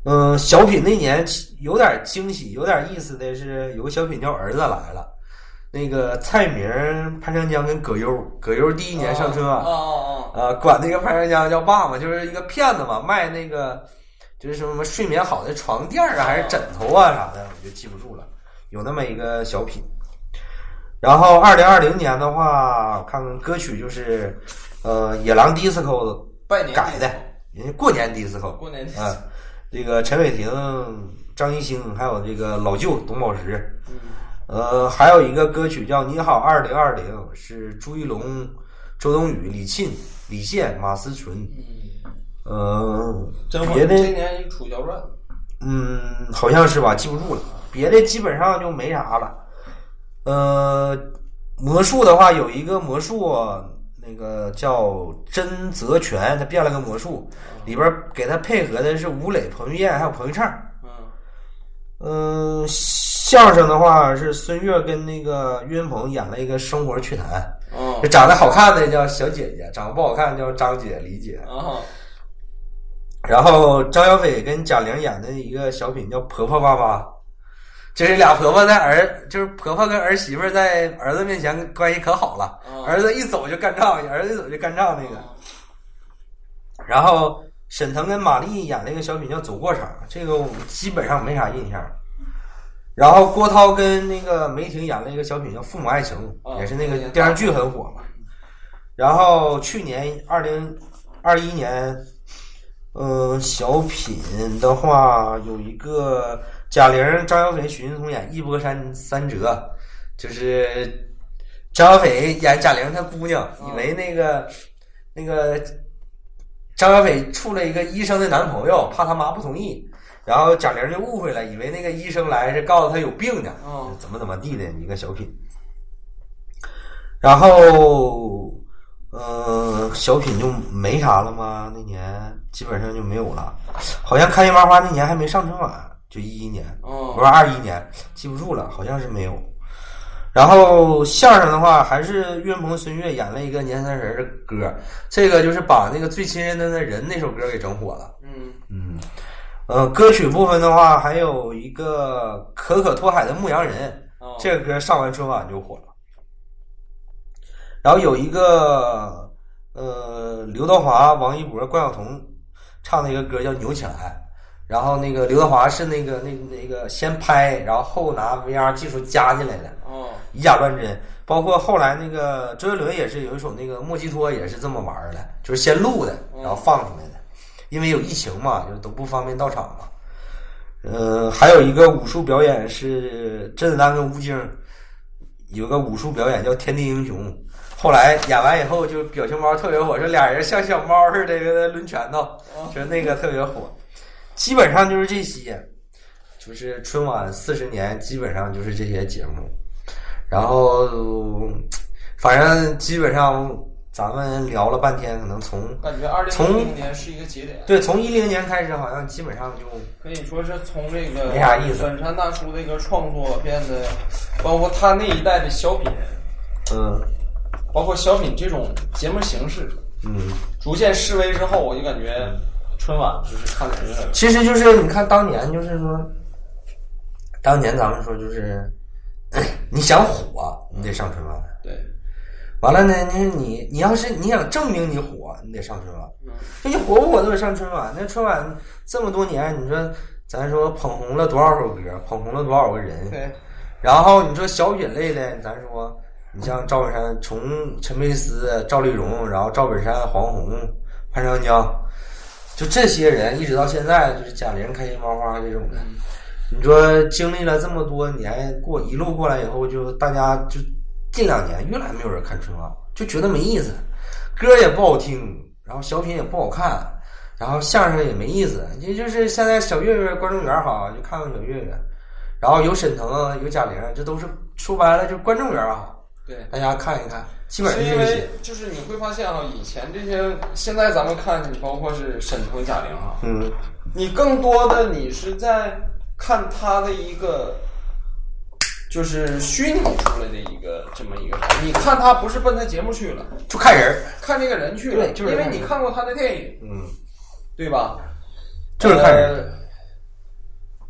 嗯，小品那年有点惊喜，有点意思的是，有个小品叫《儿子来了》，那个蔡明、潘长江跟葛优，葛优第一年上春晚， 啊啊啊，管那个潘长江叫爸嘛，就是一个骗子嘛，卖那个就是什么睡眠好的床垫啊，还是枕头啊啥的，我就记不住了，有那么一个小品。然后二零二零年的话，我看看歌曲就是呃野狼 disco 拜年改的，人家过年 disco， 过年 disco 啊，这个陈伟霆、张艺兴还有这个老舅董宝石， 嗯， 呃，还有一个歌曲叫《你好二零二零》，是朱一龙、周冬雨、李沁、李现、马思纯， 嗯， 呃， 真别的这年一楚乔传， 嗯，好像是吧，记不住了，别的基本上就没啥了。呃，魔术的话有一个魔术，那个叫真泽泉，他变了个魔术，里边给他配合的是吴磊、彭于晏还有彭昱畅。嗯，相声的话是孙越跟那个岳云鹏演了一个生活趣谈。 哦， 这长得好看的叫小姐姐，长得不好看叫张姐、李姐。 哦， 然后张小斐跟贾玲演的一个小品叫婆婆妈妈。这是俩婆婆在儿，就是婆婆跟儿媳妇在儿子面前关系可好了， 哦， 儿子一走就干仗，儿子一走就干仗那个。然后沈腾跟马丽演了一个小品叫《走过场》，这个我基本上没啥印象。然后郭涛跟那个梅婷演了一个小品叫《父母爱情》， 哦， 也是那个电视剧很火嘛。然后去年二零二一年，呃，小品的话有一个。贾玲、张小斐、许云松演《一波三三折》，就是张小斐演贾玲她姑娘，以为那个、嗯、那个张小斐处了一个医生的男朋友，怕他妈不同意，然后贾玲就误会了，以为那个医生来是告诉他有病呢， 嗯， 怎么怎么地的一个小品。然后，呃，小品就没啥了吗？那年基本上就没有了，好像开心麻花那年还没上春晚。就一一年， 哦， 不是二一年，记不住了，好像是没有。然后相声的话，还是岳云鹏、孙越演了一个年三十的歌，这个就是把那个最亲人的人那首歌给整火了。 嗯嗯，呃，歌曲部分的话，还有一个可可托海的《牧羊人》， 哦， 这个歌上完春晚就火了。然后有一个呃，刘德华、王一博、关晓彤唱的一个歌叫《扭起来》。然后那个刘德华是那个那个那个先拍，然后后拿 V R 技术加进来的， 哦， 以假乱真。包括后来那个周杰伦也是有一首那个莫吉托也是这么玩的，就是先录的，然后放出来的。因为有疫情嘛，就都不方便到场嘛。呃，还有一个武术表演是甄子丹跟吴京有个武术表演叫天地英雄，后来演完以后就表情包特别火，说俩人像小猫似的给他抡拳头，就是那个特别火。基本上就是这些，就是春晚四十年，基本上就是这些节目。然后，反正基本上咱们聊了半天，可能从感觉二零一零年是一个节点。 对，从一零年开始，好像基本上就可以说是从这个没啥意思。 本山大叔的一个创作变得，包括他那一代的小品， 嗯， 包括小品这种节目形式， 嗯， 逐渐式微之后，我就感觉。春晚就是看点有点， 其实就是你看当年就是说，当年咱们说就是你想火，你得上春晚。 对， 完了呢，你你你要是你想证明你火，你得上春晚。嗯，你火不火都得上春晚。那春晚这么多年，你说咱说捧红了多少首歌，捧红了多少个人。 对。 然后你说小品类的，咱说你像赵本山，从陈佩斯、赵丽蓉，然后赵本山、黄宏、潘长江。就这些人一直到现在，就是贾玲、开心麻花这种的，你说经历了这么多年，过一路过来以后，就大家就近两年越来没有人看春晚，就觉得没意思，歌也不好听，然后小品也不好看，然后相声也没意思。也就是现在小岳岳观众缘好，就看看小岳岳，然后有沈腾有贾玲，这都是说白了就是观众缘好， 对， 大家看一看。基本上是因为就是你会发现啊，以前这些，现在咱们看，你包括是沈腾、贾玲啊， 嗯， 你更多的你是在看他的一个，就是虚拟出来的一个这么一个，你看他不是奔他节目去了， 就看人， 看这个人去了， 对，就是因为你看过他的电影， 嗯， 对吧？ 就是看人。 呃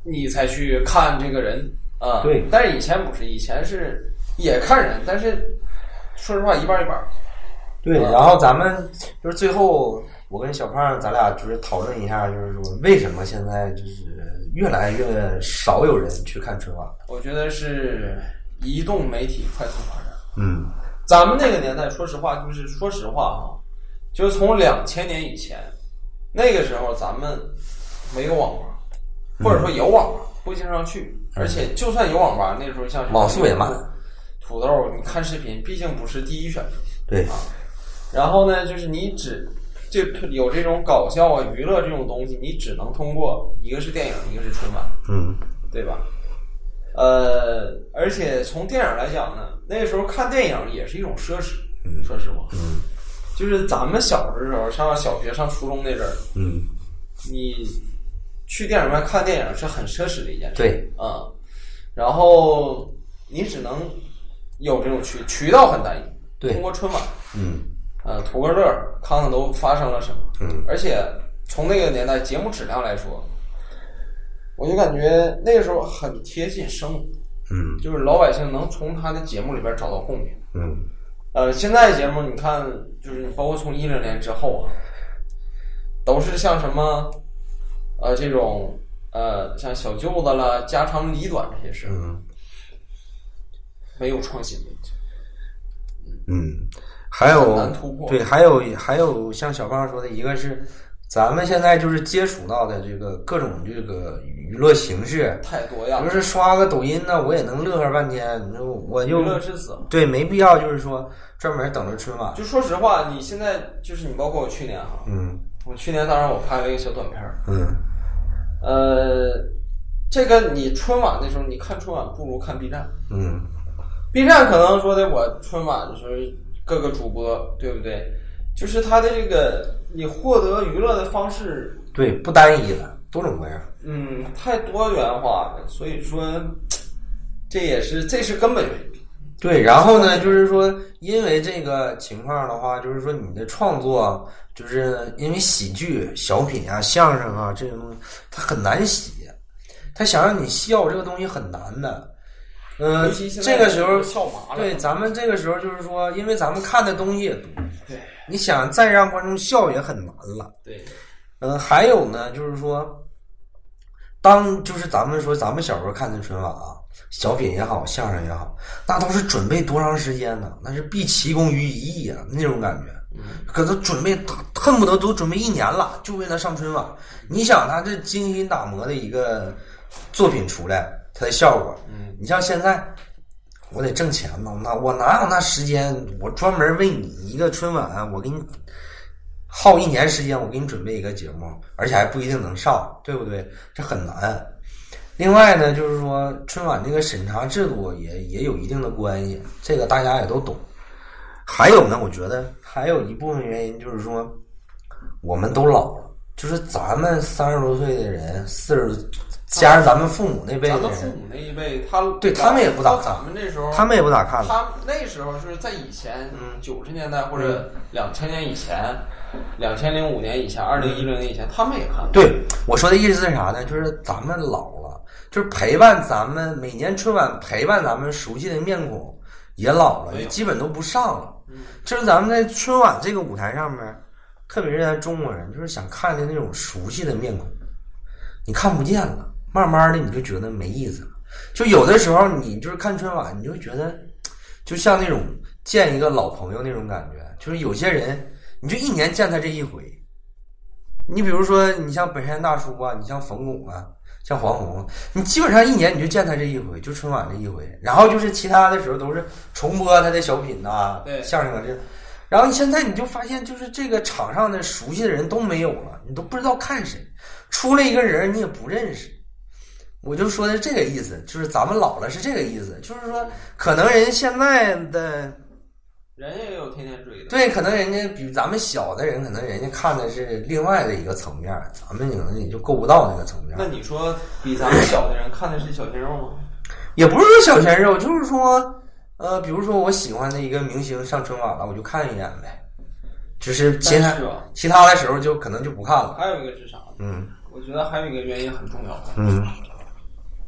你才去看这个人啊。 对， 但是以前不是，以前是也看人，但是说实话一半一半。 对，然后咱们就是最后，我跟小胖咱俩就是讨论一下，就是说为什么现在就是越来越少有人去看春晚？ 我觉得是移动媒体快速发展。 嗯， 咱们那个年代，说实话，就是说实话哈，就是从两千年以前，那个时候咱们没有网吧，或者说有网吧，不经常去，而且就算有网吧，那时候像网速也慢。 土豆，你看视频，毕竟不是第一选择。 对啊。然后呢，就是你只就有这种搞笑啊、娱乐这种东西，你只能通过一个是电影，一个是春晚， 嗯， 对吧？呃，而且从电影来讲呢，那个时候看电影也是一种奢侈， 嗯、 说实话， 嗯， 就是咱们小的时候上小学、上初中那阵儿， 嗯， 你去电影院看电影是很奢侈的一件事， 对， 啊、嗯，然后你只能有这种渠渠道很单一， 对， 通过春晚， 嗯。 呃，图个乐，看看都发生了什么。 嗯， 而且从那个年代节目质量来说，我就感觉那个时候很贴近生活。 嗯， 就是老百姓能从他的节目里边找到共鸣。 嗯， 呃，现在节目你看，就是包括从一零年之后啊，都是像什么，呃，这种呃，像小舅子了、家长里短这些事， 嗯， 没有创新的。 嗯。还有难突破对，还有还有像小胖说的，一个是咱们现在就是接触到的这个各种这个娱乐形式太多样了， 就是刷个抖音呢，我也能乐呵半天。我就娱乐至死， 对，没必要就是说专门等着春晚。 就说实话，你现在就是你，包括我去年哈， 嗯， 我去年当然我拍了一个小短片， 嗯， 呃，这个你春晚的时候，你看春晚不如看 B 站， 嗯 ，B 站可能说的我春晚的时候。各个主播对不对？就是他的这个你获得娱乐的方式， 对，不单一了，多种多样。 嗯，太多元化了，所以说这也是这是根本原因。 对，然后呢，就是说，因为这个情况的话，就是说你的创作，就是因为喜剧、小品啊、相声啊这种东西，它很难写，他想让你笑这个东西很难的。呃，这个时候笑麻了。 对，咱们这个时候就是说，因为咱们看的东西也多， 对， 你想再让观众笑也很难了。 对， 嗯、呃，还有呢，就是说，当就是咱们说咱们小时候看的春晚啊，小品也好，相声也好，那都是准备多长时间呢？那是毕其功于一役啊，那种感觉。嗯，可都准备恨不得都准备一年了，就为了上春晚。你想，他这精心打磨的一个作品出来。它的效果，嗯，你像现在，我得挣钱呢，那我哪有那时间？我专门为你一个春晚，我给你耗一年时间，我给你准备一个节目，而且还不一定能上，对不对？这很难。另外呢，就是说春晚这个审查制度也也有一定的关系，这个大家也都懂。还有呢，我觉得还有一部分原因就是说，我们都老了，就是咱们三十多岁的人，四十。加上咱们父母那辈的人， 咱们父母那一辈，他对他们也不咋看。 咱们那时候， 他们也不咋看了。 他那时候是在以前，嗯，九十年代或者两千年以前，两千零五年以前，二零一零年以前，他们也看了。 对，我说的意思是啥呢？就是咱们老了，就是陪伴咱们每年春晚陪伴咱们熟悉的面孔也老了，也基本都不上了。嗯，就是咱们在春晚这个舞台上面，特别是咱中国人，就是想看见那种熟悉的面孔，你看不见了。慢慢的你就觉得没意思了，就有的时候你就是看春晚，你就觉得就像那种见一个老朋友那种感觉，就是有些人你就一年见他这一回。你比如说你像本山大叔啊，你像冯巩啊，像黄宏，你基本上一年你就见他这一回，就春晚这一回，然后就是其他的时候都是重播他的小品啊、相声啊这。然后现在你就发现，就是这个场上的熟悉的人都没有了，你都不知道看谁，出来一个人你也不认识。我就说的这个意思，就是咱们老了是这个意思，就是说可能人现在的人也有天天追的， 对，可能人家比咱们小的人，可能人家看的是另外的一个层面，咱们可能也就够不到那个层面。 那你说比咱们小的人看的是小鲜肉吗？ 也不是说小鲜肉，就是说呃，比如说我喜欢的一个明星上春晚了，我就看一眼呗，就是其他是吧其他的时候就可能就不看了。 还有一个是啥？ 嗯， 我觉得还有一个原因很重要。 嗯。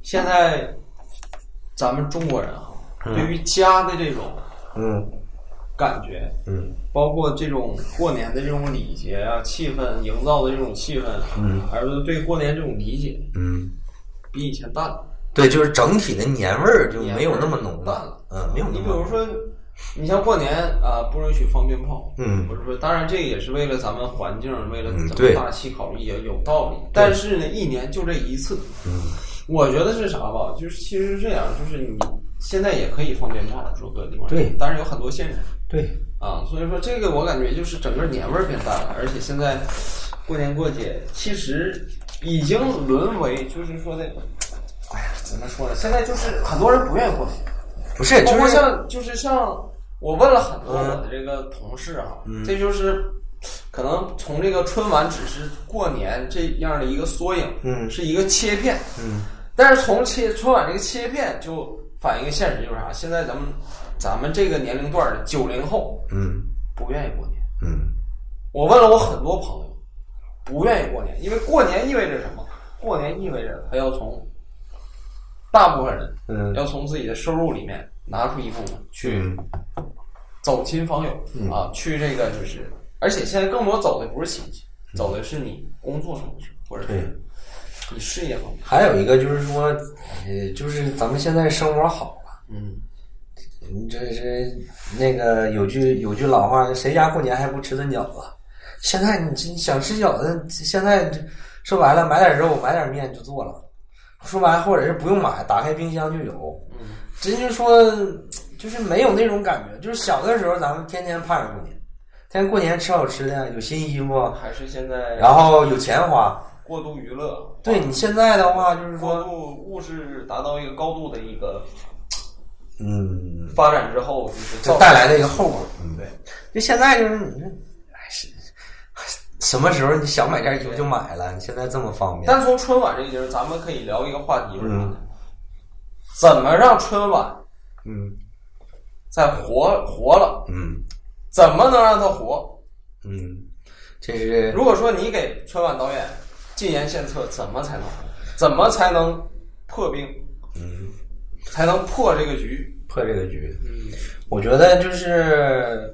现在咱们中国人啊，嗯、对于家的这种嗯感觉， 嗯， 包括这种过年的这种礼节啊、气氛营造的这种气氛， 嗯， 还有对过年这种理解， 嗯， 比以前淡了。 对，就是整体的年味儿就没有那么浓了， 嗯，没有那么。 你比如说，你像过年啊、呃，不允许放鞭炮， 嗯， 或者说，当然这也是为了咱们环境，为了咱们大气考虑也有道理。但是呢，一年就这一次， 嗯， 我觉得是啥吧？就是其实是这样，就是你现在也可以放鞭炮，说各个地方， 对， 但是有很多限制， 对啊，所以说这个我感觉就是整个年味儿变淡了，而且现在过年过节其实已经沦为就是说的。哎呀，怎么说呢？现在就是很多人不愿意过年， 不是， 包括像就是像我问了很多我的这个同事啊， 嗯、 这就是可能从这个春晚只是过年这样的一个缩影， 嗯， 是一个切片， 嗯， 但是从切春晚这个切片就反映一个现实，就是啥？现在咱们咱们这个年龄段的九零后， 嗯， 不愿意过年， 嗯， 我问了我很多朋友，不愿意过年，因为过年意味着什么？过年意味着他要从大部分人， 嗯， 要从自己的收入里面拿出一部分去走亲访友、 嗯、 啊，去这个就是，而且现在更多走的不是亲戚，嗯、走的是你工作上的事，或者是你事业方面。 还有一个就是说，呃，就是咱们现在生活好了， 嗯， 这是那个有句有句老话，谁家过年还不吃顿饺子？现在你想吃饺子，现在说白了，买点肉，买点面就做了。说白了，或者是不用买，打开冰箱就有。 嗯， 真就说，就是没有那种感觉。就是小的时候，咱们天天盼着过年，天天过年吃好吃的，有新衣服， 还是现在， 然后有钱花， 过度娱乐。 对你现在的话，就是说， 过度物质达到一个高度的一个， 嗯， 发展之后，就是就带来的一个后果。 嗯，对。 就现在就是你说，哎是。什么时候你想买件衣服就买了？你现在这么方便。 但从春晚这节，咱们可以聊一个话题，就是什么呢？怎么让春晚， 嗯， 再活活了？ 嗯， 怎么能让它活？ 嗯，这是如果说你给春晚导演进言献策，怎么才能活？怎么才能破冰？ 嗯， 才能破这个局？ 破这个局。 嗯， 我觉得就是。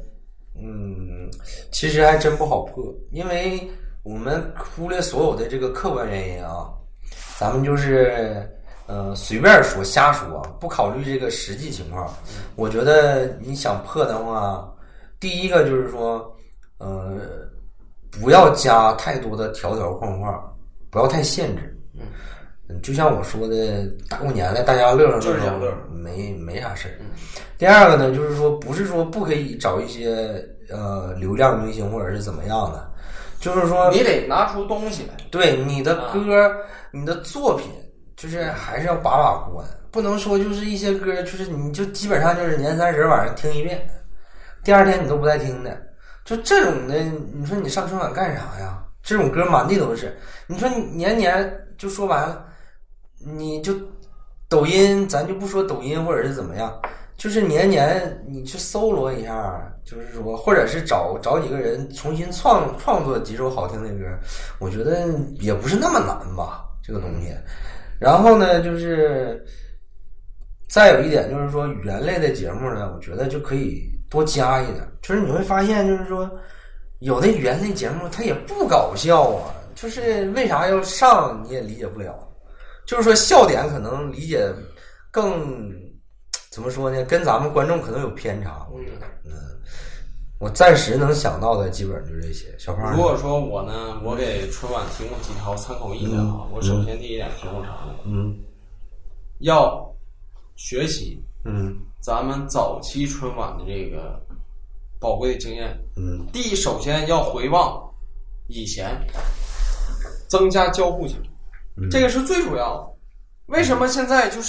嗯，其实还真不好破，因为我们忽略所有的这个客观原因啊，咱们就是呃随便说瞎说，不考虑这个实际情况。我觉得你想破的话，第一个就是说，呃，不要加太多的条条框框，不要太限制。嗯，就像我说的，大过年的大家乐呵乐呵，没没啥事儿。第二个呢，就是说，不是说不可以找一些呃流量明星或者是怎么样的，就是说你得拿出东西来。 对你的歌、啊、你的作品，就是还是要把把关，不能说就是一些歌，就是你就基本上就是年三十晚上听一遍，第二天你都不带听的，就这种的，你说你上春晚干啥呀？这种歌满地都是，你说你年年就说白了，你就抖音，咱就不说抖音或者是怎么样。就是年年你去搜罗一下，就是说，或者是找找几个人重新创创作几首好听的歌，我觉得也不是那么难吧，这个东西。然后呢，就是再有一点就是说，语言类的节目呢，我觉得就可以多加一点。就是你会发现，就是说，有的语言类节目它也不搞笑啊，就是为啥要上你也理解不了。就是说笑点可能理解更。怎么说呢？跟咱们观众可能有偏差，我觉得，嗯，我暂时能想到的基本就这些。小胖， 如果说我呢，我给春晚提供几条参考意见啊， 嗯、 我首先第一点提供啥呢？ 嗯， 要学习， 嗯， 咱们早期春晚的这个宝贵的经验， 嗯， 第一，首先要回望以前，增加交互性， 嗯、 这个是最主要的。为什么现在就是？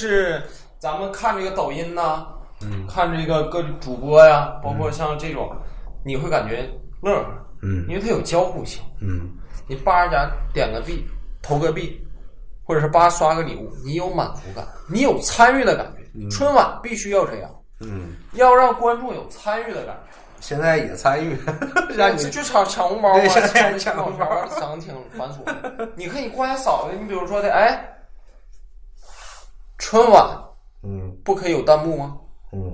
咱们看这个抖音呐、 嗯， 看这个各主播呀，包括像这种，嗯、你会感觉乐呵， 嗯， 因为它有交互性， 嗯， 你叭家点个币，投个币，或者是叭刷个礼物，你有满足感，你有参与的感觉。 嗯、 春晚必须要这样， 嗯， 要让观众有参与的感觉。 现在也参与， 让你就抢抢红包啊， 抢抢红包，想挺繁琐的。你可以过来扫一个，你比如说的，哎。 春晚， 嗯， 不可以有弹幕吗？ 嗯，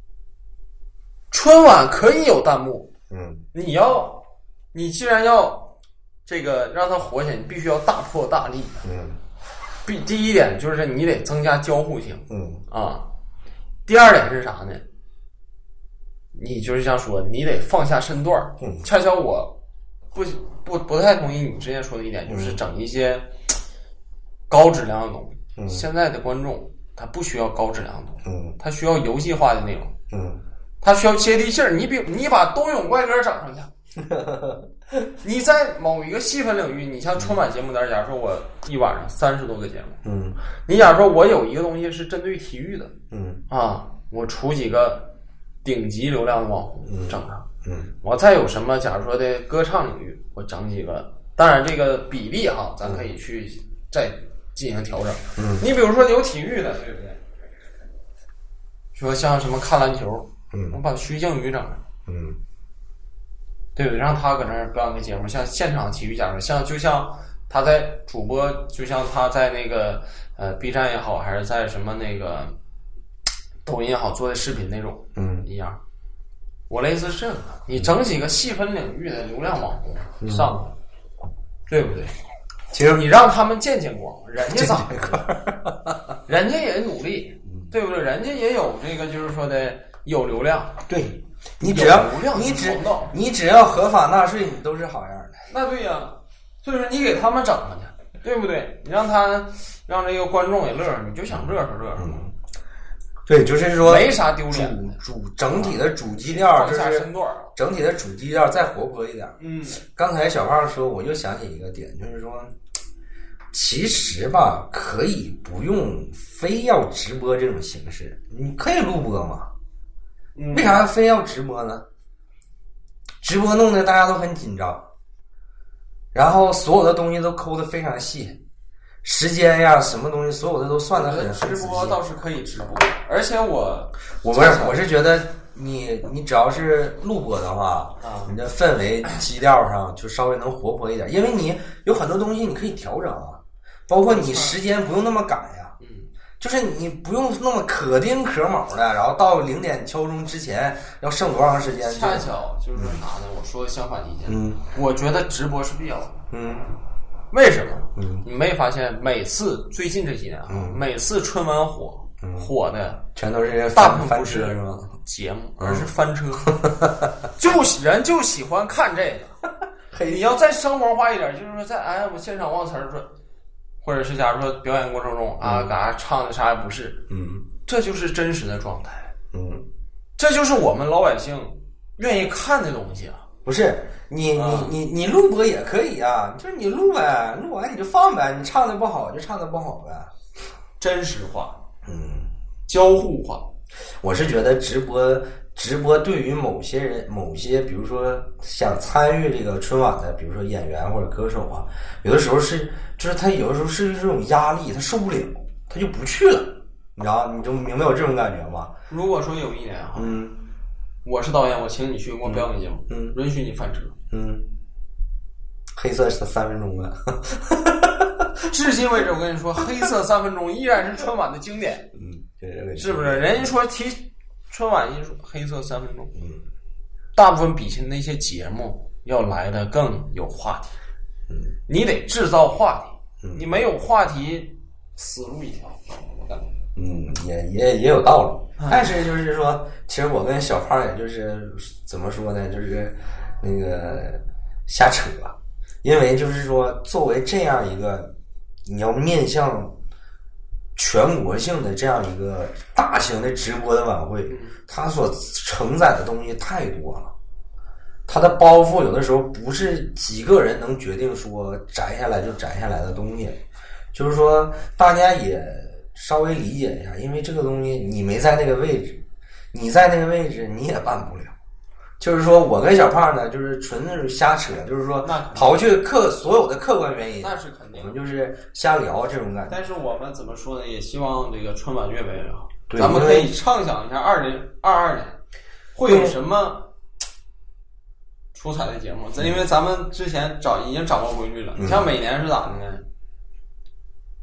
春晚可以有弹幕， 嗯， 你要，你既然要这个让它火起来，你必须要大破大立， 嗯， 必第一点就是你得增加交互性， 嗯啊，第二点是啥呢？你就是像说，你得放下身段， 嗯， 恰巧我不不不太同意你之前说的一点，就是整一些高质量的东西。 嗯， 现在的观众他不需要高质量的东西， 嗯， 他需要游戏化的内容， 嗯， 他需要接地气儿。你比你把冬泳怪歌整上去，你在某一个细分领域，你像春晚节目单，假如说我一晚上三十多个节目， 嗯， 你假如说我有一个东西是针对体育的， 嗯啊，我出几个顶级流量的网红整上， 嗯， 我再有什么假如说的歌唱领域，我整几个，当然这个比例哈，咱可以去再进行调整。 嗯， 你比如说有体育的，对不对？说像什么看篮球， 嗯， 我把徐静宇整上， 嗯， 对不对？让他搁那儿办个节目，像现场体育讲师，像就像他在主播，就像他在那个呃 B 站也好，还是在什么那个抖音也好做的视频那种， 嗯， 一样。我类似这个，你整几个细分领域的流量网红上去，嗯，对不对？ 其实你让他们见见光，人家咋的？人家也努力，对不对？人家也有这个，就是说的有流量。 对，你只要流量你只到你只要合法纳税，你都是好样的。 那对呀，啊，所以说你给他们整上去，对不对？你让他让这个观众也乐呵，你就想乐呵乐呵。 嗯，对，就是说没啥丢脸的。 主主整体的主基调就是整体的主基调再活泼一点。 嗯， 刚才小胖说，我又想起一个点，就是说，其实吧，可以不用非要直播这种形式，你可以录播嘛。 嗯， 为啥非要直播呢？直播弄得大家都很紧张，然后所有的东西都抠得非常细。时间呀，什么东西，所有的都算得很。 直播倒是可以直播，而且我我不是，我是觉得你你只要是录播的话， 啊， 你的氛围基调上就稍微能活泼一点，因为你有很多东西你可以调整啊，包括你时间不用那么赶呀， 嗯， 就是你不用那么可丁可卯的，然后到零点敲钟之前要剩多长时间。 恰巧就是啥呢？我说相反意见， 嗯， 我觉得直播是必要的， 嗯。 为什么？ 嗯， 你没发现每次最近这几年啊， 嗯， 每次春晚火， 嗯， 火的全都是大部分不是是吗？ 节目，而是翻车，就人就喜欢看这个。你要再生活化一点，就是说在哎，我现场忘词儿说，或者是假如说表演过程中啊，嘎、嗯、唱的啥也不是， 嗯， 这就是真实的状态， 嗯， 这就是我们老百姓愿意看的东西啊。 不是你你你你录播也可以啊，就是你录呗，录完你就放呗，你唱的不好就唱的不好呗， 真实化， 嗯， 交互化。 我是觉得直播直播对于某些人某些比如说想参与这个春晚的，比如说演员或者歌手啊，有的时候是就是他有的时候是这种压力，他受不了，他就不去了，你知道你就明白有这种感觉吗？ 如果说有一年啊， 嗯。 我是导演，我请你去给我表演节目， 嗯， 允许你翻车， 嗯，黑色是三分钟了， 至今为止，我跟你说，黑色三分钟依然是春晚的经典， 嗯，对， 是不是？人家说提春晚一说黑色三分钟， 嗯， 大部分比起那些节目要来的更有话题， 嗯， 你得制造话题， 嗯， 你没有话题，死路一条，我感觉， 嗯，也也也有道理。但是就是说，其实我跟小胖也就是怎么说呢，就是那个瞎扯，因为就是说，作为这样一个你要面向全国性的这样一个大型的直播的晚会，它所承载的东西太多了，它的包袱有的时候不是几个人能决定说摘下来就摘下来的东西，就是说大家也稍微理解一下，因为这个东西你没在那个位置，你在那个位置你也办不了。就是说我跟小胖呢，就是纯是瞎扯，就是说刨去客所有的客观原因， 那是肯定， 我们就是瞎聊这种感觉。 但是我们怎么说呢？也希望这个春晚越办越好。咱们可以畅想一下，二零二二年会有什么出彩的节目？因为咱们之前掌已经掌握规律了。你像每年是咋的呢？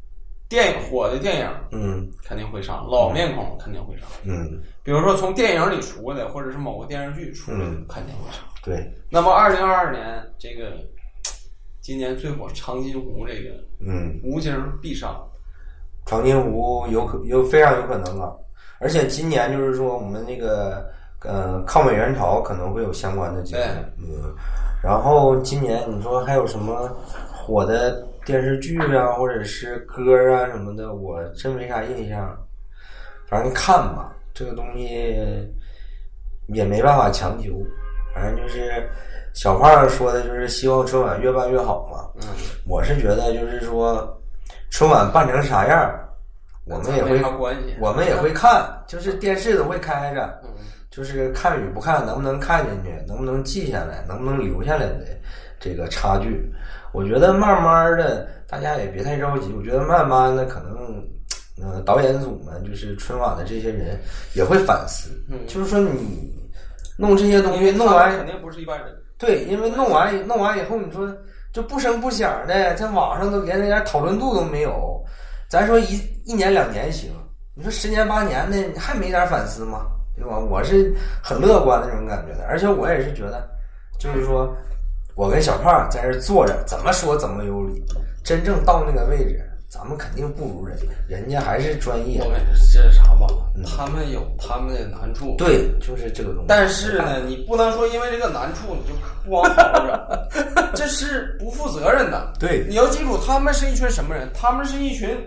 电影火的电影， 嗯， 肯定会上，老面孔肯定会上， 嗯， 比如说从电影里出来，或者是某个电视剧出来， 嗯、 肯定会上。 对。 那么二零二二年这个今年最火长津湖这个， 嗯， 吴京必上。 长津湖有可有非常有可能啊，而且今年就是说我们那个呃抗美援朝可能会有相关的节目，嗯，然后今年你说还有什么火的电视剧啊，或者是歌啊什么的，我真没啥印象。反正看吧，这个东西也没办法强求。反正就是小胖说的，就是希望春晚越办越好嘛。 嗯， 我是觉得就是说春晚办成啥样，我们也会我们也会看，就是电视都会开着，就是看与不看，能不能看进去，能不能记下来，能不能留下来的这个差距。我觉得慢慢的，大家也别太着急。我觉得慢慢的，可能，呃，导演组们就是春晚的这些人也会反思， 嗯， 就是说你弄这些东西弄完， 肯定不是一般人。 对，因为弄完弄完以后，你说就不声不响的，在网上都连那点讨论度都没有。咱说一一年两年行，你说十年八年的，你还没点反思吗？对吧？我是很乐观的这种感觉的，而且我也是觉得，就是说。我跟小胖在这坐着，怎么说怎么有理。真正到那个位置，咱们肯定不如人家，人家还是专业。 我跟你说，这是啥吧？嗯、他们有他们的难处。 对，就是这个东西。 但是呢，你不能说因为这个难处你就不往好着，这是不负责任的。 对， 你要记住，他们是一群什么人？他们是一群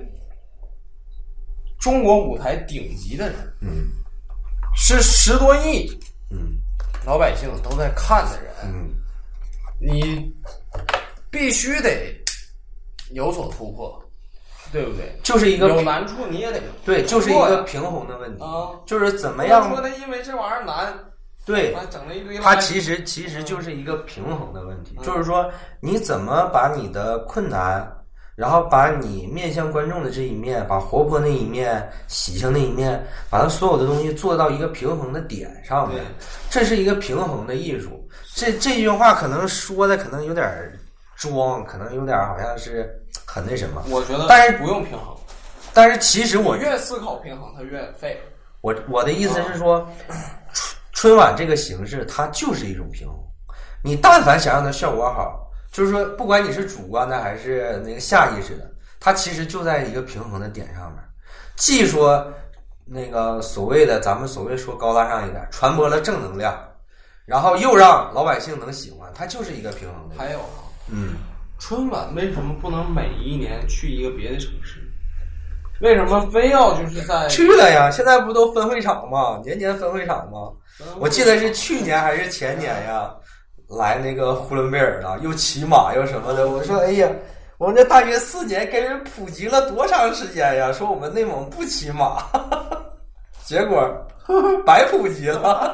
中国舞台顶级的人。 嗯， 是十多亿， 嗯， 老百姓都在看的人。 嗯。 你必须得有所突破，对不对？ 就是一个有难处你也得对，就是一个平衡的问题啊， 就是怎么样说的，因为这玩意儿难， 对， 整了一堆。 它其实其实就是一个平衡的问题，嗯、就是说你怎么把你的困难，然后把你面向观众的这一面，把活泼那一面、喜庆那一面，把它所有的东西做到一个平衡的点上面，这是一个平衡的艺术。这这句话可能说的可能有点装，可能有点好像是很那什么。 我觉得， 但是不用平衡。 但是其实我越思考平衡，它越废。 我我的意思是说，啊、春晚这个形式它就是一种平衡。你但凡想让它效果好，就是说不管你是主观的还是那个下意识的，它其实就在一个平衡的点上面。既说那个所谓的咱们所谓说高大上一点，传播了正能量。然后又让老百姓能喜欢，它就是一个平衡的。 还有， 嗯， 春晚为什么不能每一年去一个别的城市？为什么非要就是在去了呀？现在不都分会场吗？年年分会场吗？我记得是去年还是前年呀，来那个呼伦贝尔了，又骑马又什么的。我说，哎呀，我们这大学四年给人普及了多长时间呀？说我们内蒙不骑马，结果白普及了。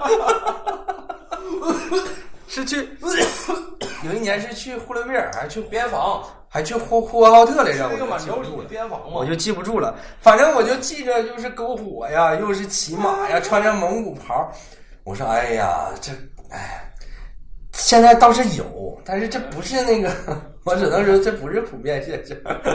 是去有一年是去呼伦贝尔，还去边防， 还去呼呼和浩特来着。 那个满洲里边防嘛， 我就记不住了。反正我就记着，就是篝火呀，又是骑马呀，穿着蒙古袍。我说，哎呀，这哎，现在倒是有，但是这不是那个，我只能说这不是普遍现象。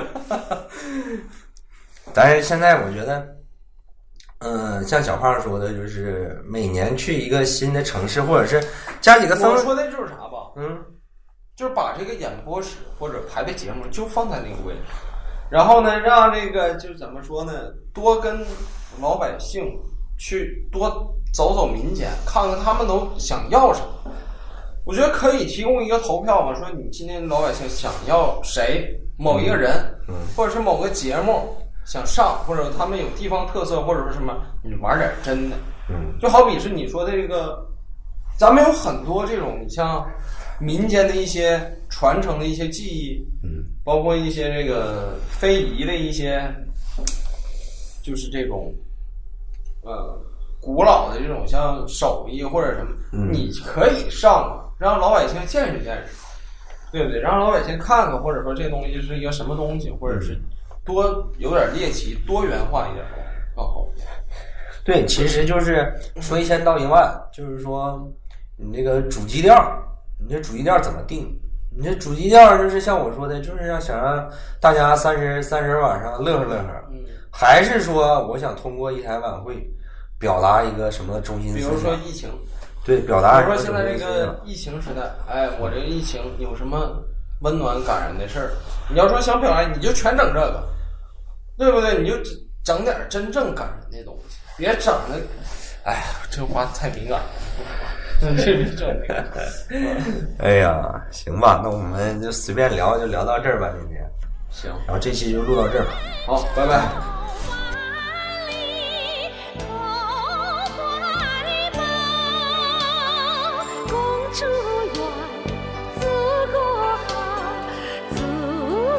但是现在我觉得。嗯，像小胖说的，就是每年去一个新的城市，或者是加几个分。 我说的就是啥吧？ 嗯， 就是把这个演播室或者排的节目就放在那个位置，然后呢，让这个就是怎么说呢，多跟老百姓去多走走民间，看看他们都想要什么。我觉得可以提供一个投票嘛，说你今天老百姓想要谁，某一个人， 嗯， 或者是某个节目。想上，或者他们有地方特色，或者说什么，你玩点真的， 嗯， 就好比是你说的这个，咱们有很多这种，你像民间的一些传承的一些技艺， 嗯， 包括一些这个非遗的一些，就是这种，呃，古老的这种像手艺或者什么， 嗯， 你可以上嘛，让老百姓见识见识，对不对？让老百姓看看，或者说这东西是一个什么东西，或者是。多有点猎奇，多元化一点要好。 对，其实就是说一千道一万，就是说你这个主基调，你这主基调怎么定？ 你这主基调就是像我说的，就是让想让大家三十三十晚上乐呵乐呵， 嗯， 还是说我想通过一台晚会表达一个什么中心思比想？ 如说疫情， 对，表达。 比如说现在这个疫情时代，哎，我这个疫情有什么温暖感人的事儿？你要说想表达，你就全整这个，对不对？你就整点真正感人的东西，别整那，哎呀，这话太敏感了。这别整那个。 哎呀，行吧，那我们就随便聊，就聊到这儿吧，今天。 行， 然后这期就录到这儿吧。 好，拜拜。